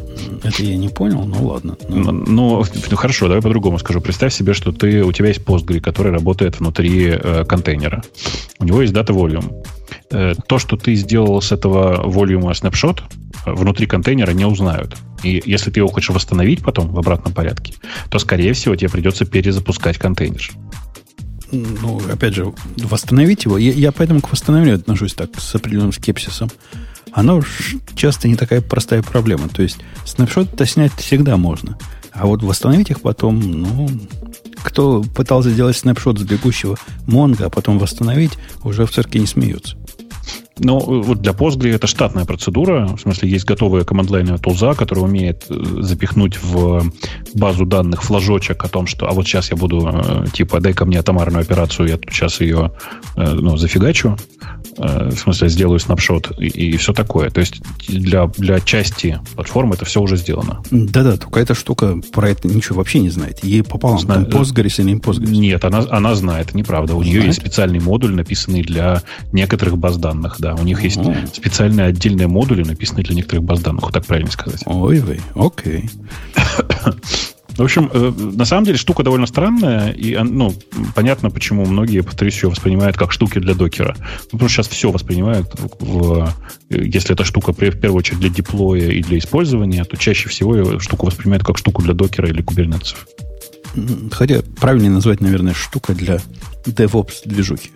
Это я не понял, ну ладно. Ну, хорошо, давай по-другому скажу. Представь себе, что у тебя есть Postgre, который работает внутри контейнера. У него есть data volume. То, что ты сделал с этого volume снапшот, внутри контейнера не узнают. И если ты его хочешь восстановить потом в обратном порядке, то, скорее всего, тебе придется перезапускать контейнер. Ну, опять же, восстановить его. Я поэтому к восстановлению отношусь так с определенным скепсисом. Оно часто не такая простая проблема. То есть снапшот-то снять всегда можно. А вот восстановить их потом, ну, кто пытался сделать снапшот с бегущего Монго, а потом восстановить, уже в цирке не смеются. Ну, вот для Postgre это штатная процедура. В смысле, есть готовая команд-лайновая тулза, которая умеет запихнуть в базу данных флажочек о том, что а вот сейчас я буду, типа, дай-ка мне атомарную операцию, я сейчас ее зафигачу. В смысле, сделаю снапшот и все такое. То есть для части платформы это все уже сделано. Да-да, только эта штука про это ничего вообще не знает. Ей пополам, там Postgres или не Postgres. Нет, она знает, неправда. У нее есть специальный модуль, написанный для некоторых баз данных. Да, у них есть специальные отдельные модули, написанные для некоторых баз данных. Вот так правильно сказать. Ой-вей, окей. В общем, на самом деле штука довольно странная, и понятно, почему многие, повторюсь, ее воспринимают как штуки для докера. Потому что сейчас все воспринимают, если эта штука в первую очередь для деплоя и для использования, то чаще всего штуку воспринимают как штуку для докера или кубернетсов. Хотя правильнее назвать, наверное, штука для DevOps-движухи.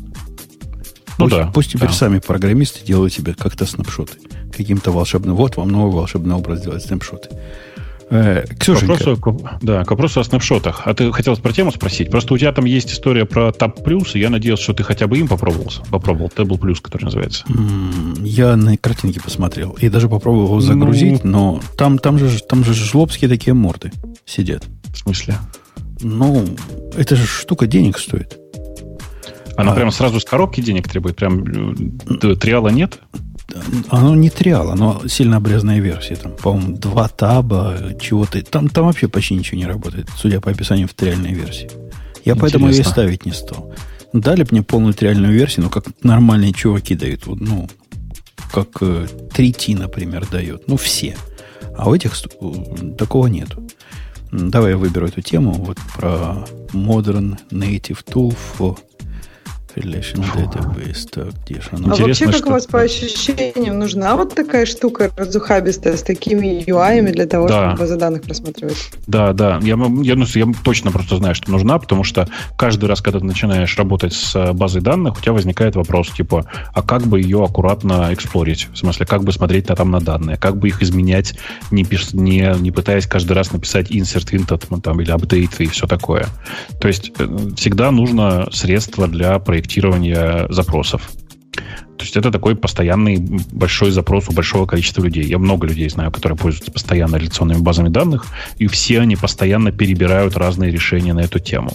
Пусть теперь сами программисты делают себе как-то снапшоты. Каким-то волшебным. Вот вам новый волшебный образ делать снапшоты. Ксюшенька. К вопросу о снапшотах. А ты хотел про тему спросить? Просто у тебя там есть история про Tab+, и я надеялся, что ты хотя бы им попробовал. Table Plus, который называется. Я на картинке посмотрел. И даже попробовал его загрузить, но там же жлобские такие морды сидят. В смысле? Ну, это же штука денег стоит. Она прямо сразу с коробки денег требует? Прям триала нет? Оно не триал, оно сильно обрезанная версия. Там, по-моему, 2 таба, чего-то. Там вообще почти ничего не работает, судя по описанию в триальной версии. Я поэтому ее ставить не стал. Дали бы мне полную триальную версию, как нормальные чуваки дают. Как 3T, например, дает. Все. А у этих такого нету. Давай я выберу эту тему. Вот про Modern Native Tool for Relational Database. Так, где же она? А вообще, как у вас по ощущениям нужна вот такая штука разухабистая с такими UI-ами для того, чтобы базы данных просматривать? Да. Я точно просто знаю, что нужна, потому что каждый раз, когда ты начинаешь работать с базой данных, у тебя возникает вопрос, типа, а как бы ее аккуратно эксплорить? В смысле, как бы смотреть на данные? Как бы их изменять, не пытаясь каждый раз написать insert, или update и все такое? То есть, всегда нужно средство для проектирования запросов. То есть это такой постоянный большой запрос у большого количества людей. Я много людей знаю, которые пользуются постоянно реляционными базами данных, и все они постоянно перебирают разные решения на эту тему.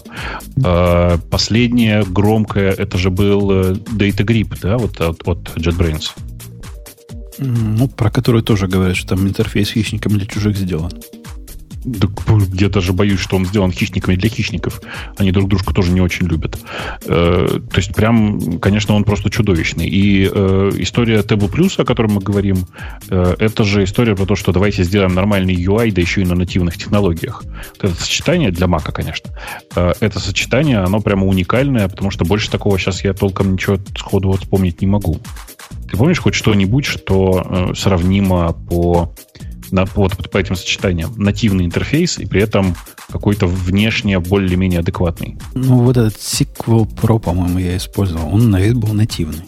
Последнее громкое, это же был Data Grip, да, вот от JetBrains. Про который тоже говорят, что там интерфейс хищникам для чужих сделан. Я даже боюсь, что он сделан хищниками для хищников. Они друг дружку тоже не очень любят. То есть, прям, конечно, он просто чудовищный. И история Table Plus, о которой мы говорим, это же история про то, что давайте сделаем нормальный UI, да еще и на нативных технологиях. Вот это сочетание для Mac, конечно. Это сочетание, оно прямо уникальное, потому что больше такого сейчас я толком ничего сходу вспомнить не могу. Ты помнишь хоть что-нибудь, что сравнимо по этим сочетаниям? Нативный интерфейс и при этом какой-то внешне более-менее адекватный. Вот этот SQL Pro, по-моему, я использовал. Он на вид был нативный.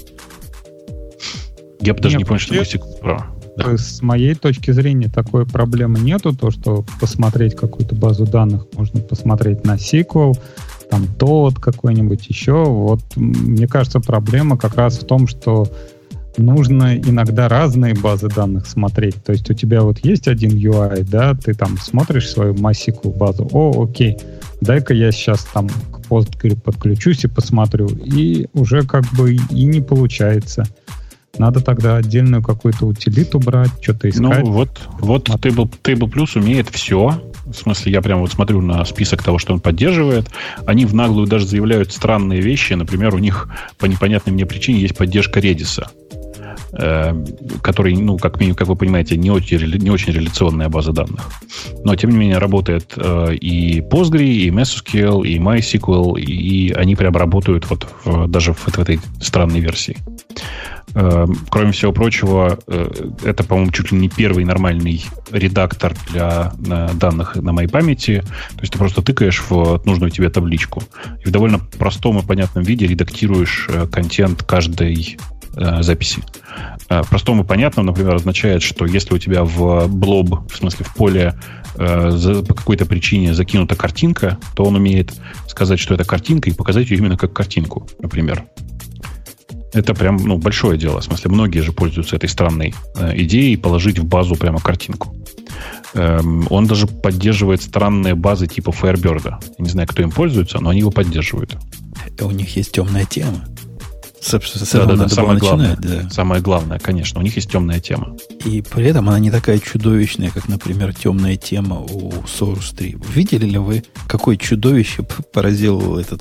Я бы даже не понял, что такое SQL Pro. Да. С моей точки зрения такой проблемы нету. То, что посмотреть какую-то базу данных можно посмотреть на SQL, там тот какой-нибудь еще. Вот мне кажется, проблема как раз в том, что нужно иногда разные базы данных смотреть. То есть у тебя вот есть один UI, да, ты там смотришь свою MySQL базу, окей, дай-ка я сейчас там к Postgre подключусь и посмотрю, и уже как бы и не получается. Надо тогда отдельную какую-то утилиту брать, что-то искать. Вот Table Plus умеет все. В смысле, я прямо вот смотрю на список того, что он поддерживает. Они в наглую даже заявляют странные вещи. Например, у них по непонятной мне причине есть поддержка Redis. который, как вы понимаете, не очень реляционная база данных. Но, тем не менее, работает и Postgre, и MySQL, и MySQL, и они прям работают даже в этой странной версии. Кроме всего прочего, это, по-моему, чуть ли не первый нормальный редактор для данных на моей памяти. То есть ты просто тыкаешь в нужную тебе табличку и в довольно простом и понятном виде редактируешь контент каждой записи. Простом и понятном, например, означает, что если у тебя в блоб, в смысле в поле, по какой-то причине закинута картинка, то он умеет сказать, что это картинка, и показать ее именно как картинку, например. Это прям большое дело. В смысле, многие же пользуются этой странной идеей положить в базу прямо картинку. Он даже поддерживает странные базы типа Firebird. Я не знаю, кто им пользуется, но они его поддерживают. У них есть темная тема. Да, самое главное. Да. Самое главное, конечно. У них есть темная тема. И при этом она не такая чудовищная, как, например, темная тема у Source 3. Видели ли вы, какое чудовище породил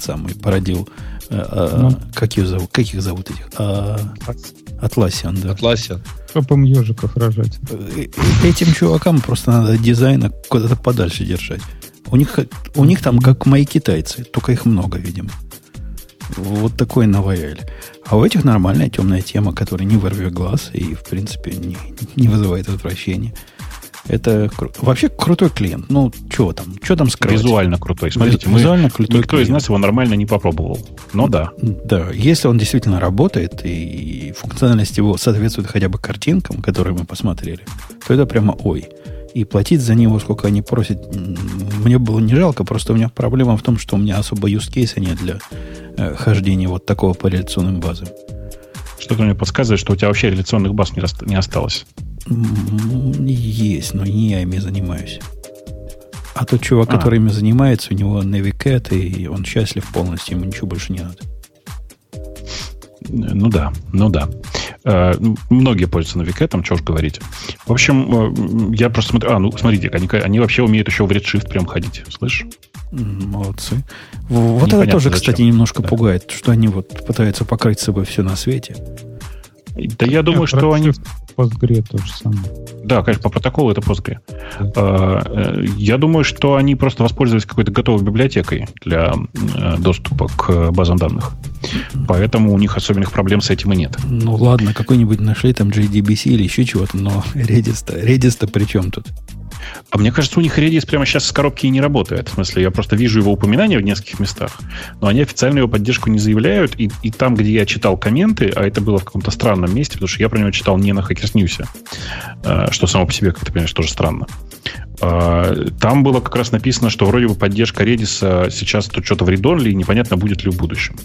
как их зовут этих? Atlassian, да. Atlassian. Чтоб им ежиков рожать. Этим чувакам просто надо дизайна куда-то подальше держать. У них там как мои китайцы, только их много, видимо. Вот такой наваяли. А у этих нормальная темная тема, которая не вырвет глаз и, в принципе, не вызывает отвращения. Это вообще крутой клиент. Что там скрывать? Визуально крутой. Смотрите, визуально крутой никто клиент. Из нас его нормально не попробовал. Но да. Да, если он действительно работает, и функциональность его соответствует хотя бы картинкам, которые мы посмотрели, то это прямо ой. И платить за него, сколько они просят, мне было не жалко, просто у меня проблема в том, что у меня особо юзкейса нет для хождения вот такого по реляционным базам. Что-то мне подсказывает, что у тебя вообще реляционных баз не осталось. Есть, но не я ими занимаюсь. А тот чувак, который ими занимается, у него Navicat, и он счастлив полностью, ему ничего больше не надо. Ну да. Многие пользуются Navicat, чего уж говорить. В общем, я просто смотрю... смотрите, они вообще умеют еще в Redshift прям ходить, слышишь? Молодцы. Вот это тоже, зачем. Кстати, немножко пугает, что они пытаются покрыть собой все на свете. Да я думаю, что они... Postgre то же самое. Да, конечно, по протоколу это Postgre. Я думаю, что они просто воспользовались какой-то готовой библиотекой для доступа к базам данных. Поэтому у них особенных проблем с этим и нет. Ну ладно, какой-нибудь нашли там JDBC или еще чего-то, но Redis-то при чем тут? А мне кажется, у них Redis прямо сейчас с коробки и не работает. В смысле, я просто вижу его упоминания в нескольких местах, но они официально его поддержку не заявляют. И там, где я читал комменты, а это было в каком-то странном месте, потому что я про него читал не на Hackers News, что само по себе, как ты понимаешь, тоже странно. Там было как раз написано, что вроде бы поддержка Redis сейчас тут что-то в read-only, и непонятно, будет ли в будущем.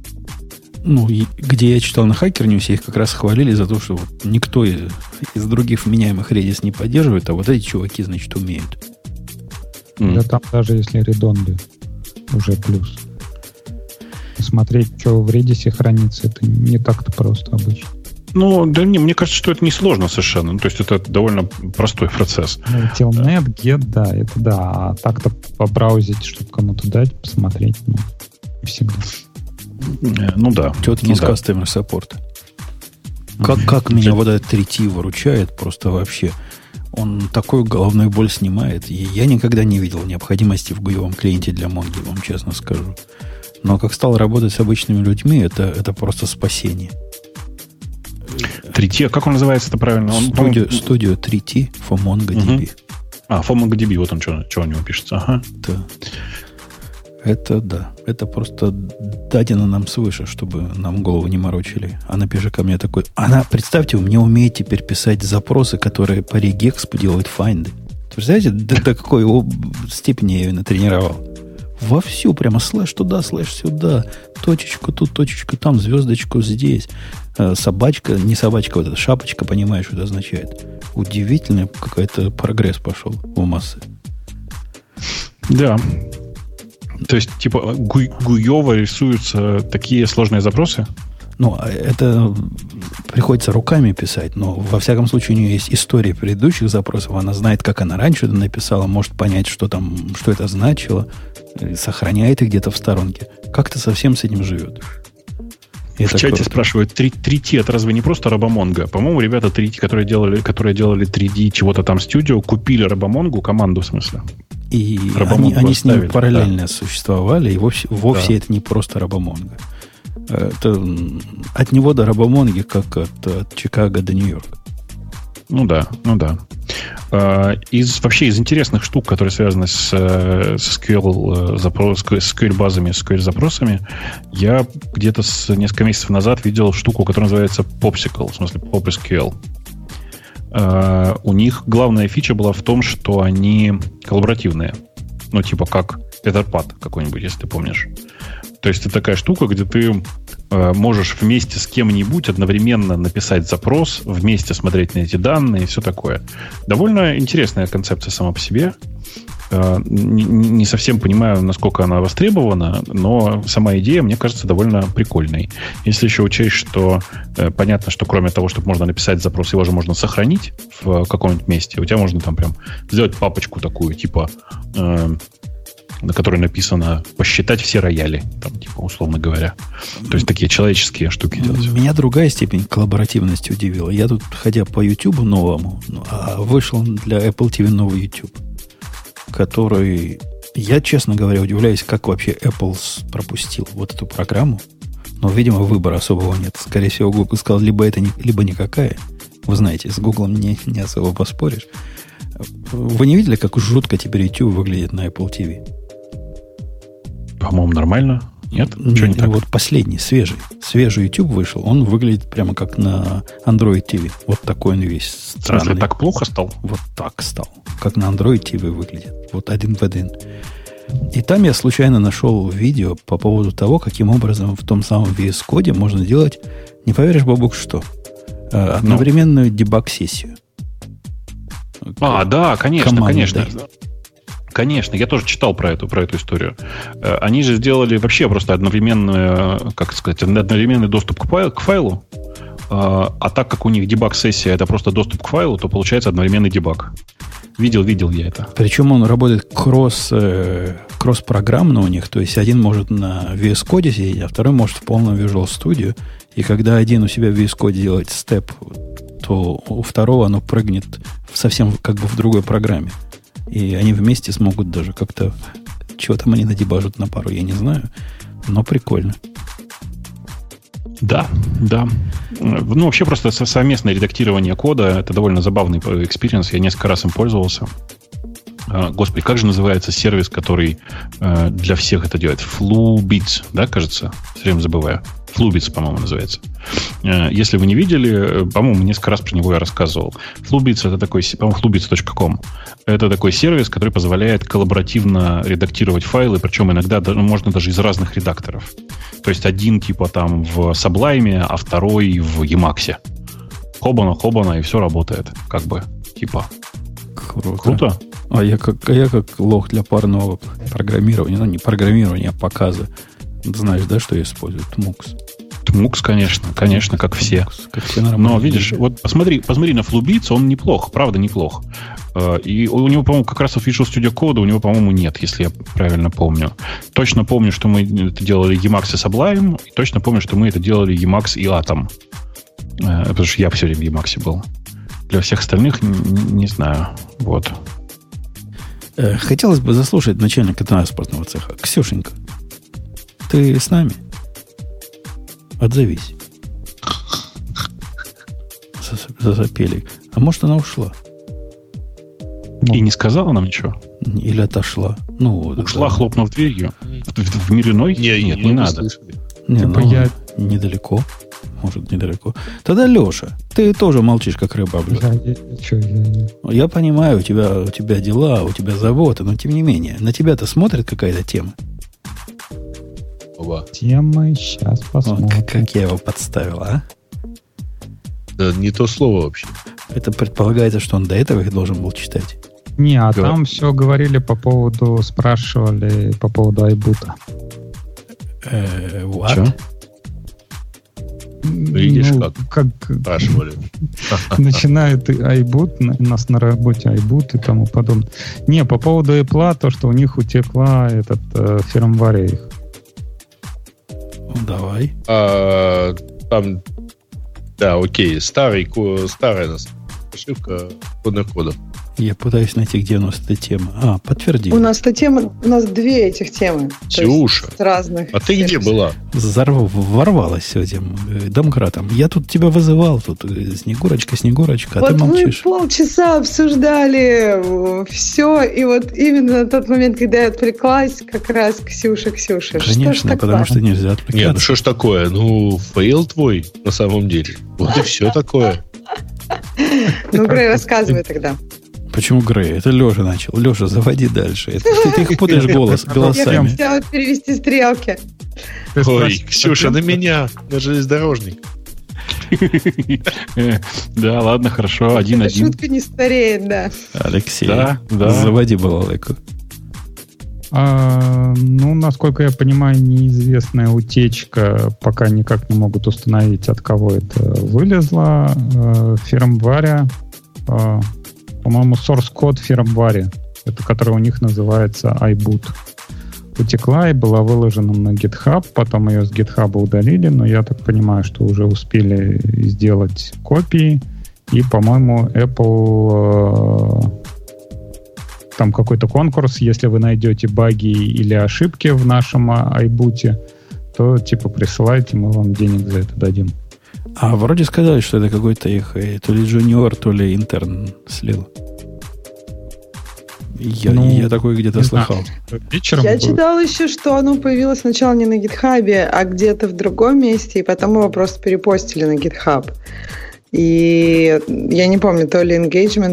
Где я читал на Hacker News, их как раз хвалили за то, что вот никто из других вменяемых Redis не поддерживает, а вот эти чуваки, значит, умеют. Да там даже если read-only, уже плюс. Смотреть, что в Redis хранится, это не так-то просто обычно. Мне кажется, что это не сложно совершенно. То есть это довольно простой процесс. Telnet, get, да, это да. А так-то побраузить, чтобы кому-то дать, посмотреть, не всегда. Да. Тетки из Customer Support. Как меня вот этот 3T выручает, просто вообще. Он такую головную боль снимает. И я никогда не видел необходимости в гуевом клиенте для Mongo, вам честно скажу. Но как стал работать с обычными людьми, это просто спасение. 3T, а как он называется это правильно? Studio 3T for MongoDB. For MongoDB, вот он что у него пишется. Ага. Да. Это да. Это просто дадено нам свыше, чтобы нам голову не морочили. Она пишет ко мне такой... Представьте, у меня умеет теперь писать запросы, которые по регекспу делают файнды. Представляете, до какой степени я ее натренировал? Вовсю прямо слэш туда, слэш сюда. Точечку тут, точечку там, звездочку здесь. Собачка, не собачка, вот эта шапочка, понимаешь, что это означает. Удивительный какой-то прогресс пошел в массы. Да. То есть, типа, гуево рисуются такие сложные запросы? Это приходится руками писать, но, во всяком случае, у нее есть история предыдущих запросов, она знает, как она раньше это написала, может понять, что это значило, сохраняет их где-то в сторонке. Как-то совсем с этим живет. В чате спрашивают, 3T это разве не просто RoboMongo? По-моему, ребята 3T, которые делали 3D чего-то там студио, купили RoboMongo, команду в смысле. И они с ним параллельно существовали, и вовсе это не просто RoboMongo. Это от него до RoboMongo, как от Чикаго до Нью-Йорка. Ну да. Из интересных штук, которые связаны с SQL-базами, SQL-запросами, я где-то несколько месяцев назад видел штуку, которая называется Popsicle, в смысле PopSQL. У них главная фича была в том, что они коллаборативные. Ну, типа как Etherpad какой-нибудь, если ты помнишь. То есть это такая штука, где ты можешь вместе с кем-нибудь одновременно написать запрос, вместе смотреть на эти данные и все такое. Довольно интересная концепция сама по себе. Не совсем понимаю, насколько она востребована, но сама идея, мне кажется, довольно прикольной. Если еще учесть, что понятно, что кроме того, чтобы можно написать запрос, его же можно сохранить в каком-нибудь месте. У тебя можно там прям сделать папочку такую, типа... на которой написано «посчитать все рояли», там, типа, условно говоря. То есть такие человеческие штуки делать. Меня другая степень коллаборативности удивила. Я тут, ходя по YouTube новому, вышел для Apple TV новый YouTube, который, я, честно говоря, удивляюсь, как вообще Apple пропустил вот эту программу. Но, видимо, выбора особого нет. Скорее всего, Google сказал, либо это, либо никакая. Вы знаете, с Google не особо поспоришь. Вы не видели, как жутко теперь YouTube выглядит на Apple TV? По-моему, нормально. Нет? Ничего не так? Вот последний, свежий YouTube вышел. Он выглядит прямо как на Android TV. Вот такой он весь странный. В смысле, так плохо стал? Вот так стал. Как на Android TV выглядит. Вот один в один. И там я случайно нашел видео по поводу того, каким образом в том самом VS Code можно делать, не поверишь, Бобук, что? Одновременную дебаг-сессию. Да, конечно. Конечно, я тоже читал про эту историю. Они же сделали вообще просто одновременный доступ к файлу. А так как у них дебаг-сессия это просто доступ к файлу, то получается одновременный дебаг. Видел я это. Причем он работает кросс-программно у них. То есть один может на VS Code сидеть, а второй может в полном Visual Studio. И когда один у себя в VS Code делает степ, то у второго оно прыгнет совсем как бы в другой программе. И они вместе смогут даже как-то... Чего там они надебажат на пару, я не знаю. Но прикольно. Да. Ну, вообще просто совместное редактирование кода — это довольно забавный экспириенс. Я несколько раз им пользовался. Господи, как же называется сервис, который для всех это делает? FluBits, да, кажется? Все время забываю. FluBits, по-моему, называется. Если вы не видели, по-моему, несколько раз про него я рассказывал. FluBits — это такой, по-моему, flubits.com. Это такой сервис, который позволяет коллаборативно редактировать файлы, причем иногда можно даже из разных редакторов. То есть один типа там в Sublime, а второй в Emacs. Хобана, и все работает. Как бы, типа. Круто? А я как лох для парного программирования, не программирования, а показа. Знаешь, да, что я использую? TMUX. TMUX, конечно, как все. Как все нормально. Но, видишь, вот посмотри на FluBits, он неплох, правда неплох. И у него, по-моему, как раз в Visual Studio Code у него, по-моему, нет, если я правильно помню. Точно помню, что мы это делали Emacs и Sublime, и точно помню, что мы это делали Emacs и Atom. Потому что я все время в Emacs был. Для всех остальных не знаю. Вот. Хотелось бы заслушать начальника транспортного цеха. Ксюшенька, ты с нами? Отзовись. Засопели. А может, она ушла? И не сказала нам ничего? Или отошла? Ушла, хлопнув дверью. В мир иной? Нет, не надо. Я недалеко. Может, недалеко. Тогда, Леша, ты тоже молчишь, как рыба об лед. Я понимаю, у тебя дела, у тебя заботы, но тем не менее, на тебя-то смотрит какая-то тема. Тема, сейчас посмотрим. Как я его подставил, а? Да, не то слово вообще. Это предполагается, что он до этого их должен был читать. Не, там все говорили спрашивали по поводу айбута. What? Видишь, как спрашивали. Начинает айбут, у нас на работе айбут и тому подобное. Не, по поводу Apple, то, что у них утекла фирмварь их. давай. Там, да, окей, старая ошибка входных кодов. Я пытаюсь найти, где у нас эта тема. Подтверди. У нас две этих темы. Ксюша, разных. А ты где была? Ворвалась с этим домкратом. Я тут тебя вызывал, тут Снегурочка, а вот ты молчишь. Мы полчаса обсуждали все, и вот именно на тот момент, когда я отвлеклась, как раз Ксюша. Конечно, потому что нельзя отвлекаться. Нет, ну что ж такое? Ну, фейл твой на самом деле. Вот и все такое. Ну, Грей, рассказывай тогда. Почему Грей? Это Леша начал. Леша, заводи дальше. Ты их путаешь голосами. Я хотела перевести стрелки. Ой, Ксюша, на меня, на железнодорожник. Да, ладно, хорошо, 1-1. Шутка не стареет, да. Алексей, заводи балалайку. Насколько я понимаю, неизвестная утечка, пока никак не могут установить, от кого это вылезла. Фирмваря, по-моему, source код фирмваре, это который у них называется iBoot, утекла и была выложена на GitHub, потом ее с GitHub удалили, но я так понимаю, что уже успели сделать копии, и, по-моему, Apple... Там какой-то конкурс, если вы найдете баги или ошибки в нашем iBoot, то типа присылайте, мы вам денег за это дадим. Вроде сказали, что это какой-то их то ли джуниор, то ли интерн слил. Я такой где-то слыхал. Я читал еще, что оно появилось сначала не на GitHub, а где-то в другом месте, и потом его просто перепостили на GitHub. И я не помню, то ли engagement,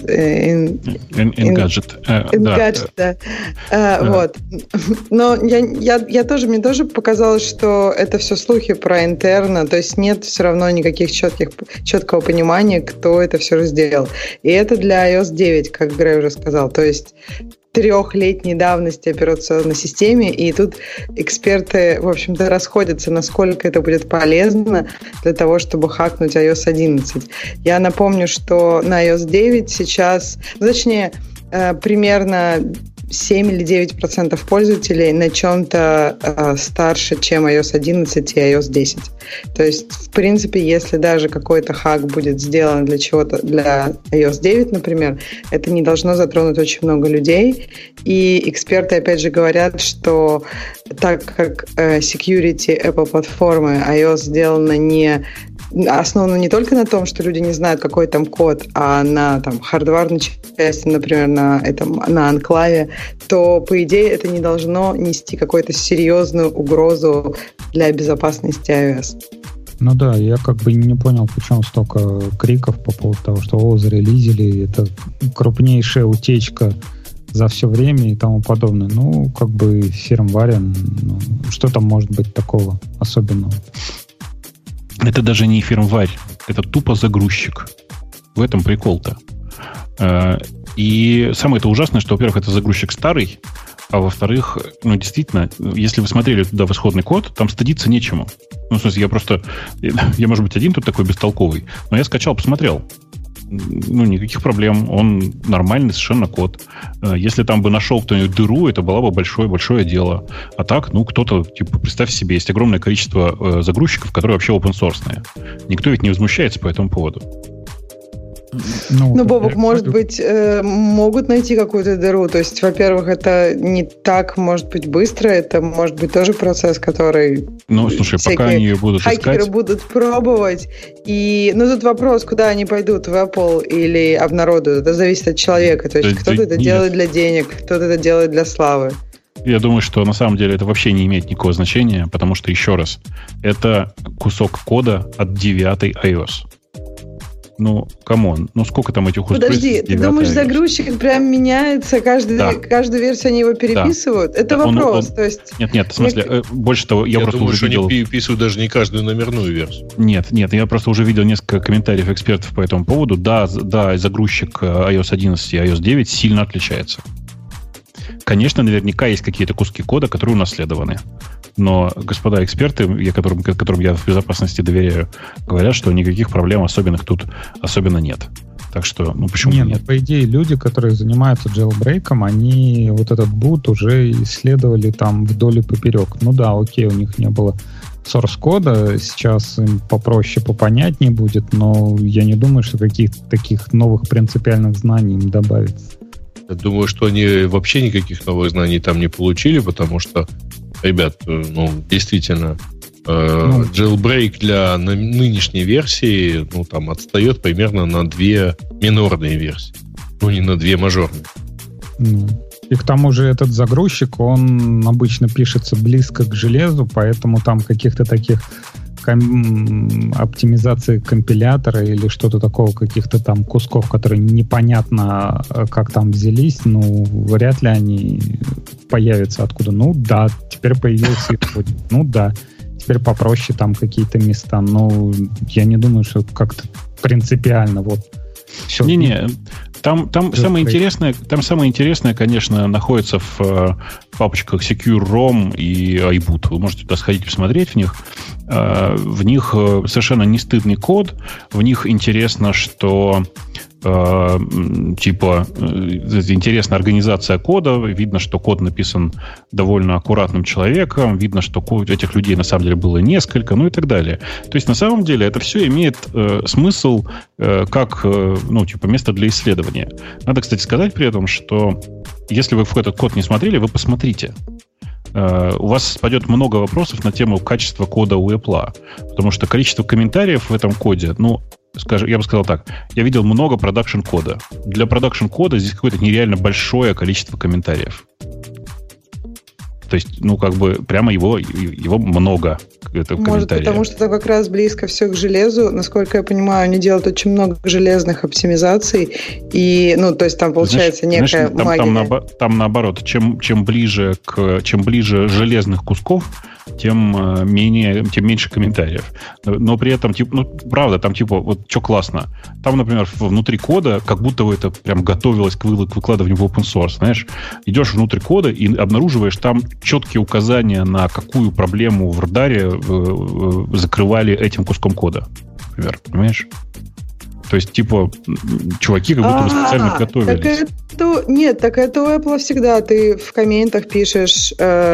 Engadget, да. Вот. Но мне тоже показалось, что это все слухи про интерна, то есть нет все равно никаких четкого понимания, кто это все сделал. И это для iOS 9, как Грей уже сказал, то есть 3-летней давности операционной системе, и тут эксперты, в общем-то, расходятся, насколько это будет полезно для того, чтобы хакнуть iOS 11. Я напомню, что на iOS 9 сейчас, примерно 7 или 9% пользователей на чем-то старше, чем iOS 11 и iOS 10. То есть, в принципе, если даже какой-то хак будет сделан для чего-то, для iOS 9, например, это не должно затронуть очень много людей. И эксперты, опять же, говорят, что так как security Apple платформы iOS сделана основано не только на том, что люди не знают, какой там код, а на хардварной части, например, на анклаве, то, по идее, это не должно нести какую-то серьезную угрозу для безопасности iOS. Ну да, я не понял, почему столько криков по поводу того, что зарелизили, это крупнейшая утечка за все время и тому подобное. Фирмваре, что там может быть такого особенного? Это даже не фирмварь, это тупо загрузчик. В этом прикол-то. И самое это ужасное, что, во-первых, это загрузчик старый, а во-вторых, действительно, если вы смотрели туда в исходный код, там стыдиться нечему. В смысле, я, может быть, один тут такой бестолковый, но я скачал, посмотрел. Никаких проблем, он нормальный совершенно код. Если там бы нашел кто-нибудь дыру, это было бы большое дело. А так, кто-то, представь себе, есть огромное количество загрузчиков, которые вообще open-source. Никто ведь не возмущается по этому поводу. Бобок, может быть, могут найти какую-то дыру. То есть, во-первых, это не так, может быть, быстро. Это, может быть, тоже процесс, который... слушай, пока они ее будут искать... Хакеры будут пробовать. И, тут вопрос, куда они пойдут, в Apple или обнародуют. Это зависит от человека. То есть, кто-то это делает для денег, кто-то это делает для славы. Я думаю, что на самом деле это вообще не имеет никакого значения, потому что, еще раз, это кусок кода от 9-й iOS. Камон, сколько там этих устройств? Подожди, ты думаешь, загрузчик прям меняется, каждую версию они его переписывают? Да. Это вопрос. То есть... Нет, в смысле, больше того, я просто думаю, уже видел... они переписывают даже не каждую номерную версию. Нет, я просто уже видел несколько комментариев экспертов по этому поводу. Да, загрузчик iOS 11 и iOS 9 сильно отличается. Конечно, наверняка есть какие-то куски кода, которые унаследованы. Но господа эксперты, которым я в безопасности доверяю, говорят, что никаких проблем особенных тут особенно нет. Так что, почему нет? По идее, люди, которые занимаются jailbreak'ом, они вот этот boot уже исследовали там вдоль и поперек. Окей, у них не было source кода, сейчас им попроще, попонятнее будет, но я не думаю, что каких-то таких новых принципиальных знаний им добавится. Я думаю, что они вообще никаких новых знаний там не получили, потому что, ребят, действительно, jailbreak для нынешней версии, там отстает примерно на 2 минорные версии. Не на 2 мажорные. И к тому же этот загрузчик, он обычно пишется близко к железу, поэтому там каких-то таких оптимизации компилятора или что-то такого, каких-то там кусков, которые непонятно, как там взялись, вряд ли они появятся откуда. Теперь появился исходник. Теперь попроще там какие-то места. Я не думаю, что как-то принципиально все. Там самое интересное, конечно, находится в папочках Secure-ROM и iBoot. Вы можете туда сходить и посмотреть в них. В них совершенно не стыдный код. В них интересно, что интересная организация кода. Видно, что код написан довольно аккуратным человеком. Видно, что этих людей на самом деле было несколько, и так далее. То есть, на самом деле, это все имеет смысл как место для исследования. Надо, кстати, сказать при этом, что если вы в этот код не смотрели, вы посмотрите. У вас спадет много вопросов на тему качества кода у Apple. Потому что количество комментариев в этом коде, я бы сказал так, я видел много продакшн-кода. Для продакшн-кода здесь какое-то нереально большое количество комментариев. То есть, прямо его много. Это может, потому что это как раз близко все к железу. Насколько я понимаю, они делают очень много железных оптимизаций. И, то есть там получается некая магия. Там наоборот, чем ближе железных кусков, тем меньше комментариев. Но при этом, правда, там что классно. Там, например, внутри кода, как будто это прям готовилось к выкладыванию в open source, знаешь. Идешь внутрь кода и обнаруживаешь там четкие указания, на какую проблему в радаре закрывали этим куском кода. Например, понимаешь? То есть, чуваки как будто бы специально готовились. Так это у Apple всегда. Ты в комментах пишешь,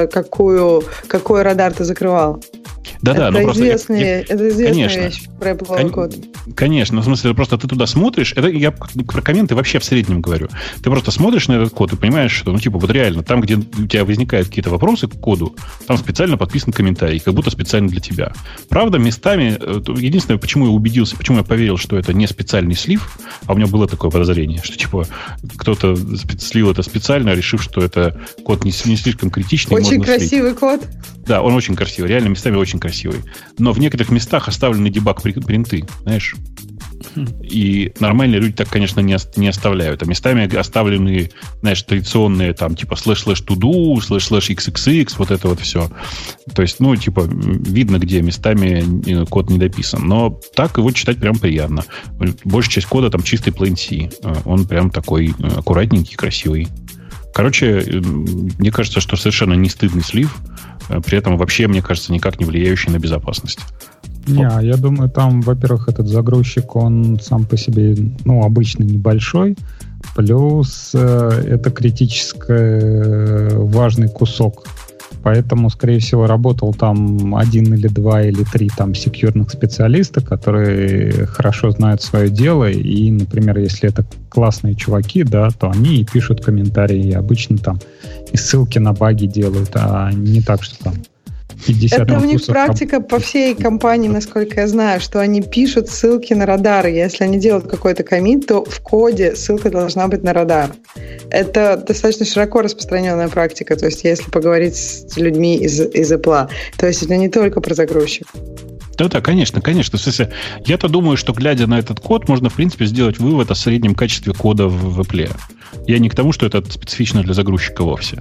какой радар ты закрывал. Да-да, это известная вещь про Apple код. Конечно, в смысле, просто ты туда смотришь, это я про комменты вообще в среднем говорю. Ты просто смотришь на этот код и понимаешь, что, реально, там, где у тебя возникают какие-то вопросы к коду, там специально подписан комментарий, как будто специально для тебя. Правда, местами, единственное, почему я убедился, почему я поверил, что это не специальный слив, а у меня было такое подозрение, что, кто-то слил это специально, решив, что это код не слишком критичный. Очень красивый слить. Код. Да, он очень красивый, реально местами очень красивый. Но в некоторых местах оставлены дебаг-принты, знаешь. И нормальные люди так, конечно, не оставляют. А местами оставлены, знаешь, традиционные там типа //to-do, //xxx, вот это вот все. То есть, видно, где местами код не дописан. Но так его читать прям приятно. Большая часть кода там чистый plain C. Он прям такой аккуратненький, красивый. Короче, мне кажется, что совершенно не стыдный слив, при этом вообще, мне кажется, никак не влияющий на безопасность. Я думаю, там, во-первых, этот загрузчик, он сам по себе, обычно небольшой, плюс это критически важный кусок. Поэтому, скорее всего, работал там 1 или 2 или 3 там секьюрных специалиста, которые хорошо знают свое дело. И, например, если это классные чуваки, да, то они и пишут комментарии. И обычно там и ссылки на баги делают, а не так, что там 50 это у них практика по всей компании, насколько я знаю, что они пишут ссылки на радары. Если они делают какой-то коммит, то в коде ссылка должна быть на радар. Это достаточно широко распространенная практика. То есть, если поговорить с людьми из Apple, то есть это не только про загрузчик. Да, конечно. В смысле, я-то думаю, что, глядя на этот код, можно, в принципе, сделать вывод о среднем качестве кода в Apple. Я не к тому, что это специфично для загрузчика вовсе.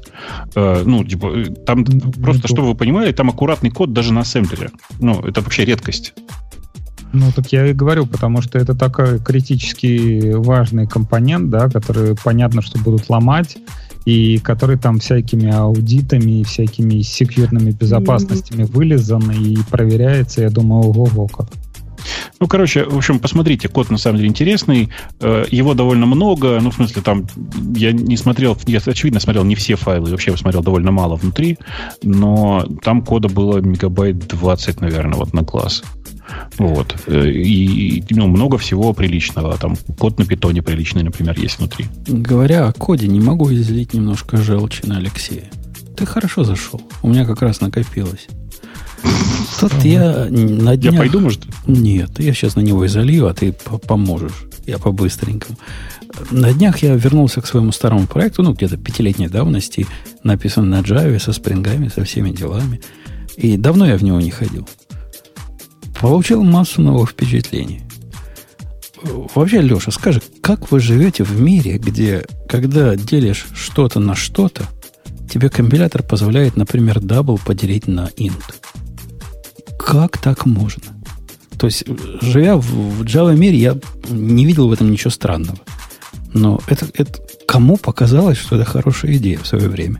Там просто, чтобы вы понимали, там аккуратный код даже на ассемблере. Это вообще редкость. Так я и говорю, потому что это такой критически важный компонент, да, который понятно, что будут ломать, и который там всякими аудитами и всякими секьюрными безопасностями вылизан и проверяется, я думаю, ого-го как. Ну, короче, в общем, посмотрите, код на самом деле интересный. Его довольно много. Ну, в смысле, там я не смотрел, я, очевидно, смотрел не все файлы. Вообще я смотрел довольно мало внутри. Но там кода было мегабайт 20, наверное, вот на глаз. Вот. И много всего приличного. Там код на питоне приличный, например, есть внутри. Говоря о коде, не могу излить немножко желчи на Алексея. Ты хорошо зашел. У меня как раз накопилось. Тут я на днях... Я пойду, может? Нет, я сейчас на него и залью, а ты поможешь. Я по-быстренькому. На днях я вернулся к своему старому проекту, где-то 5-летней давности, написан на Java, со спрингами, со всеми делами. И давно я в него не ходил. Получил массу новых впечатлений. Вообще, Леша, скажи, как вы живете в мире, где, когда делишь что-то на что-то, тебе компилятор позволяет, например, double поделить на int? Как так можно? То есть, живя в Java мире, я не видел в этом ничего странного. Но это кому показалось, что это хорошая идея в свое время?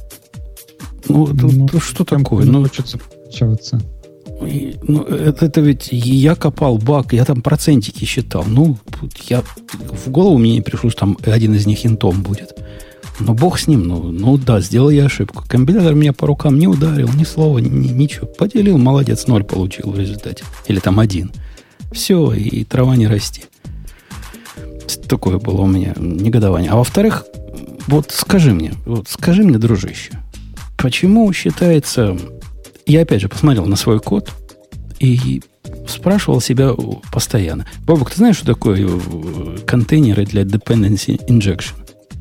Что такое? Хочется получаться. Это ведь я копал баг, я там процентики считал. В голову мне не пришло, что там один из них интом будет. Но бог с ним, да, сделал я ошибку. Компилятор меня по рукам не ударил, ни слова, ничего. Поделил, молодец, 0 получил в результате. Или там 1. Все, и трава не расти. Такое было у меня негодование. А во-вторых, скажи мне, дружище, почему считается... Я опять же посмотрел на свой код и спрашивал себя постоянно. Бобок, ты знаешь, что такое контейнеры для dependency injection?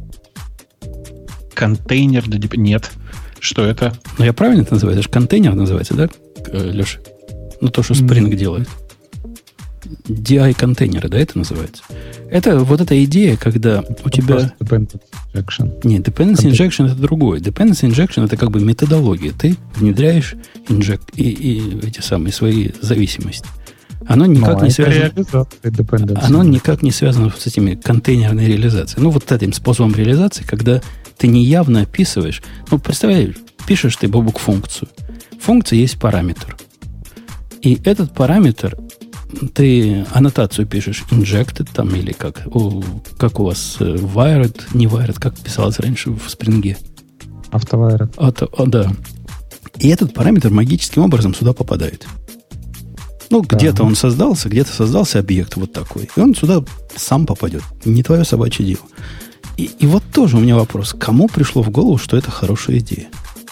Контейнер для... Нет. Что это? Я правильно это называю? Это же контейнер называется, да, Леша? То, что Spring делает. DI-контейнеры, да, это называется? Это вот эта идея, когда у тебя... Dependency injection. Нет, dependency injection это другое. Dependency injection это как бы методология. Ты внедряешь эти самые свои зависимости. Оно никак не связано. Оно никак не связано с этими контейнерной реализацией. Вот этим способом реализации, когда ты неявно описываешь. Представляешь, пишешь ты, Бобук, функцию. Функция есть параметр. И этот параметр ты аннотацию пишешь injected там или как у вас wired, не wired, как писалось раньше в Spring. Автовайред. Да. И этот параметр магическим образом сюда попадает. Где-то он создался, где-то создался объект вот такой. И он сюда сам попадет. Не твое собачье дело. И вот тоже у меня вопрос. Кому пришло в голову, что это хорошая идея?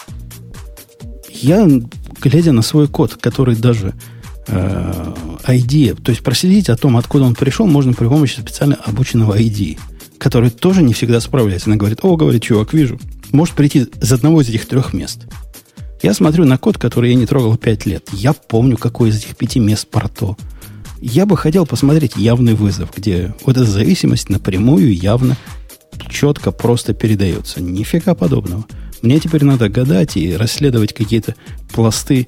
Я, глядя на свой код, который даже ID, то есть проследить о том, откуда он пришел, можно при помощи специально обученного ID, который тоже не всегда справляется. Она говорит, говорит, чувак, вижу, может прийти из одного из этих 3 мест. Я смотрю на код, который я не трогал 5 лет. Я помню, какой из этих 5 мест порто. Я бы хотел посмотреть явный вызов, где вот эта зависимость напрямую, явно, четко, просто передается. Нифига подобного. Мне теперь надо гадать и расследовать какие-то пласты,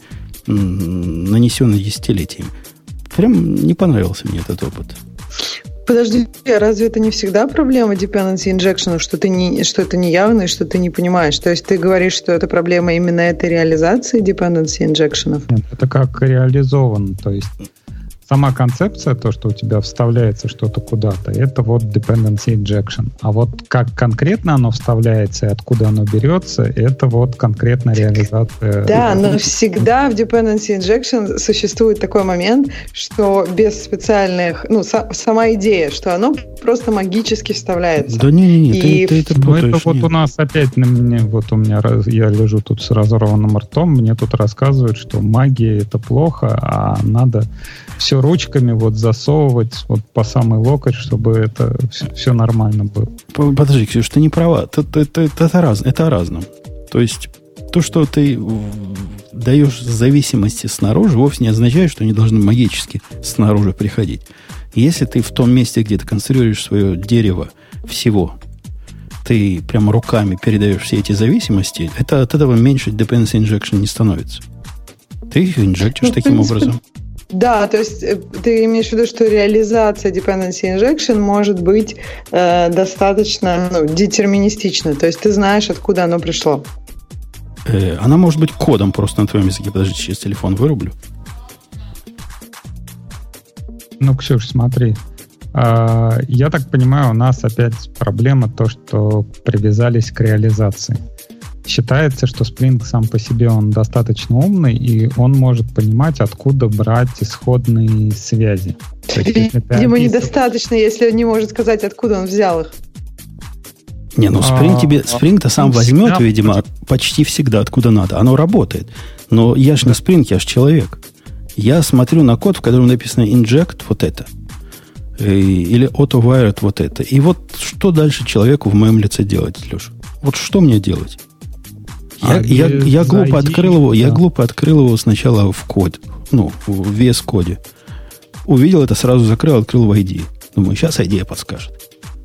нанесенные десятилетиями. Прям не понравился мне этот опыт. Подожди, разве это не всегда проблема dependency injection, что это не явно и что ты не понимаешь? То есть ты говоришь, что это проблема именно этой реализации dependency injection? Нет, это как реализован. То есть сама концепция, то, что у тебя вставляется что-то куда-то, это вот dependency injection. А вот как конкретно оно вставляется и откуда оно берется, это вот конкретно реализация. Да, но всегда в dependency injection существует такой момент, что без специальных... сама идея, что оно просто магически вставляется. Да не, ты это путаешь. Это вот у нас опять на мне, вот у меня, я лежу тут с разорванным ртом, мне тут рассказывают, что магия это плохо, а надо все ручками засовывать по самый локоть, чтобы это все нормально было. Подожди, Ксюш, ты не права. Это о разном. То есть то, что ты даешь зависимости снаружи, вовсе не означает, что они должны магически снаружи приходить. Если ты в том месте, где ты конструируешь свое дерево всего, ты прямо руками передаешь все эти зависимости, от этого меньше dependency injection не становится. Ты их инжектишь таким образом. Да, то есть ты имеешь в виду, что реализация dependency injection может быть достаточно детерминистична. То есть ты знаешь, откуда оно пришло. Она может быть кодом просто на твоем языке. Подожди, сейчас телефон вырублю. Ну, Ксюш, смотри. Я так понимаю, у нас опять проблема то, что привязались к реализации. Считается, что Spring сам по себе он достаточно умный, и он может понимать, откуда брать исходные связи. Видимо, недостаточно, если он не может сказать, откуда он взял их. Не, ну Spring-то сам возьмет, видимо, почти всегда, откуда надо. Оно работает. Но я ж не Spring, я ж человек. Я смотрю на код, в котором написано inject вот это. Или auto-wired вот это. И вот что дальше человеку в моем лице делать, Леша? Вот что мне делать? Я глупо открыл его, я глупо открыл его сначала в код, ну, в VS Code. Увидел это, сразу закрыл, открыл в IDE. Думаю, сейчас IDE подскажет.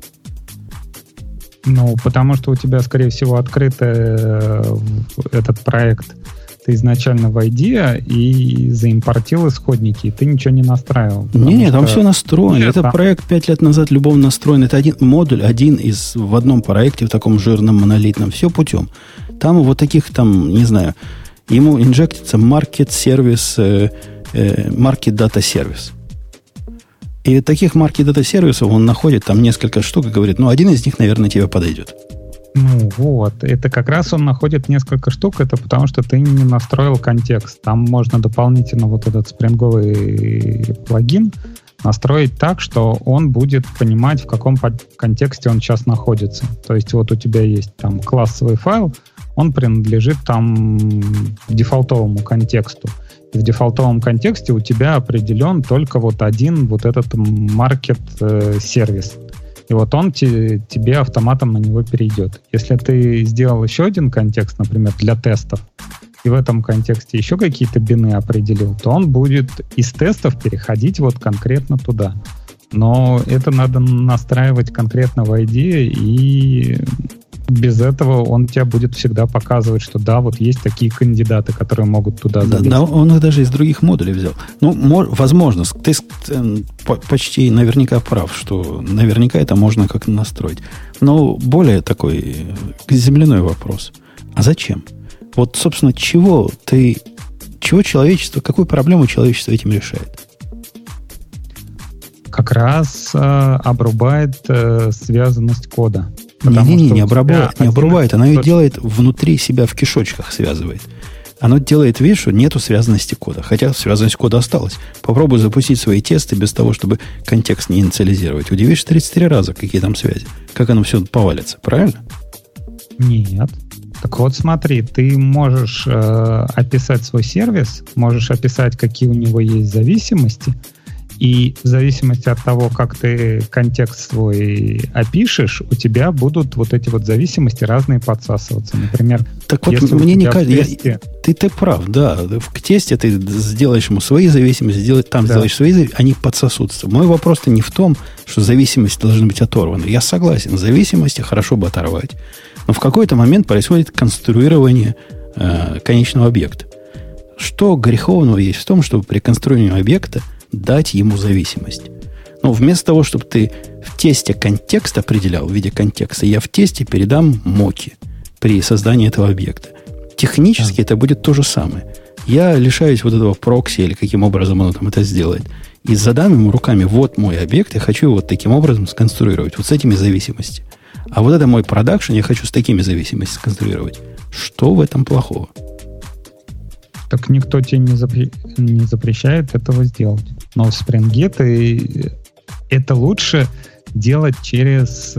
Ну, потому что у тебя, скорее всего, открыт этот проект ты изначально в IDE и заимпортил исходники, и ты ничего не настраивал. Нет, там все настроено. Этот проект 5 лет назад любовно настроен. Это один модуль, в одном проекте, в таком жирном, монолитном. Все путем. Там вот таких, не знаю, ему инжектится market service, market data service. И таких market data сервисов он находит там несколько штук и говорит, один из них, наверное, тебе подойдет. Ну вот, это как раз он находит несколько штук, это потому что ты не настроил контекст. Там можно дополнительно вот этот спринговый плагин настроить так, что он будет понимать, в каком контексте он сейчас находится. То есть вот у тебя есть там классовый файл, он принадлежит там дефолтовому контексту. И в дефолтовом контексте у тебя определен только вот один вот этот маркет-сервис. И вот он тебе автоматом на него перейдет. Если ты сделал еще один контекст, например, для тестов, и в этом контексте еще какие-то бины определил, то он будет из тестов переходить вот конкретно туда. Но это надо настраивать конкретно в IDE, и без этого он тебе будет всегда показывать, что да, вот есть такие кандидаты, которые могут туда залезть. Да, он их даже из других модулей взял. Возможно, ты почти наверняка прав, что наверняка это можно как-то настроить. Но более такой земляной вопрос. А зачем? Вот, собственно, чего человечество, какую проблему человечество этим решает? Как раз обрубает связанность кода. Не обрубает. Оно ее делает внутри себя, в кишочках связывает. Оно делает вид, что нету связанности кода. Хотя связанность кода осталась. Попробуй запустить свои тесты без того, чтобы контекст не инициализировать. Удивишься 33 раза, какие там связи. Как оно все повалится. Правильно? Нет. Так вот смотри, ты можешь описать свой сервис, можешь описать, какие у него есть зависимости, и в зависимости от того, как ты контекст свой опишешь, у тебя будут вот эти вот зависимости разные подсасываться. Например, так вот, мне не кажется, ты прав, да. В тесте ты сделаешь ему свои зависимости, сделаешь свои зависимости, они подсосутся. Мой вопрос-то не в том, что зависимости должны быть оторваны. Я согласен, зависимости хорошо бы оторвать. Но в какой-то момент происходит конструирование конечного объекта. Что греховного есть в том, чтобы при конструировании объекта дать ему зависимость. Вместо того, чтобы ты в тесте контекст определял в виде контекста, я в тесте передам моки при создании этого объекта. Технически это будет то же самое. Я лишаюсь вот этого прокси, или каким образом он там это сделает, и задам ему руками, вот мой объект, я хочу его вот таким образом сконструировать, вот с этими зависимостями. А вот это мой продакшн, я хочу с такими зависимостями сконструировать. Что в этом плохого? Так никто тебе не запрещает этого сделать. Но в Spring это лучше делать через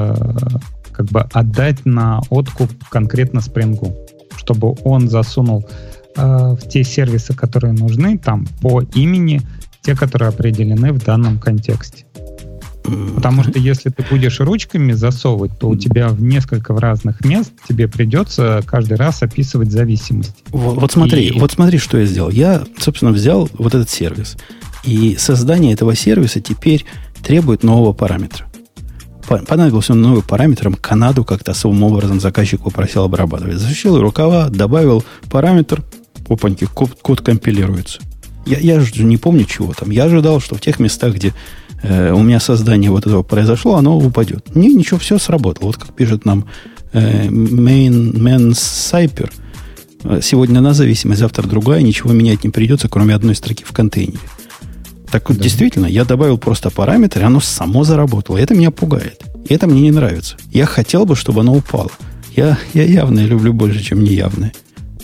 отдать на откуп конкретно Spring, чтобы он засунул в те сервисы, которые нужны, там по имени, те, которые определены в данном контексте. Потому что если ты будешь ручками засовывать, то у тебя в несколько разных мест тебе придется каждый раз описывать зависимости. Вот смотри, что я сделал. Я, собственно, взял вот этот сервис. И создание этого сервиса теперь требует нового параметра. Понадобился он новым параметром, Канаду как-то особым образом заказчик попросил обрабатывать. Защитил рукава, добавил параметр, опаньки, код компилируется. Я же не помню, чего там. Я ожидал, что в тех местах, где у меня создание вот этого произошло, оно упадет. Ничего, все сработало. Вот как пишет нам Main Cyper. Сегодня одна зависимость, завтра другая, ничего менять не придется, кроме одной строки в контейнере. Так вот, действительно, я добавил просто параметр, и оно само заработало. И это меня пугает. И это мне не нравится. Я хотел бы, чтобы оно упало. Я явное люблю больше, чем неявное.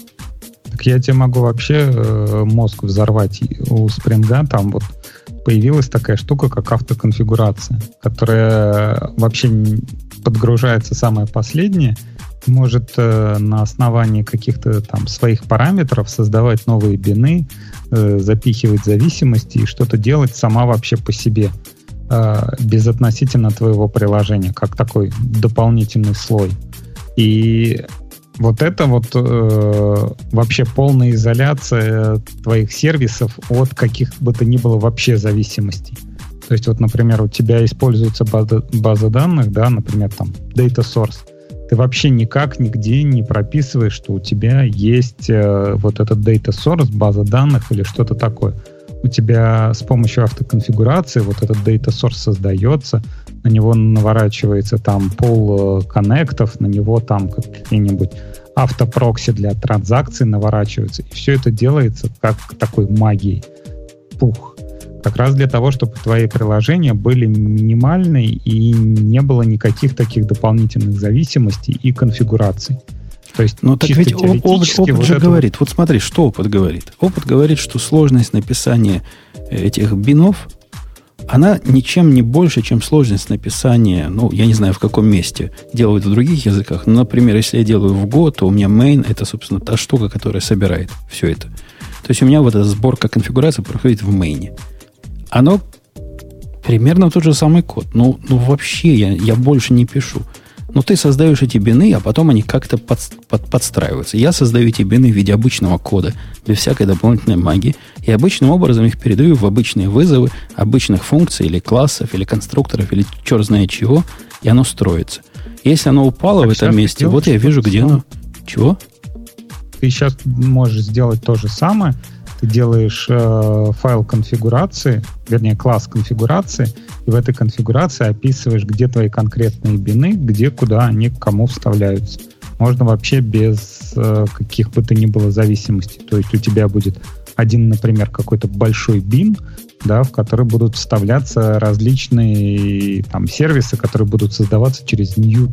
Так я тебе могу вообще мозг взорвать. У Spring там вот появилась такая штука, как автоконфигурация, которая вообще подгружается самое последнее, может на основании каких-то там своих параметров создавать новые бины, запихивать зависимости и что-то делать сама вообще по себе, безотносительно твоего приложения, как такой дополнительный слой. И вот это вот вообще полная изоляция твоих сервисов от каких бы то ни было вообще зависимостей. То есть вот, например, у тебя используется база данных, да, например, там data source. Ты вообще никак нигде не прописываешь, что у тебя есть вот этот data source, база данных или что-то такое. У тебя с помощью автоконфигурации вот этот data source создается, на него наворачивается там пул коннектов, на него там какие-нибудь автопрокси для транзакций наворачиваются. И все это делается как такой магией. Пух. Как раз для того, чтобы твои приложения были минимальны и не было никаких таких дополнительных зависимостей и конфигураций. То есть, ну так ведь опыт же говорит. Вот смотри, что опыт говорит. Опыт говорит, что сложность написания этих бинов, она ничем не больше, чем сложность написания, ну, я не знаю, в каком месте делают в других языках. Но, например, если я делаю в Go, то у меня main — это, собственно, та штука, которая собирает все это. То есть у меня вот эта сборка конфигурации проходит в main. Оно примерно тот же самый код. Ну вообще я больше не пишу. Но ты создаешь эти бины, а потом они как-то подстраиваются. Я создаю эти бины в виде обычного кода, без всякой дополнительной магии, и обычным образом их передаю в обычные вызовы обычных функций или классов, или конструкторов, или черт знает чего, и оно строится. Если оно упало так в этом месте, вот я вижу, где оно... Чего? Ты сейчас можешь сделать то же самое. Ты делаешь файл конфигурации, вернее, класс конфигурации, и в этой конфигурации описываешь, где твои конкретные бины, где, куда они к кому вставляются. Можно вообще без каких бы то ни было зависимостей. То есть у тебя будет один, например, какой-то большой бин, да, в который будут вставляться различные там сервисы, которые будут создаваться через new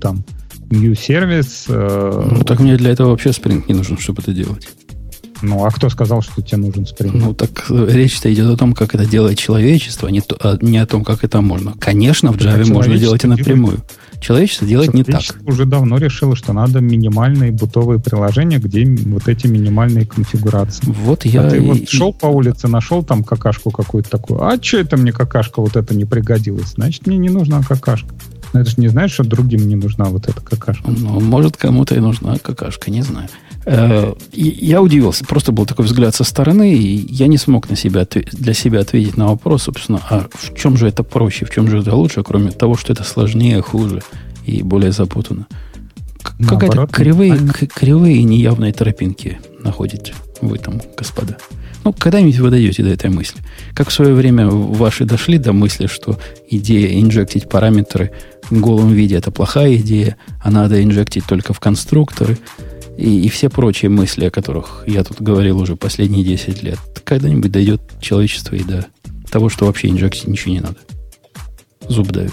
сервис. Ну, так мне для этого вообще Spring не нужен, чтобы это делать. Ну, а кто сказал, что тебе нужен Spring? Ну, так речь-то идет о том, как это делает человечество, а не о том, как это можно. Конечно, в Java можно делать и напрямую. Человечество делает не так. Уже давно решило, что надо минимальные бутовые приложения, где вот эти минимальные конфигурации. Вот я... А ты вот шел по улице, нашел там какашку какую-то такую. А что это мне какашка вот это не пригодилась? Значит, мне не нужна какашка. Но это же не значит, что другим не нужна вот эта какашка. Ну, может, кому-то и нужна какашка, не знаю. Я удивился. Просто был такой взгляд со стороны, и я не смог для себя ответить на вопрос, собственно, а в чем же это проще, в чем же это лучше, кроме того, что это сложнее, хуже и более запутанно. Какая-то кривые и неявные тропинки находите вы там, господа. Ну, когда-нибудь вы дойдете до этой мысли. Как в свое время ваши дошли до мысли, что идея инжектить параметры в голом виде – это плохая идея, а надо инжектить только в конструкторы, и все прочие мысли, о которых я тут говорил уже последние 10 лет. Когда-нибудь дойдет человечество и до того, что вообще инжектить ничего не надо. Зуб даю.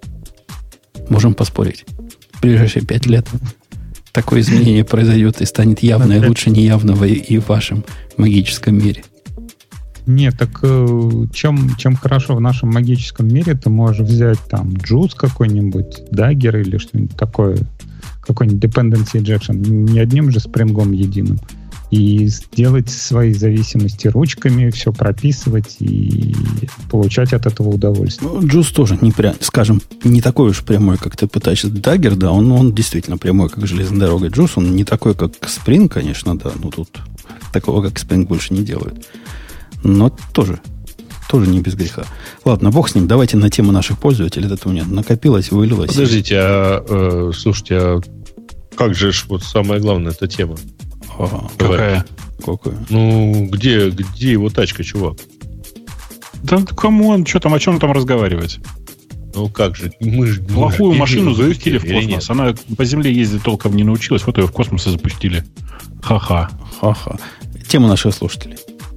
Можем поспорить. В ближайшие 5 лет такое изменение произойдет и станет явно и лучше неявного и в вашем магическом мире. Нет, так чем хорошо в нашем магическом мире, ты можешь взять там Juice какой-нибудь, Dagger или что-нибудь такое, какой-нибудь dependency injection, не одним же спрингом единым, и сделать свои зависимости ручками, все прописывать и получать от этого удовольствие. Ну, Juice тоже, скажем, не такой уж прямой, как ты пытаешься. Dagger, да, он действительно прямой, как железная дорога. Juice, он не такой, как Spring, конечно, да, но тут такого, как Spring, больше не делают. Но тоже не без греха. Ладно, бог с ним. Давайте на тему наших пользователей. Это у меня накопилось, вылилось. Подождите, слушайте, а как же вот самое главное эта тема? Ага. Какая? Ну, где его тачка, чувак? Да камон, что там, о чем там разговаривать? Ну как же? Плохую машину запустили в космос. Она по Земле ездить толком не научилась, вот ее в космос и запустили. Ха-ха. Тема наших слушателей.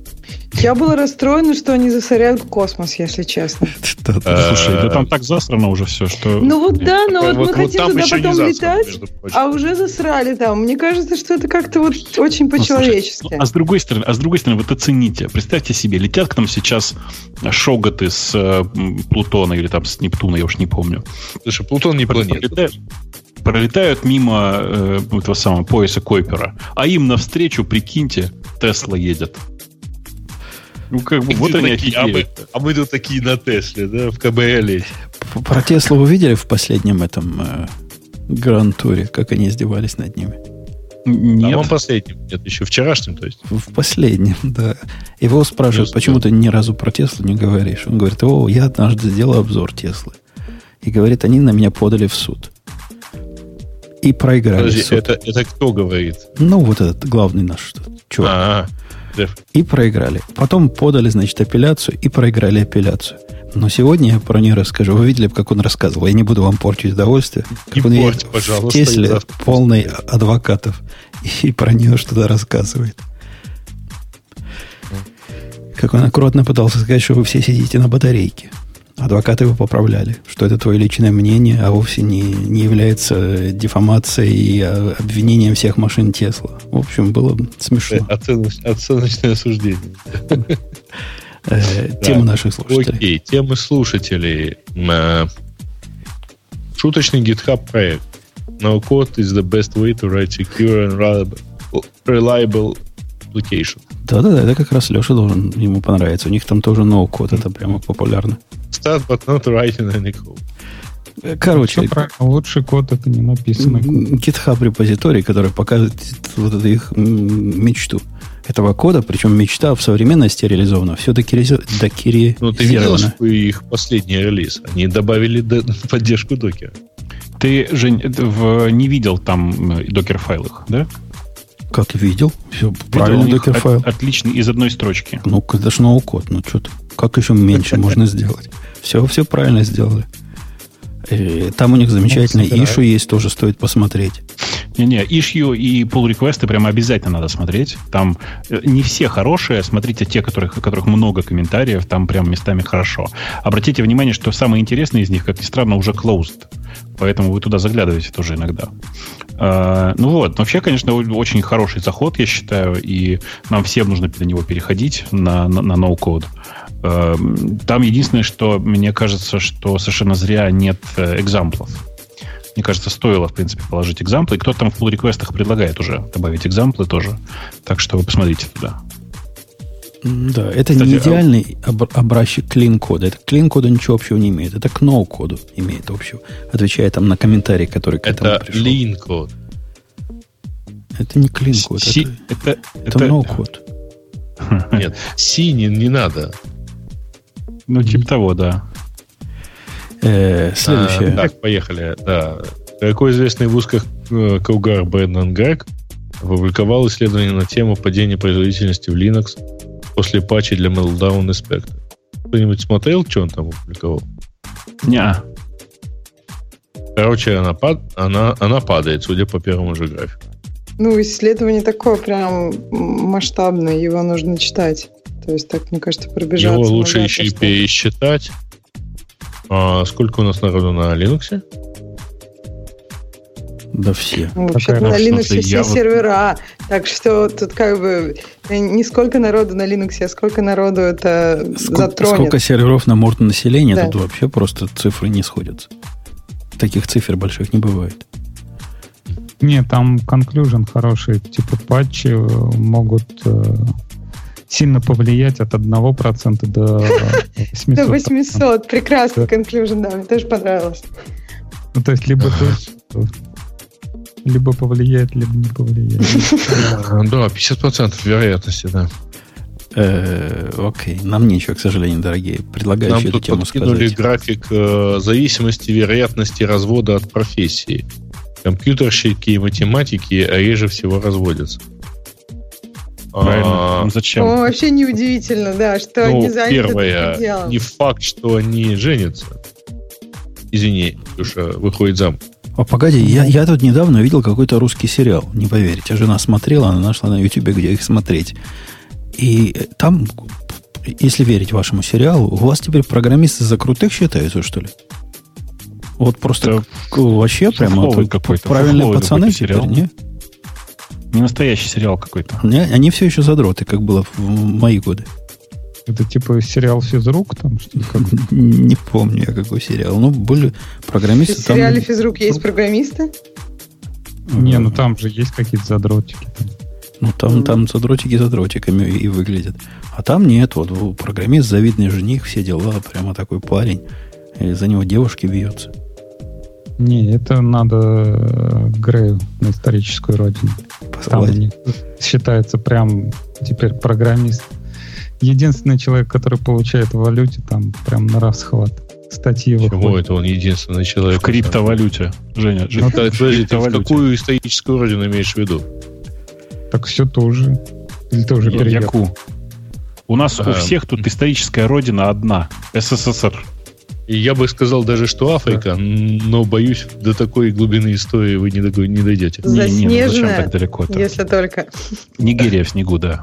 Я была расстроена, что они засоряют космос, если честно. Слушай, да там так засрано уже все, что... Ну вот да, но вот мы хотим туда потом летать, а уже засрали там. Мне кажется, что это как-то вот очень по-человечески. А с другой стороны, вот оцените. Представьте себе, летят к нам сейчас шоготы с Плутона или там с Нептуна, я уж не помню. Слушай, Плутон не планета. Пролетают мимо этого самого пояса Койпера, а им навстречу, прикиньте, Тесла едет. Ну, как бы, вот они офигели. А мы тут такие на Тесле, да, в КБЛ. Про Теслу вы видели в последнем этом Гранд-туре, как они издевались над ними? Нет. А он последним. Нет, еще вчерашним, то есть. В последнем, да. Его спрашивают, почему ты ни разу про Теслу не говоришь? Он говорит, я однажды сделал обзор Теслы. И говорит, они на меня подали в суд. И проиграли. Подожди, это кто говорит? Ну, вот этот главный наш чувак. И проиграли. Потом подали, значит, апелляцию и проиграли апелляцию. Но сегодня я про нее расскажу. Вы видели, как он рассказывал. Я не буду вам портить удовольствие. Как он едет в Тесле, полный адвокатов. И про нее что-то рассказывает. Как он аккуратно пытался сказать, что вы все сидите на батарейке. Адвокаты его поправляли, что это твое личное мнение, а вовсе не является дефамацией и обвинением всех машин Тесла. В общем, было смешно. Оценочное суждение. Тема наших слушателей. Окей, темы слушателей. Шуточный GitHub проект. No code is the best way to write secure and reliable application. Да-да-да, это как раз Леша должен ему понравиться. У них там тоже no-code, это прямо популярно. Start, but not writing any code. Короче, лучший код — это не написанный код. GitHub репозиторий, который показывает вот эту их мечту этого кода, причем мечта в современности реализована, все докеризировано. Ну, ты видел их последний релиз? Они добавили поддержку докера. Ты, Жень, не видел там докер-файл их, да? Как видел? Все правильно, докер-файл. Отличный, из одной строчки. Ну, это ж ноу-код. Ну, что ты? Как еще меньше можно сделать? Все правильно сделали. Там у них замечательное issue есть, тоже стоит посмотреть. Не, issue и pull реквесты прямо обязательно надо смотреть. Там не все хорошие. Смотрите те, у которых много комментариев. Там прям местами хорошо. Обратите внимание, что самые интересные из них, как ни странно, уже closed. Поэтому вы туда заглядываете тоже иногда. Ну вот. Вообще, конечно, очень хороший заход, я считаю. И нам всем нужно на него переходить, на no-code. Там единственное, что мне кажется, что совершенно зря нет экзамплов. Мне кажется, стоило, в принципе, положить экзамплы. И кто-то там в pull-реквестах предлагает уже добавить экзамплы тоже. Так что вы посмотрите туда. Да, это, кстати, не идеальный образчик клин-кода. Это к клин-коду ничего общего не имеет. Это к ноу-коду имеет общего. Отвечая там на комментарий, который к этому пришел. Это lean-код. Это не клин-код. Это ноу-код. Нет, C не надо. Ну, типа того, да. Следующее. Так, поехали. Да. Широко известный в узках кругах Брэндон Грег опубликовал исследование на тему падения производительности в Linux после патчей для Meltdown Inspector. Кто-нибудь смотрел, что он там опубликовал? Не. Короче, она падает, судя по первому же графику. Ну, исследование такое прям масштабное, его нужно читать. То есть, так, мне кажется, пробежаться. Его лучше еще и пересчитать. Сколько у нас народу на Linux? Да все. Ну, вообще-то на Linux все сервера. Так что тут как бы не сколько народу на Linux, а сколько народу это затронет. Сколько серверов на морду населения, да. Тут вообще просто цифры не сходятся. Таких цифр больших не бывает. Нет, там conclusion хороший. Типа патчи могут сильно повлиять от 1% до 800%. До 800. Прекрасный conclusion, да, мне тоже понравилось. Ну, то есть, либо повлияет, либо не повлияет. Да, 50% вероятности, да. Окей, нам нечего, к сожалению, дорогие. Предлагаю еще эту тему сказать. Нам тут график зависимости вероятности развода от профессии. Компьютерщики и математики реже всего разводятся. Правильно. Зачем? Вообще неудивительно, да, что они заняты этим делом. Не факт, что они женятся. Извини, Ксюша, выходит замуж. Погоди, я тут недавно видел какой-то русский сериал, не поверите. Жена смотрела, она нашла на YouTube, где их смотреть. И там, если верить вашему сериалу, у вас теперь программисты за крутых считаются, что ли? Вот просто вообще прямо какой-то правильные пацаны теперь, не? Не настоящий сериал какой-то. Не, они все еще задроты, как было в мои годы. Это типа сериал «Физрук» там? Не помню я, какой сериал. Ну, были программисты. В сериале «Физрук» есть программисты? Не, ну там же есть какие-то задротики. Ну, там задротики задротиками и выглядят. А там нет. Вот программист, завидный жених, все дела. Прямо такой парень. И за него девушки бьются. Не, это надо Грею на историческую родину. Там считается прям теперь программист. Единственный человек, который получает в валюте, там прям на расхват. Статьи выходят. Чего это он единственный человек? В криптовалюте. Женя, подожди, ты в какую историческую родину имеешь в виду? Так все тоже. Или ты уже переехал? Яку. У нас у всех тут историческая родина одна. СССР. И я бы сказал даже, что Африка, но, боюсь, до такой глубины истории вы не дойдете. Заснеженная, зачем так далеко-то? Если только. Нигерия в снегу, да.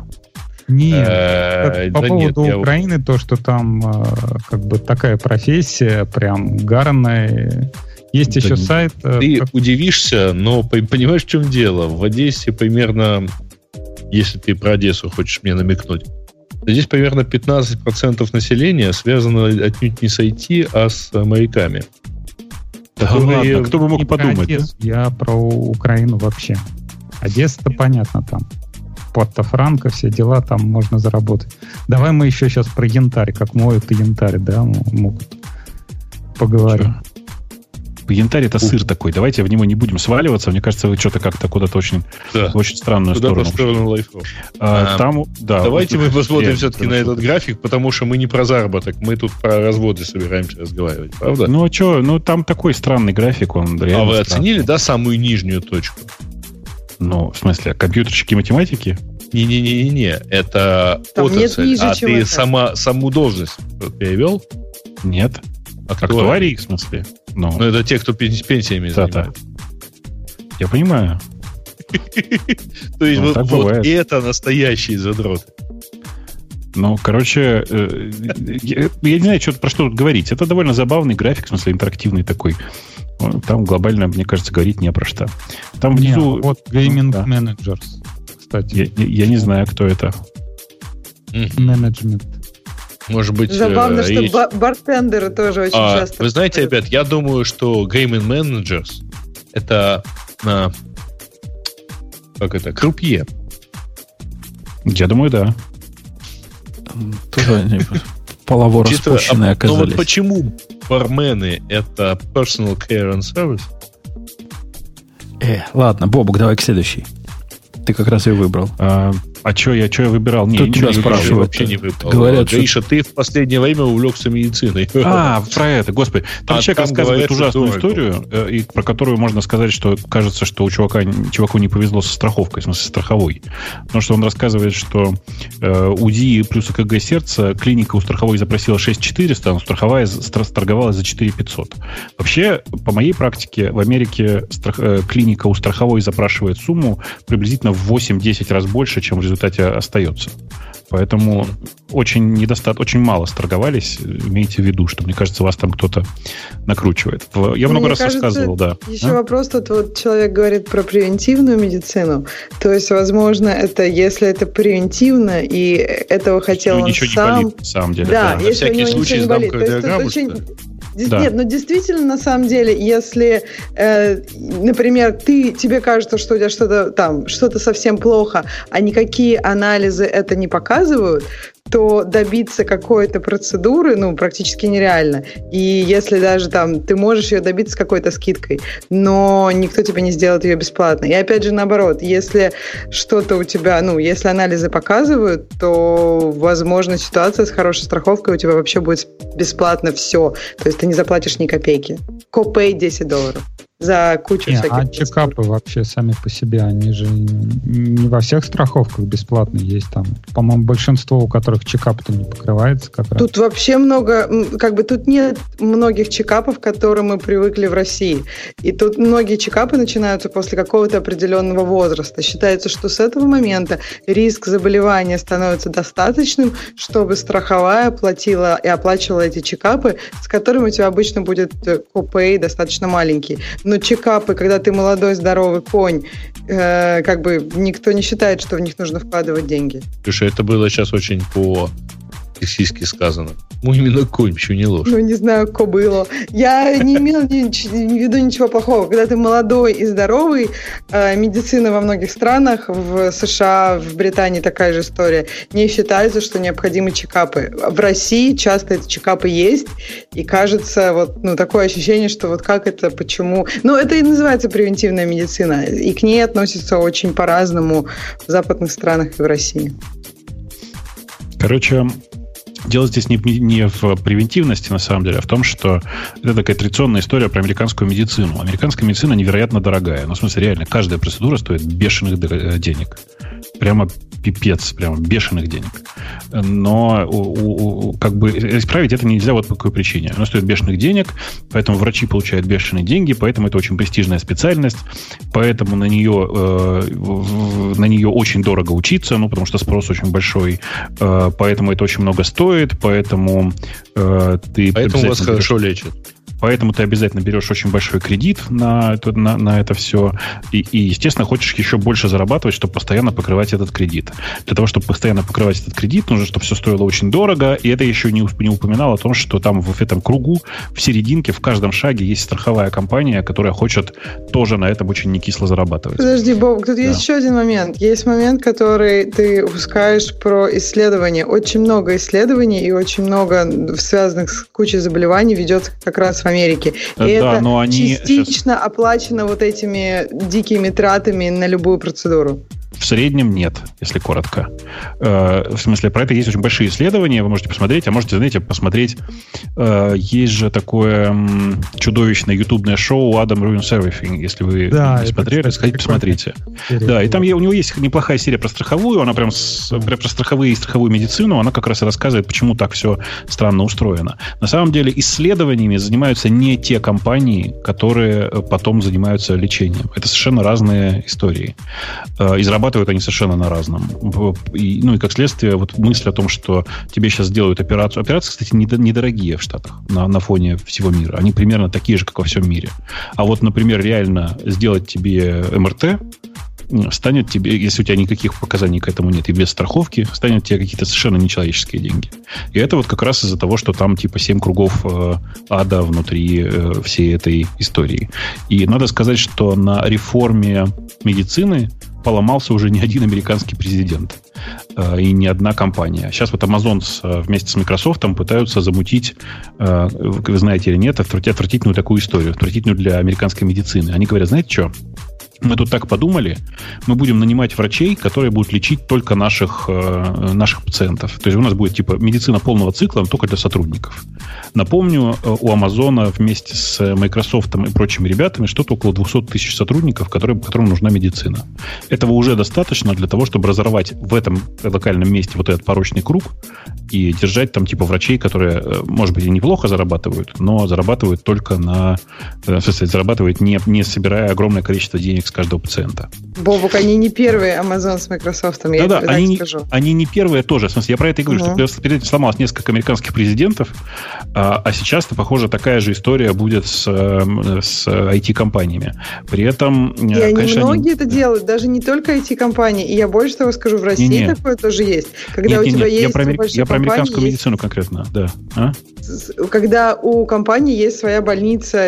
Нет, по поводу Украины, то, что там как бы такая профессия, прям гарная. Есть еще сайт. Ты удивишься, но понимаешь, в чем дело? В Одессе примерно, если ты про Одессу хочешь мне намекнуть, здесь примерно 15% населения связано отнюдь не с IT, а с моряками. Да ладно, кто бы мог подумать? Одессу, я про Украину вообще. Одесса-то понятно там. Порто-Франко, все дела, там можно заработать. Давай мы еще сейчас про янтарь, как моют янтарь, да, могут поговорим. Янтарь — это сыр такой. Давайте в него не будем сваливаться. Мне кажется, вы что-то как-то куда-то очень странную сторону. Куда-то в сторону лайфов. Давайте мы посмотрим все-таки на этот график, потому что мы не про заработок, мы тут про разводы собираемся разговаривать, правда? Ну, а что? Ну, там такой странный график, он реально А вы оценили, да, самую нижнюю точку? Ну, в смысле, компьютерщики, математики? Не-не-не-не, это там отрасль. Ниже, а ты саму должность перевел? Нет. Актуарий, в смысле? Ну, это те, кто пенсиями занимается. Я понимаю. То есть вот это настоящий задрот. Ну, короче, я не знаю, про что тут говорить. Это довольно забавный график, в смысле, интерактивный такой. Там глобально, мне кажется, говорить не про что. Там внизу... Вот Gaming Managers, кстати. Я не знаю, кто это. Менеджмент. Может быть... Забавно, что бартендеры тоже очень часто... Вы знаете, ребят, я думаю, что Gaming Managers это... Как это? Крупье. Я думаю, да. Тоже полово распущенные оказались. Но вот почему бармены это personal care and service? Ладно, Бобук, давай к следующей. Ты как раз ее выбрал. А что я выбирал? Тут тебя спрашивают. Вообще не выбрал. Говорят, Гриша, ты в последнее время увлекся медициной. Про это, господи. Там человек рассказывает ужасную историю, и про которую можно сказать, что кажется, что чуваку не повезло со страховкой, в смысле страховой. Потому что он рассказывает, что УЗИ плюс ЭКГ сердца клиника у страховой запросила 6400, а страховая торговалась за 4500. Вообще, по моей практике, в Америке клиника у страховой запрашивает сумму приблизительно в 8-10 раз больше, чем в результате остается. Поэтому очень мало сторговались. Имейте в виду, что, мне кажется, вас там кто-то накручивает. Я много раз рассказывал, да. Еще вопрос, тут вот человек говорит про превентивную медицину. То есть, возможно, это если это превентивно, и этого хотел он ничего сам... не болит, на самом деле. Да, да. если у него ничего не болит. То есть, Да. Нет, но действительно, на самом деле, если, например, тебе кажется, что у тебя что-то совсем плохо, а никакие анализы это не показывают, то добиться какой-то процедуры, практически нереально. И если даже ты можешь ее добиться с какой-то скидкой, но никто тебе не сделает ее бесплатно. И опять же, наоборот, если что-то у тебя, если анализы показывают, то, возможно, ситуация с хорошей страховкой у тебя вообще будет бесплатно все. То есть ты не заплатишь ни копейки. Копей $10. за кучу всяких... А чекапы вообще сами по себе, они же не во всех страховках бесплатные есть. Там, по-моему, большинство, у которых чекап-то не покрывается как раз. Тут вообще много... тут нет многих чекапов, к которым мы привыкли в России. И тут многие чекапы начинаются после какого-то определенного возраста. Считается, что с этого момента риск заболевания становится достаточным, чтобы страховая платила и оплачивала эти чекапы, с которыми у тебя обычно будет копей достаточно маленький. Но чекапы, когда ты молодой, здоровый конь, никто не считает, что в них нужно вкладывать деньги. Слушай, это было сейчас очень по-сексистски сказано. Именно конь, почему не лошадь? Не знаю, кобыло. Я не имела в виду ничего плохого. Когда ты молодой и здоровый, медицина во многих странах, в США, в Британии такая же история, не считается, что необходимы чекапы. В России часто эти чекапы есть, и кажется, такое ощущение, что как это, почему... это и называется превентивная медицина, и к ней относятся очень по-разному в западных странах и в России. Короче, дело здесь не в превентивности, на самом деле, а в том, что это такая традиционная история про американскую медицину. Американская медицина невероятно дорогая. В смысле, реально, каждая процедура стоит бешеных денег. Прямо пипец, прямо бешеных денег. Но исправить это нельзя вот по какой причине. Она стоит бешеных денег, поэтому врачи получают бешеные деньги, поэтому это очень престижная специальность, поэтому на нее очень дорого учиться, потому что спрос очень большой, поэтому это очень много стоит, поэтому Поэтому вас хорошо лечат. Поэтому ты обязательно берешь очень большой кредит на это все. И, естественно, хочешь еще больше зарабатывать, чтобы постоянно покрывать этот кредит. Для того, чтобы постоянно покрывать этот кредит, нужно, чтобы все стоило очень дорого. И это еще не упоминало о том, что там в этом кругу, в серединке, в каждом шаге есть страховая компания, которая хочет тоже на этом очень некисло зарабатывать. Подожди, Боб, тут есть еще один момент. Есть момент, который ты упускаешь про исследования. Очень много исследований и очень много связанных с кучей заболеваний ведется как раз в Америке. И это частично оплачено этими дикими тратами на любую процедуру. В среднем нет, если коротко. В смысле, про это есть очень большие исследования, вы можете посмотреть, а можете, знаете, посмотреть. Есть же такое чудовищное ютубное шоу «Adam Ruins Everything», если вы не смотрели, сходите, посмотрите. Да, и там у него есть неплохая серия про страховую, она прям про страховую и страховую медицину, она как раз и рассказывает, почему так все странно устроено. На самом деле исследованиями занимаются не те компании, которые потом занимаются лечением. Это совершенно разные истории. Зарабатывают они совершенно на разном. И как следствие, мысль о том, что тебе сейчас сделают операцию. Операции, кстати, недорогие в Штатах на фоне всего мира. Они примерно такие же, как во всем мире. А например, реально сделать тебе МРТ станет тебе, если у тебя никаких показаний к этому нет, и без страховки, станет тебе какие-то совершенно нечеловеческие деньги. И это как раз из-за того, что там 7 кругов ада внутри всей этой истории. И надо сказать, что на реформе медицины поломался уже не один американский президент и не одна компания. Сейчас Amazon вместе с Microsoft пытаются замутить, вы знаете или нет, отвратительную такую историю, отвратительную для американской медицины. Они говорят, знаете что? Мы тут так подумали, мы будем нанимать врачей, которые будут лечить только наших пациентов. То есть у нас будет медицина полного цикла, но только для сотрудников. Напомню, у Амазона вместе с Microsoft и прочими ребятами что-то около 200 тысяч сотрудников, которым нужна медицина. Этого уже достаточно для того, чтобы разорвать в этом локальном месте этот порочный круг и держать там врачей, которые, может быть, и неплохо зарабатывают, но зарабатывают только зарабатывают не собирая огромное количество денег с каждого пациента. Бобук, они не первые Amazon с Microsoft, я тебе так скажу. Они не первые тоже. В смысле, я про это и говорю, что перед этим сломалось несколько американских президентов, а сейчас-то, похоже, такая же история будет с IT-компаниями. При этом, и конечно, многие это делают, даже не только IT-компании. И я больше того скажу, в России такое тоже есть. Когда у тебя есть я про американскую медицину конкретно, да. Когда у компании есть своя больница,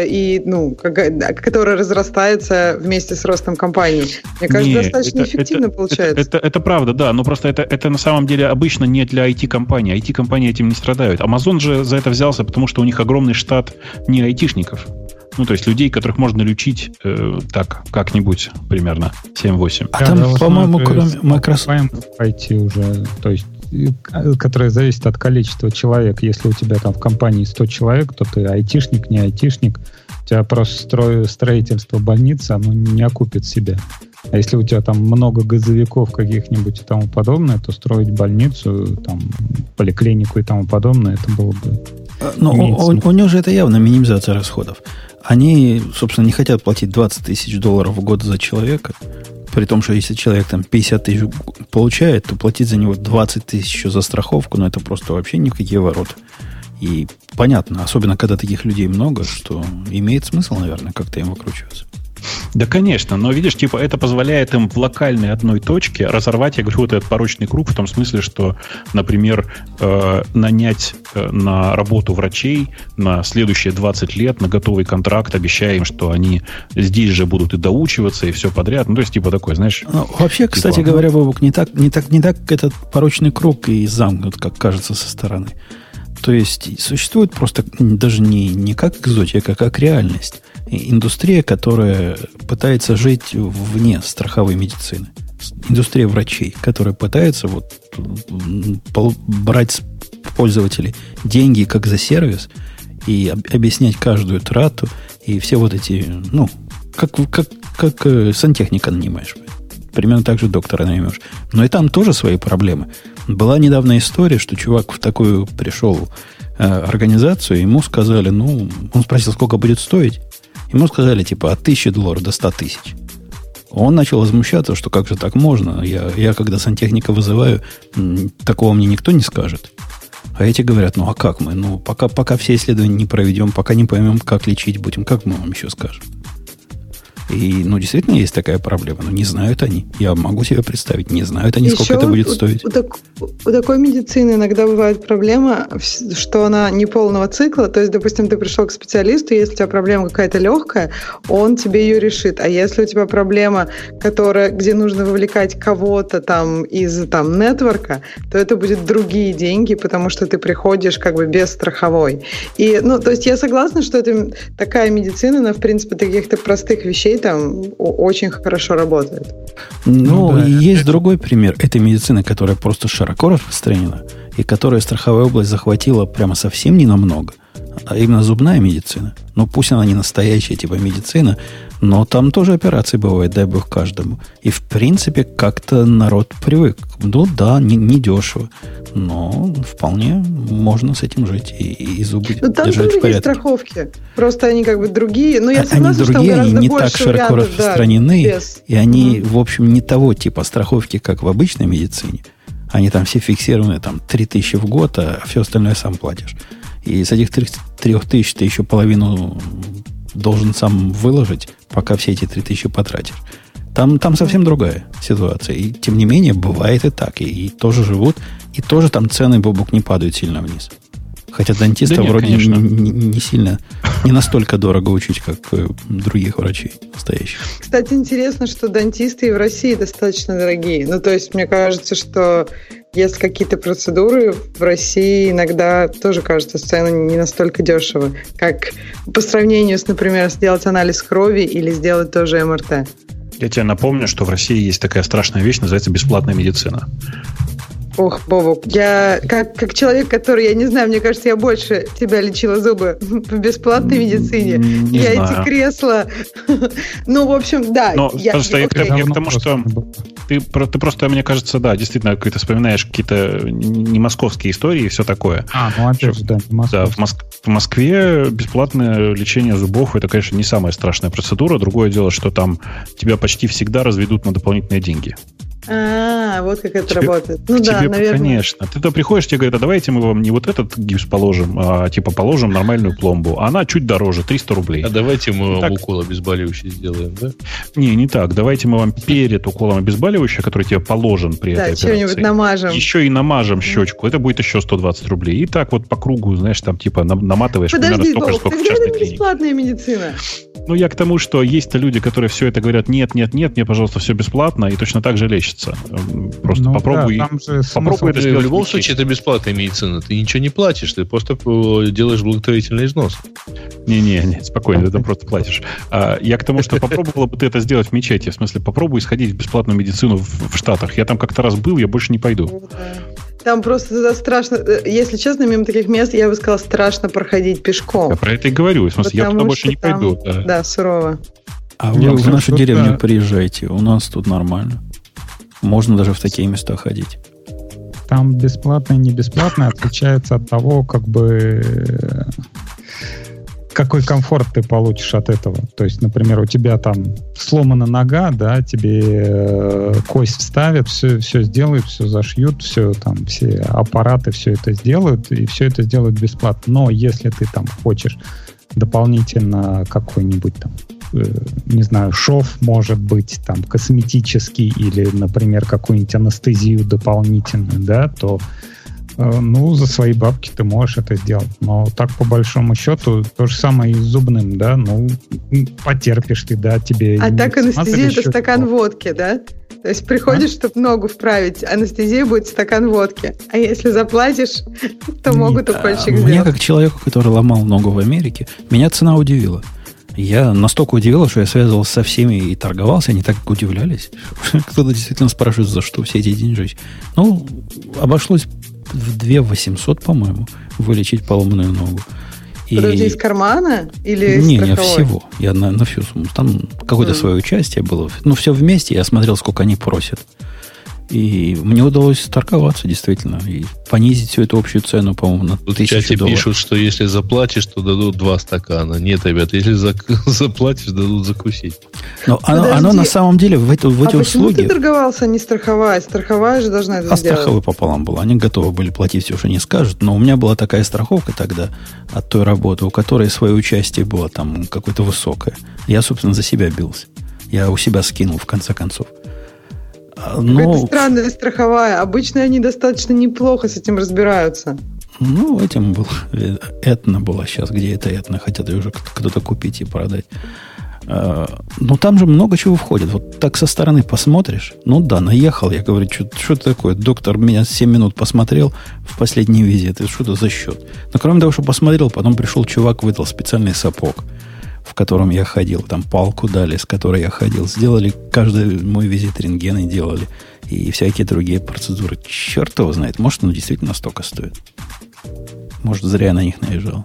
которая разрастается вместе с ростом компании. Мне кажется, достаточно эффективно получается. Это правда, да, но просто это на самом деле обычно не для IT-компаний. IT-компании этим не страдают. Amazon же за это взялся, потому что у них огромный штат не айтишников. То есть людей, которых можно лечить так, как-нибудь, примерно 7-8. А там, по-моему, кроме Microsoft... IT уже, то есть которая зависит от количества человек. Если у тебя там в компании 100 человек, то ты айтишник, не айтишник. У тебя просто строительство больницы, оно не окупит себя. А если у тебя там много газовиков каких-нибудь и тому подобное, то строить больницу, там, поликлинику и тому подобное, это было бы... Но у них же это явно минимизация расходов. Они, собственно, не хотят платить $20 тысяч в год за человека, при том, что если человек там 50 тысяч получает, то платить за него 20 тысяч еще за страховку, это просто вообще ни в какие ворота. И понятно, особенно когда таких людей много, что имеет смысл, наверное, как-то им выкручиваться. Да, конечно, но видишь, типа, это позволяет им в локальной одной точке разорвать, я говорю, вот этот порочный круг в том смысле, что, например, нанять на работу врачей на следующие 20 лет на готовый контракт, обещая им, что они здесь же будут и доучиваться, и все подряд. Ну, то есть, типа, такой, знаешь... Вообще, типа, кстати говоря, Бобук, не так этот порочный круг и замкнут, как кажется со стороны. То есть, существует просто даже не как экзотика, а как реальность. Индустрия, которая пытается жить вне страховой медицины. Индустрия врачей, которая пытается брать с пользователей деньги как за сервис и объяснять каждую трату и все вот эти, как сантехника нанимаешь. Примерно так же доктора наймешь. Но и там тоже свои проблемы. Была недавно история, что чувак в такую пришел организацию, ему сказали, он спросил, сколько будет стоить. Ему сказали, типа, от $1000 до 100 тысяч. Он начал возмущаться, что как же так можно? Я когда сантехника вызываю, такого мне никто не скажет. А эти говорят, а как мы? Пока все исследования не проведем, пока не поймем, как лечить будем, как мы вам еще скажем? И, действительно есть такая проблема. Но не знают они. Я могу себе представить. Не знают они, сколько это будет стоить. У такой медицины иногда бывает проблема, что она не полного цикла. То есть, допустим, ты пришел к специалисту, если у тебя проблема какая-то легкая, он тебе ее решит. А если у тебя проблема, где нужно вовлекать кого-то там из нетворка, то это будет другие деньги, потому что ты приходишь как бы без страховой. И, то есть я согласна, что это такая медицина, но в принципе каких-то простых вещей там очень хорошо работает. Есть другой пример этой медицины, которая просто широко распространена и которая страховая область захватила прямо совсем ненамного, а именно зубная медицина. Пусть она не настоящая типа медицина, но там тоже операции бывают, дай бог каждому. И в принципе как-то народ привык. Не дешево, но вполне можно с этим жить и зубы держать в порядке. Там тоже есть страховки, просто они как бы другие. Но я согласна, они другие, что они не так широко распространены, и они, в общем, не того типа страховки, как в обычной медицине. Они там все фиксированы, 3000 в год, а все остальное сам платишь. И с этих 3000 ты еще половину должен сам выложить, пока все эти 3000 потратишь. Там совсем другая ситуация. И тем не менее, бывает и так. И тоже живут, и тоже там цены, Бобук, не падают сильно вниз. Хотя дантиста вроде не сильно, не настолько дорого учить, как других врачей настоящих. Кстати, интересно, что дантисты и в России достаточно дорогие. То есть, мне кажется, что есть какие-то процедуры в России, иногда тоже кажется, цены не настолько дешевы, как по сравнению с, например, сделать анализ крови или сделать тоже МРТ. Я тебе напомню, что в России есть такая страшная вещь, называется бесплатная медицина. Ох, Бобук, я как человек, который, я не знаю, мне кажется, я больше тебя лечила зубы в бесплатной медицине. Не знаю. Эти кресла... в общем, да. Я к тому, что ты просто, мне кажется, да, действительно, ты вспоминаешь какие-то не московские истории и все такое. Опять же, да, не московские. Да, в Москве бесплатное лечение зубов, это, конечно, не самая страшная процедура. Другое дело, что там тебя почти всегда разведут на дополнительные деньги. Вот как это работает. Наверное. Конечно. Ты туда приходишь, тебе говорят, давайте мы вам не вот этот гипс положим, а положим нормальную пломбу. Она чуть дороже, 300 рублей. А давайте мы вам укол обезболивающий сделаем, да? Не так. Давайте мы вам перед уколом обезболивающего, который тебе положен при этой операции, что-нибудь намажем. Еще и намажем щечку. Это будет еще 120 рублей. И так вот по кругу, знаешь, там наматываешь примерно столько же, сколько в частной клинике. Бесплатная медицина. Я к тому, что есть-то люди, которые все это говорят, нет, мне, пожалуйста, все бесплатно, и точно так же лечатся. Просто попробуй это сделать. В любом случае, это бесплатная медицина. Ты ничего не платишь, ты просто делаешь благотворительный износ. Не, спокойно, ты там просто платишь. Я к тому, что попробовала бы ты это сделать в мечети. В смысле, попробуй сходить в бесплатную медицину в Штатах. Я там как-то раз был, я больше не пойду. Там просто туда страшно, если честно, мимо таких мест, я бы сказала, страшно проходить пешком. Я про это и говорю. В смысле, я туда больше не пойду. Да, сурово. А вы в нашу деревню приезжайте, у нас тут нормально. Можно даже в такие места ходить. Там бесплатно и не бесплатно отличается от того, как бы какой комфорт ты получишь от этого. То есть, например, у тебя там сломана нога, да, тебе кость вставят, все сделают, все зашьют, все там, все аппараты все это сделают, и все это сделают бесплатно. Но если ты там хочешь дополнительно какой-нибудь там, не знаю, шов, может быть, там, косметический или, например, какую-нибудь анестезию дополнительную, да, то за свои бабки ты можешь это сделать. Но так, по большому счету, то же самое и с зубным, да, потерпишь ты, да, тебе... А так анестезия — это стакан водки, да? То есть приходишь, чтобы ногу вправить, анестезия будет стакан водки. А если заплатишь, то могут укольчик сделать. Мне, как человеку, который ломал ногу в Америке, меня цена удивила. Я настолько удивился, что я связывался со всеми и торговался, они так удивлялись. Кто-то действительно спрашивает, за что все эти деньжища. Обошлось в 2 800, по-моему, вылечить поломанную ногу. Подожди, из кармана или из Не, всего. Я на всю сумму. Там какое-то свое участие было. Все вместе. Я смотрел, сколько они просят. И мне удалось торговаться, действительно, и понизить всю эту общую цену, по-моему, на $1000. В чате пишут, что если заплатишь, то дадут 2 стакана. Нет, ребят, если заплатишь, дадут закусить. Но оно на самом деле в эти услуги... почему ты торговался, а не страховая? Страховая же должна это сделать. Страховой пополам была. Они готовы были платить все, что они скажут. Но у меня была такая страховка тогда от той работы, у которой свое участие было там какое-то высокое. Я, собственно, за себя бился. Я у себя скинул, в конце концов. Это странная страховая. Обычно они достаточно неплохо с этим разбираются. Этим был Этна была сейчас. Где это Этна? Хотят ее уже кто-то купить и продать. Но там же много чего входит. Вот так со стороны посмотришь. Наехал. Я говорю, что это такое? Доктор меня 7 минут посмотрел в последний визит. Это что-то за счет? Но кроме того, что посмотрел, потом пришел чувак, выдал специальный сапог, в котором я ходил. Там палку дали, с которой я ходил. Сделали каждый мой визит, рентгены делали. И всякие другие процедуры. Черт его знает. Может, оно действительно столько стоит. Может, зря на них наезжал.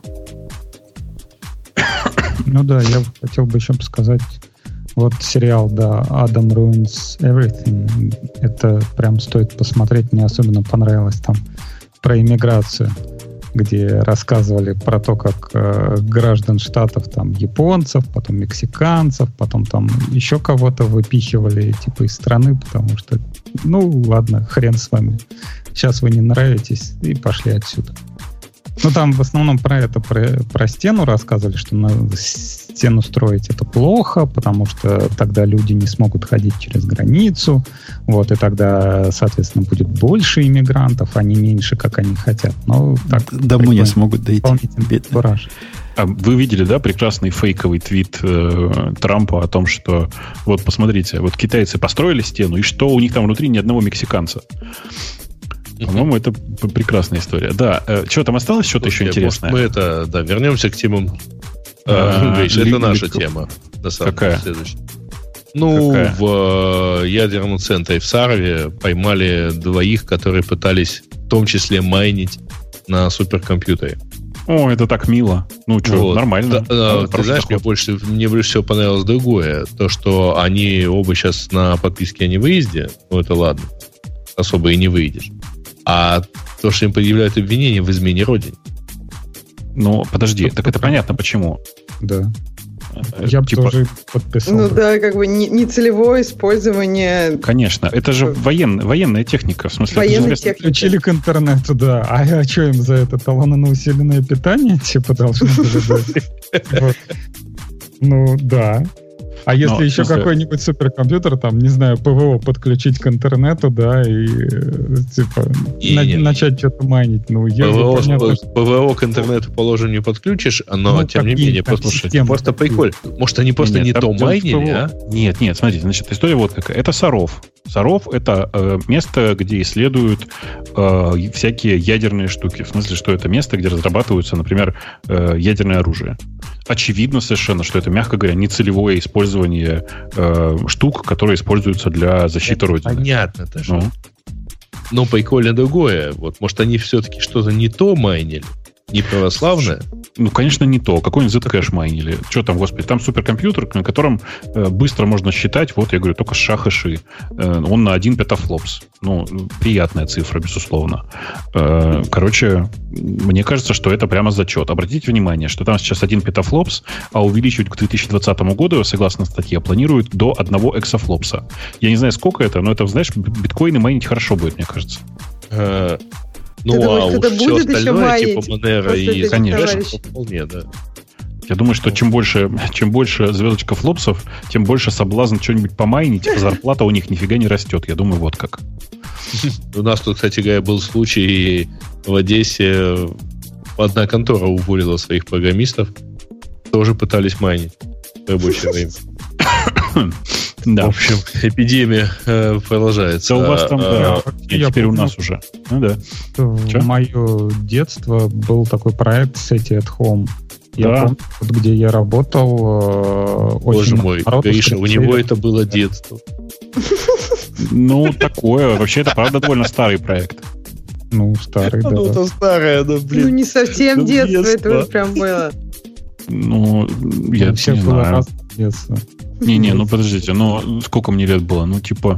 Я хотел бы еще сказать, вот сериал, Adam Ruins Everything. Это прям стоит посмотреть. Мне особенно понравилось там про иммиграцию, где рассказывали про то, как граждан штатов, там, японцев, потом мексиканцев, потом там еще кого-то выпихивали, из страны, потому что, ладно, хрен с вами. Сейчас вы не нравитесь, и пошли отсюда. Там в основном про стену рассказывали, что стену строить это плохо, потому что тогда люди не смогут ходить через границу, и тогда, соответственно, будет больше иммигрантов, а не меньше, как они хотят. Домой не смогут дойти. А вы видели, да, прекрасный фейковый твит Трампа о том, что посмотрите, китайцы построили стену, и что у них там внутри ни одного мексиканца. По-моему, это прекрасная история. Да, что там осталось? Что-то еще интересное? Мы вернемся к темам. Это наша тема. На самом деле, следующая. В ядерном центре в Сарове поймали 2, которые пытались в том числе майнить на суперкомпьютере. О, это так мило. Нормально. Ты знаешь, мне больше всего понравилось другое. То, что они оба сейчас на подписке о невыезде. Это ладно. Особо и не выйдешь. А то, что им предъявляют обвинения в измене родине. Подожди, так это понятно почему. Да. Я бы тоже подписал. Нецелевое использование. Конечно, это же военная техника. В смысле, военная техника. Включили к интернету, да. А что им за это? Талоны на усиленное питание? Должны были дать. Да. А если еще какой-нибудь суперкомпьютер, не знаю, ПВО подключить к интернету, да, и начать что-то майнить. ПВО к интернету, положим, не подключишь, но тем не менее, послушайте, просто прикольно. Может, они просто не то майнили, а? Нет, смотрите, история вот какая. Это Саров. Саров — это место, где исследуют всякие ядерные штуки. В смысле, что это место, где разрабатываются, например, ядерное оружие. Очевидно совершенно, что это, мягко говоря, нецелевое использование штук, которые используются для защиты Родины. Понятно, это же. Но прикольно другое. Вот, может, они все-таки что-то не то майнили? Не православное? Ну, конечно, не то. Какой-нибудь Zcash майнили. Что там, господи, там суперкомпьютер, на котором быстро можно считать, вот, я говорю, только шах-и-ши. Он на 1 петафлопс. Ну, приятная цифра, безусловно. Короче, мне кажется, что это прямо зачет. Обратите внимание, что там сейчас 1 петафлопс, а увеличивать к 2020 году, согласно статье, планируют до 1 эксафлопса. Я не знаю, сколько это, но это, знаешь, биткоины майнить хорошо будет, мне кажется. Ну, думаешь, а уж все остальное, типа Monero и конечно, вполне, да. Я думаю, что чем больше звездочка флопсов, тем больше соблазн что-нибудь помайнить, а зарплата у них нифига не растет. Я думаю, вот как. У нас тут, кстати говоря, был случай в Одессе. Одна контора уволила своих программистов. Тоже пытались майнить в рабочее время. Да. В общем, эпидемия продолжается. Да у вас там, да. Теперь у нас уже. Ну да. В мое детство был такой проект SETI at Home. Я помню, вот где я работал. Боже мой, Гриша, у него это было детство. Ну, такое. Вообще, это, правда, довольно старый проект. Ну, старый, да. Ну, это старое, да, блин. Ну, не совсем детство, это прям было. Ну, я не знаю. Детство. Не, ну подождите, ну сколько мне лет было? Ну, типа,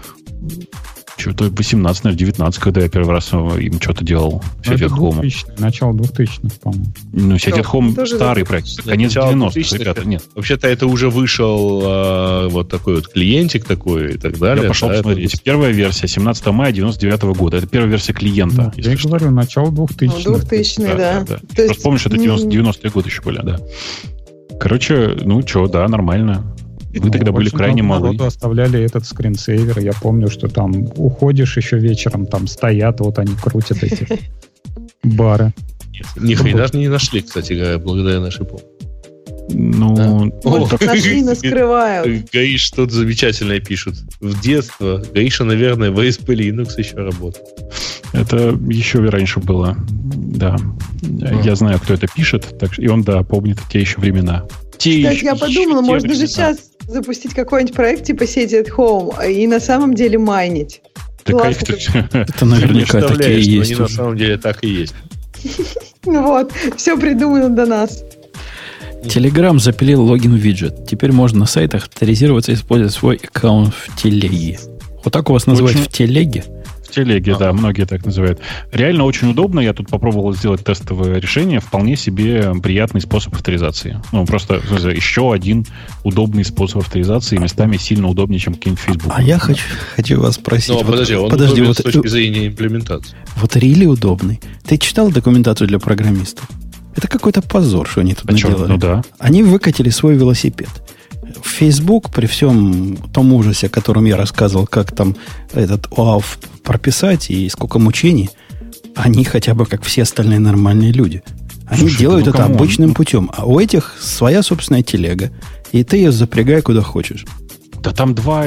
что-то 18, наверное, 19, когда я первый раз им что-то делал. SETI at Home. Начало 2000-х, по-моему. Ну, SETI at Home старый проект. Конец 90-х, ребята, нет. Вообще-то это уже вышел вот такой вот клиентик такой и так далее. Я пошел посмотреть. Это первая версия, 17 мая 99 года. Это первая версия клиента. Ну, я говорю, начало 2000-х. Ну, 2000-е, да. Просто помню, что это 90-е годы еще были, да. Короче, ну что, да, нормально. Вы тогда были крайне малы. Оставляли этот скринсейвер. Я помню, что там уходишь еще вечером, там стоят, вот они крутят эти бары. Ни хрена даже не нашли, кстати говоря, благодаря нашей помощи. Ну, нашли, но скрывают. Гаиш что-то замечательное пишут. В детство Гаиша, наверное, в ASP Linux еще работал. Это еще раньше было. Да. Я знаю, кто это пишет, и он, да, помнит те еще времена. Кстати, я подумала, можно же сейчас запустить какой-нибудь проект типа SETI at Home и на самом деле майнить. Это наверняка такие есть. Они на самом деле так и есть. Вот, все придумано до нас. Telegram запилил логин-виджет. Теперь можно на сайтах авторизироваться и использовать свой аккаунт в телеге. Вот так у вас называют в телеге? В телеге, да, многие так называют. Реально очень удобно. Я тут попробовал сделать тестовое решение. Вполне себе приятный способ авторизации. Ну, просто еще один удобный способ авторизации. Местами сильно удобнее, чем какой-нибудь Facebook. А я хочу вас спросить. Ну, подожди, он удобен с точки зрения имплементации. Вот рили удобный. Ты читал документацию для программистов? Это какой-то позор, что они тут наделали. Ну, да. Они выкатили свой велосипед. В Facebook, при всем том ужасе, о котором я рассказывал, как там этот OAuth прописать и сколько мучений, они хотя бы, как все остальные нормальные люди. Они делают это обычным путем. А у этих своя собственная телега. И ты ее запрягай куда хочешь. Да там два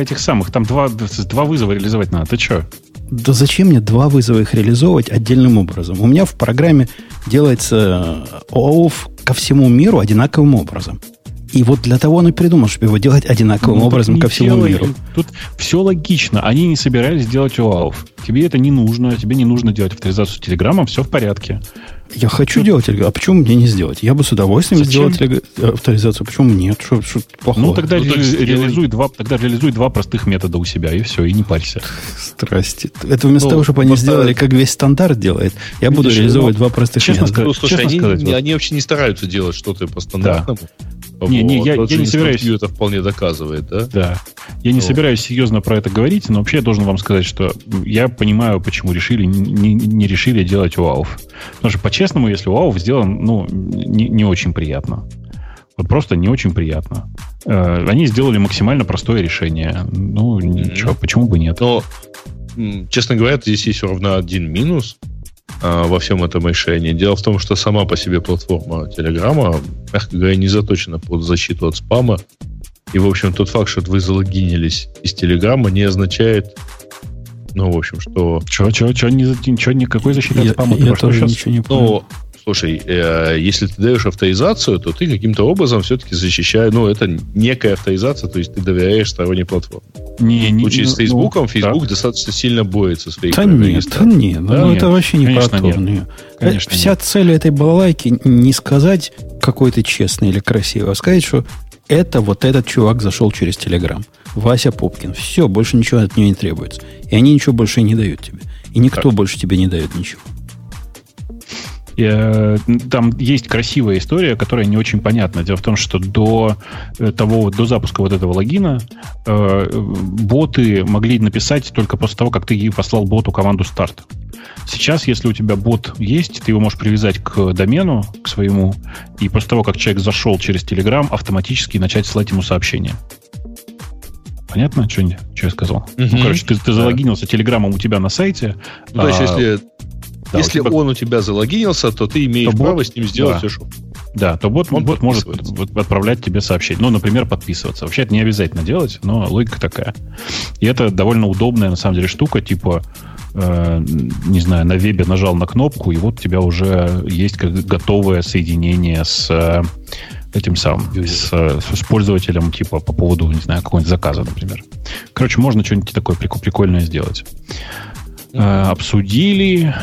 вызова реализовать надо. Ты что? Да зачем мне два вызова их реализовывать отдельным образом? У меня в программе делается OAuth ко всему миру одинаковым образом. И вот для того он и придумал, чтобы его делать одинаковым образом ко всему миру. Тут все логично. Они не собирались делать OAuth. Тебе это не нужно. Тебе не нужно делать авторизацию Телеграмом. Все в порядке. Я хочу делать Телеграм. А почему мне не сделать? Я бы с удовольствием сделал авторизацию. Почему нет? Что плохого? Ну, тогда реализуй два простых метода у себя, и все, и не парься. Страсти. Это вместо того, чтобы они сделали, как весь стандарт делает, я буду реализовывать два простых метода. Слушай, они вообще не стараются делать что-то по стандартному. Я не собираюсь... Это вполне доказывает, да? Да. Я не собираюсь серьезно про это говорить, но вообще я должен вам сказать, что я понимаю, почему не решили делать OAuth. Потому что, по-честному, если OAuth сделан, не очень приятно. Вот просто не очень приятно. Они сделали максимально простое решение. Ну, ничего, почему бы нет? Но, честно говоря, здесь есть ровно один минус во всем этом решении. Дело в том, что сама по себе платформа Телеграма, мягко говоря, не заточена под защиту от спама. И, в общем, тот факт, что вы залогинились из Телеграма, не означает, в общем, что... Никакой защиты от спама? Я тоже ничего не понял. слушай, если ты даешь авторизацию, то ты каким-то образом все-таки защищаешь, это некая авторизация, то есть ты доверяешь сторонней платформе. В случае с Фейсбуком, Фейсбук достаточно сильно борется с своей регистрацией. Это вообще не про то. Вся цель этой балалайки не сказать, какой ты честный или красивый, а сказать, что это вот этот чувак зашел через Telegram. Вася Пупкин. Все, больше ничего от нее не требуется. И они ничего больше не дают тебе. И никто больше тебе не дает ничего. Там есть красивая история, которая не очень понятна. Дело в том, что до запуска вот этого логина боты могли написать только после того, как ты послал боту команду старт. Сейчас, если у тебя бот есть, ты его можешь привязать к домену, к своему, и после того, как человек зашел через Telegram, автоматически начать слать ему сообщения. Понятно, что я сказал? Короче, ты залогинился Телеграмом у тебя на сайте. То есть, если он у тебя залогинился, то ты имеешь право с ним сделать все, что... Да, то бот может отправлять тебе сообщения. Например, подписываться. Вообще это не обязательно делать, но логика такая. И это довольно удобная, на самом деле, штука, типа, не знаю, на вебе нажал на кнопку, и вот у тебя уже есть готовое соединение с этим самым, с пользователем, типа, по поводу, не знаю, какого-нибудь заказа, например. Короче, можно что-нибудь такое прикольное сделать. Обсудили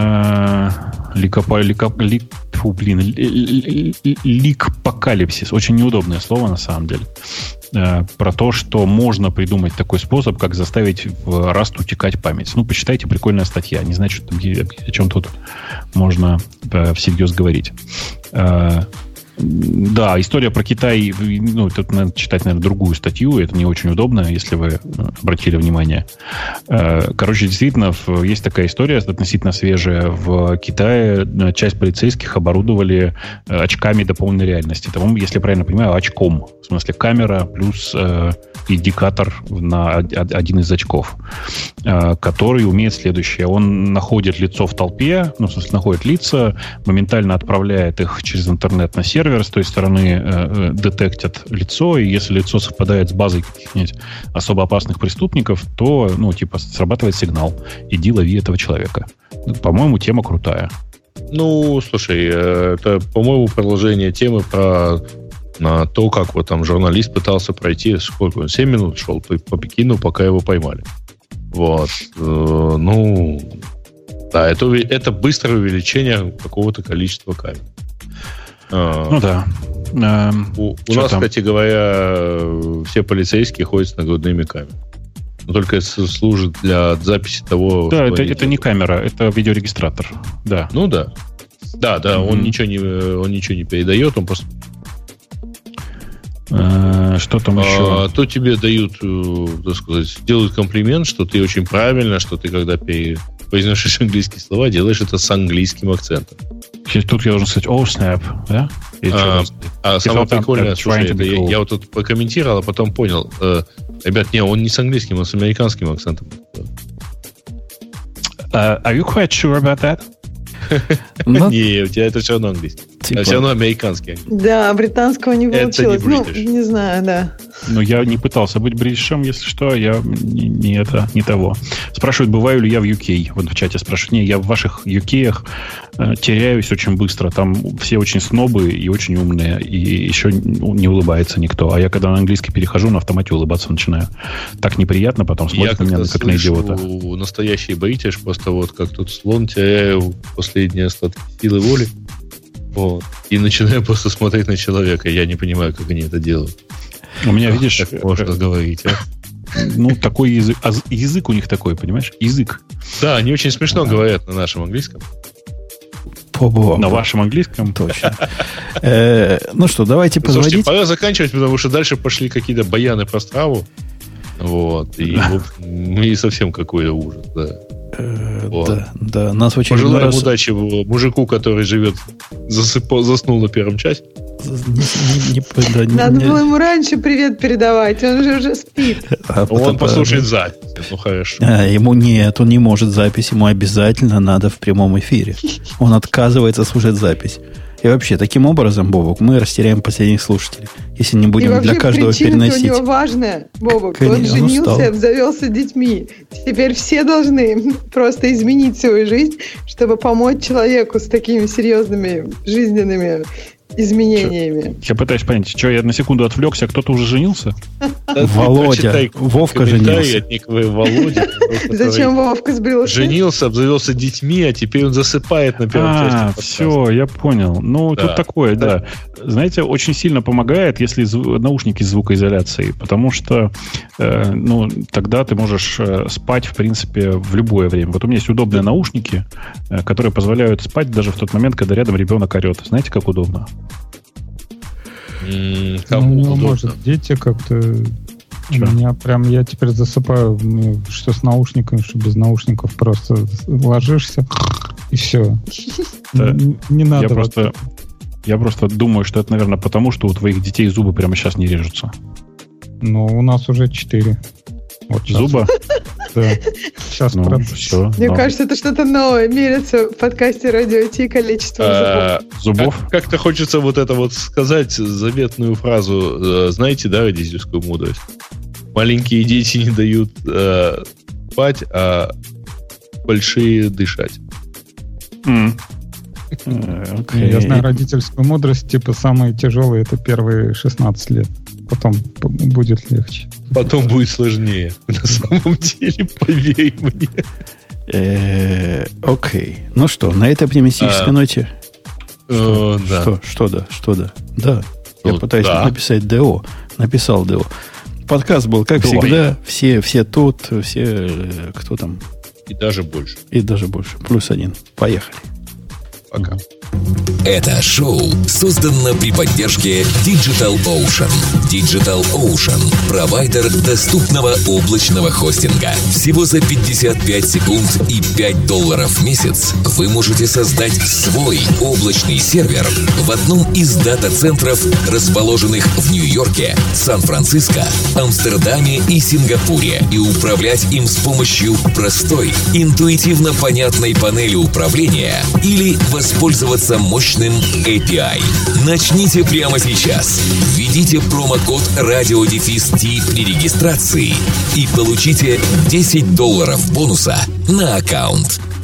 ликпокалипсис. Очень неудобное слово, на самом деле. Про то, что можно придумать такой способ, как заставить в Rust утекать память. Почитайте, прикольная статья. Не знаю, о чем тут можно всерьез говорить. Да, история про Китай, тут надо читать, наверное, другую статью, это не очень удобно, если вы обратили внимание. Короче, действительно, есть такая история, относительно свежая. В Китае часть полицейских оборудовали очками дополненной реальности. Там, если я правильно понимаю, очком. В смысле, камера плюс индикатор на один из очков, который умеет следующее. Он находит лицо в толпе, в смысле, находит лица, моментально отправляет их через интернет на сервер, с той стороны детектят лицо, и если лицо совпадает с базой каких-нибудь особо опасных преступников, то, срабатывает сигнал. Иди лови этого человека. По-моему, тема крутая. Слушай, это, по-моему, продолжение темы про то, как вот там журналист пытался пройти, сколько он, 7 минут шел по Пекину, пока его поймали. Вот. Да, это быстрое увеличение какого-то количества камер. Да. У нас, кстати говоря, все полицейские ходят с нагрудными камерами. Но только это служит для записи того... Да, это не камера, это видеорегистратор. Да. Да. Да, он ничего не передает, он просто... Что там еще? То тебе дают, так сказать, делают комплимент, что ты очень правильно, что ты, когда произносишь английские слова, делаешь это с английским акцентом. Тут я должен сказать, snap, да? Самое прикольное, слушай, я вот тут прокомментировал, а потом понял. Ребят, он не с английским, он с американским акцентом. Are you quite sure about that? Не, у тебя это все равно английский. А все равно американский. Да, британского не получилось. Не знаю, да. Я не пытался быть бритишем, если что, я не того. Спрашивают, бываю ли я в UK. Вот в чате спрашивают. Не, я в ваших UK-ях теряюсь очень быстро. Там все очень снобы и очень умные, и еще не улыбается никто. А я, когда на английский перехожу, на автомате улыбаться начинаю. Так неприятно, потом смотрят на меня как на идиота. Настоящий бритиш, просто вот как тут слон, теряю последние остатки силы воли. Вот. И начинаю просто смотреть на человека. Я не понимаю, как они это делают. У меня, видишь... Как можно говорить, а? Такой язык. А язык у них такой, понимаешь? Язык. Да, они очень смешно говорят на нашем английском. На вашем английском? Точно. Что, давайте подводить. Слушайте, пора заканчивать, потому что дальше пошли какие-то баяны про страву. Вот. И совсем какой ужас, да. Да, нас очень пожелаем удачи мужику, который заснул на первом часе. Надо было ему раньше привет передавать, он же уже спит. Он послушает запись. Хорошо. Ему нет, он не может запись, ему обязательно надо в прямом эфире. Он отказывается слушать запись. И вообще, таким образом, Бобок, мы растеряем последних слушателей, если не будем для каждого переносить. И вообще, причина у него важная, Бобок. Он женился, обзавелся детьми. Теперь все должны просто изменить свою жизнь, чтобы помочь человеку с такими серьезными жизненными изменениями. Я пытаюсь понять, что я на секунду отвлекся, кто-то уже женился? Володя, Вовка женился. Володя, зачем Вовка сбрил? Женился, обзавелся детьми, а теперь он засыпает на первом части подкаста. Все, я понял. Ну, тут такое, да. Знаете, очень сильно помогает, если наушники с звукоизоляцией, потому что тогда ты можешь спать, в принципе, в любое время. Вот у меня есть удобные наушники, которые позволяют спать даже в тот момент, когда рядом ребенок орет. Знаете, как удобно? Может, дети как-то... Я теперь засыпаю, что с наушниками, что без наушников. Просто ложишься, и все. Не надо. Я просто думаю, что это, наверное, потому, что у твоих детей зубы прямо сейчас не режутся. Ну, у нас уже 4. Вот зуба? Да. Сейчас все. Мне кажется, это что-то новое. Мерится в подкасте Радио Ти количество зубов. Как-то хочется вот это вот сказать, заветную фразу. Знаете, да, родительскую мудрость? Маленькие дети не дают спать, а большие дышать. Я знаю родительскую мудрость, типа самые тяжелые это первые 16 лет. Потом будет легче. Потом будет сложнее. На самом деле, поверь мне. Окей. Ну что, на этой оптимистической ноте? Да. Что да? Да. Я пытаюсь написать ДО. Написал ДО. Подкаст был, как всегда. Все тут, все, кто там? И даже больше. Плюс 1. Поехали. Пока. Это шоу создано при поддержке Digital Ocean. Digital Ocean – провайдер доступного облачного хостинга. Всего за 55 секунд и $5 в месяц вы можете создать свой облачный сервер в одном из дата-центров, расположенных в Нью-Йорке, Сан-Франциско, Амстердаме и Сингапуре, и управлять им с помощью простой, интуитивно понятной панели управления или воспользоваться мощным API. Начните прямо сейчас. Введите промокод RadioDefist при регистрации и получите $10 бонуса на аккаунт.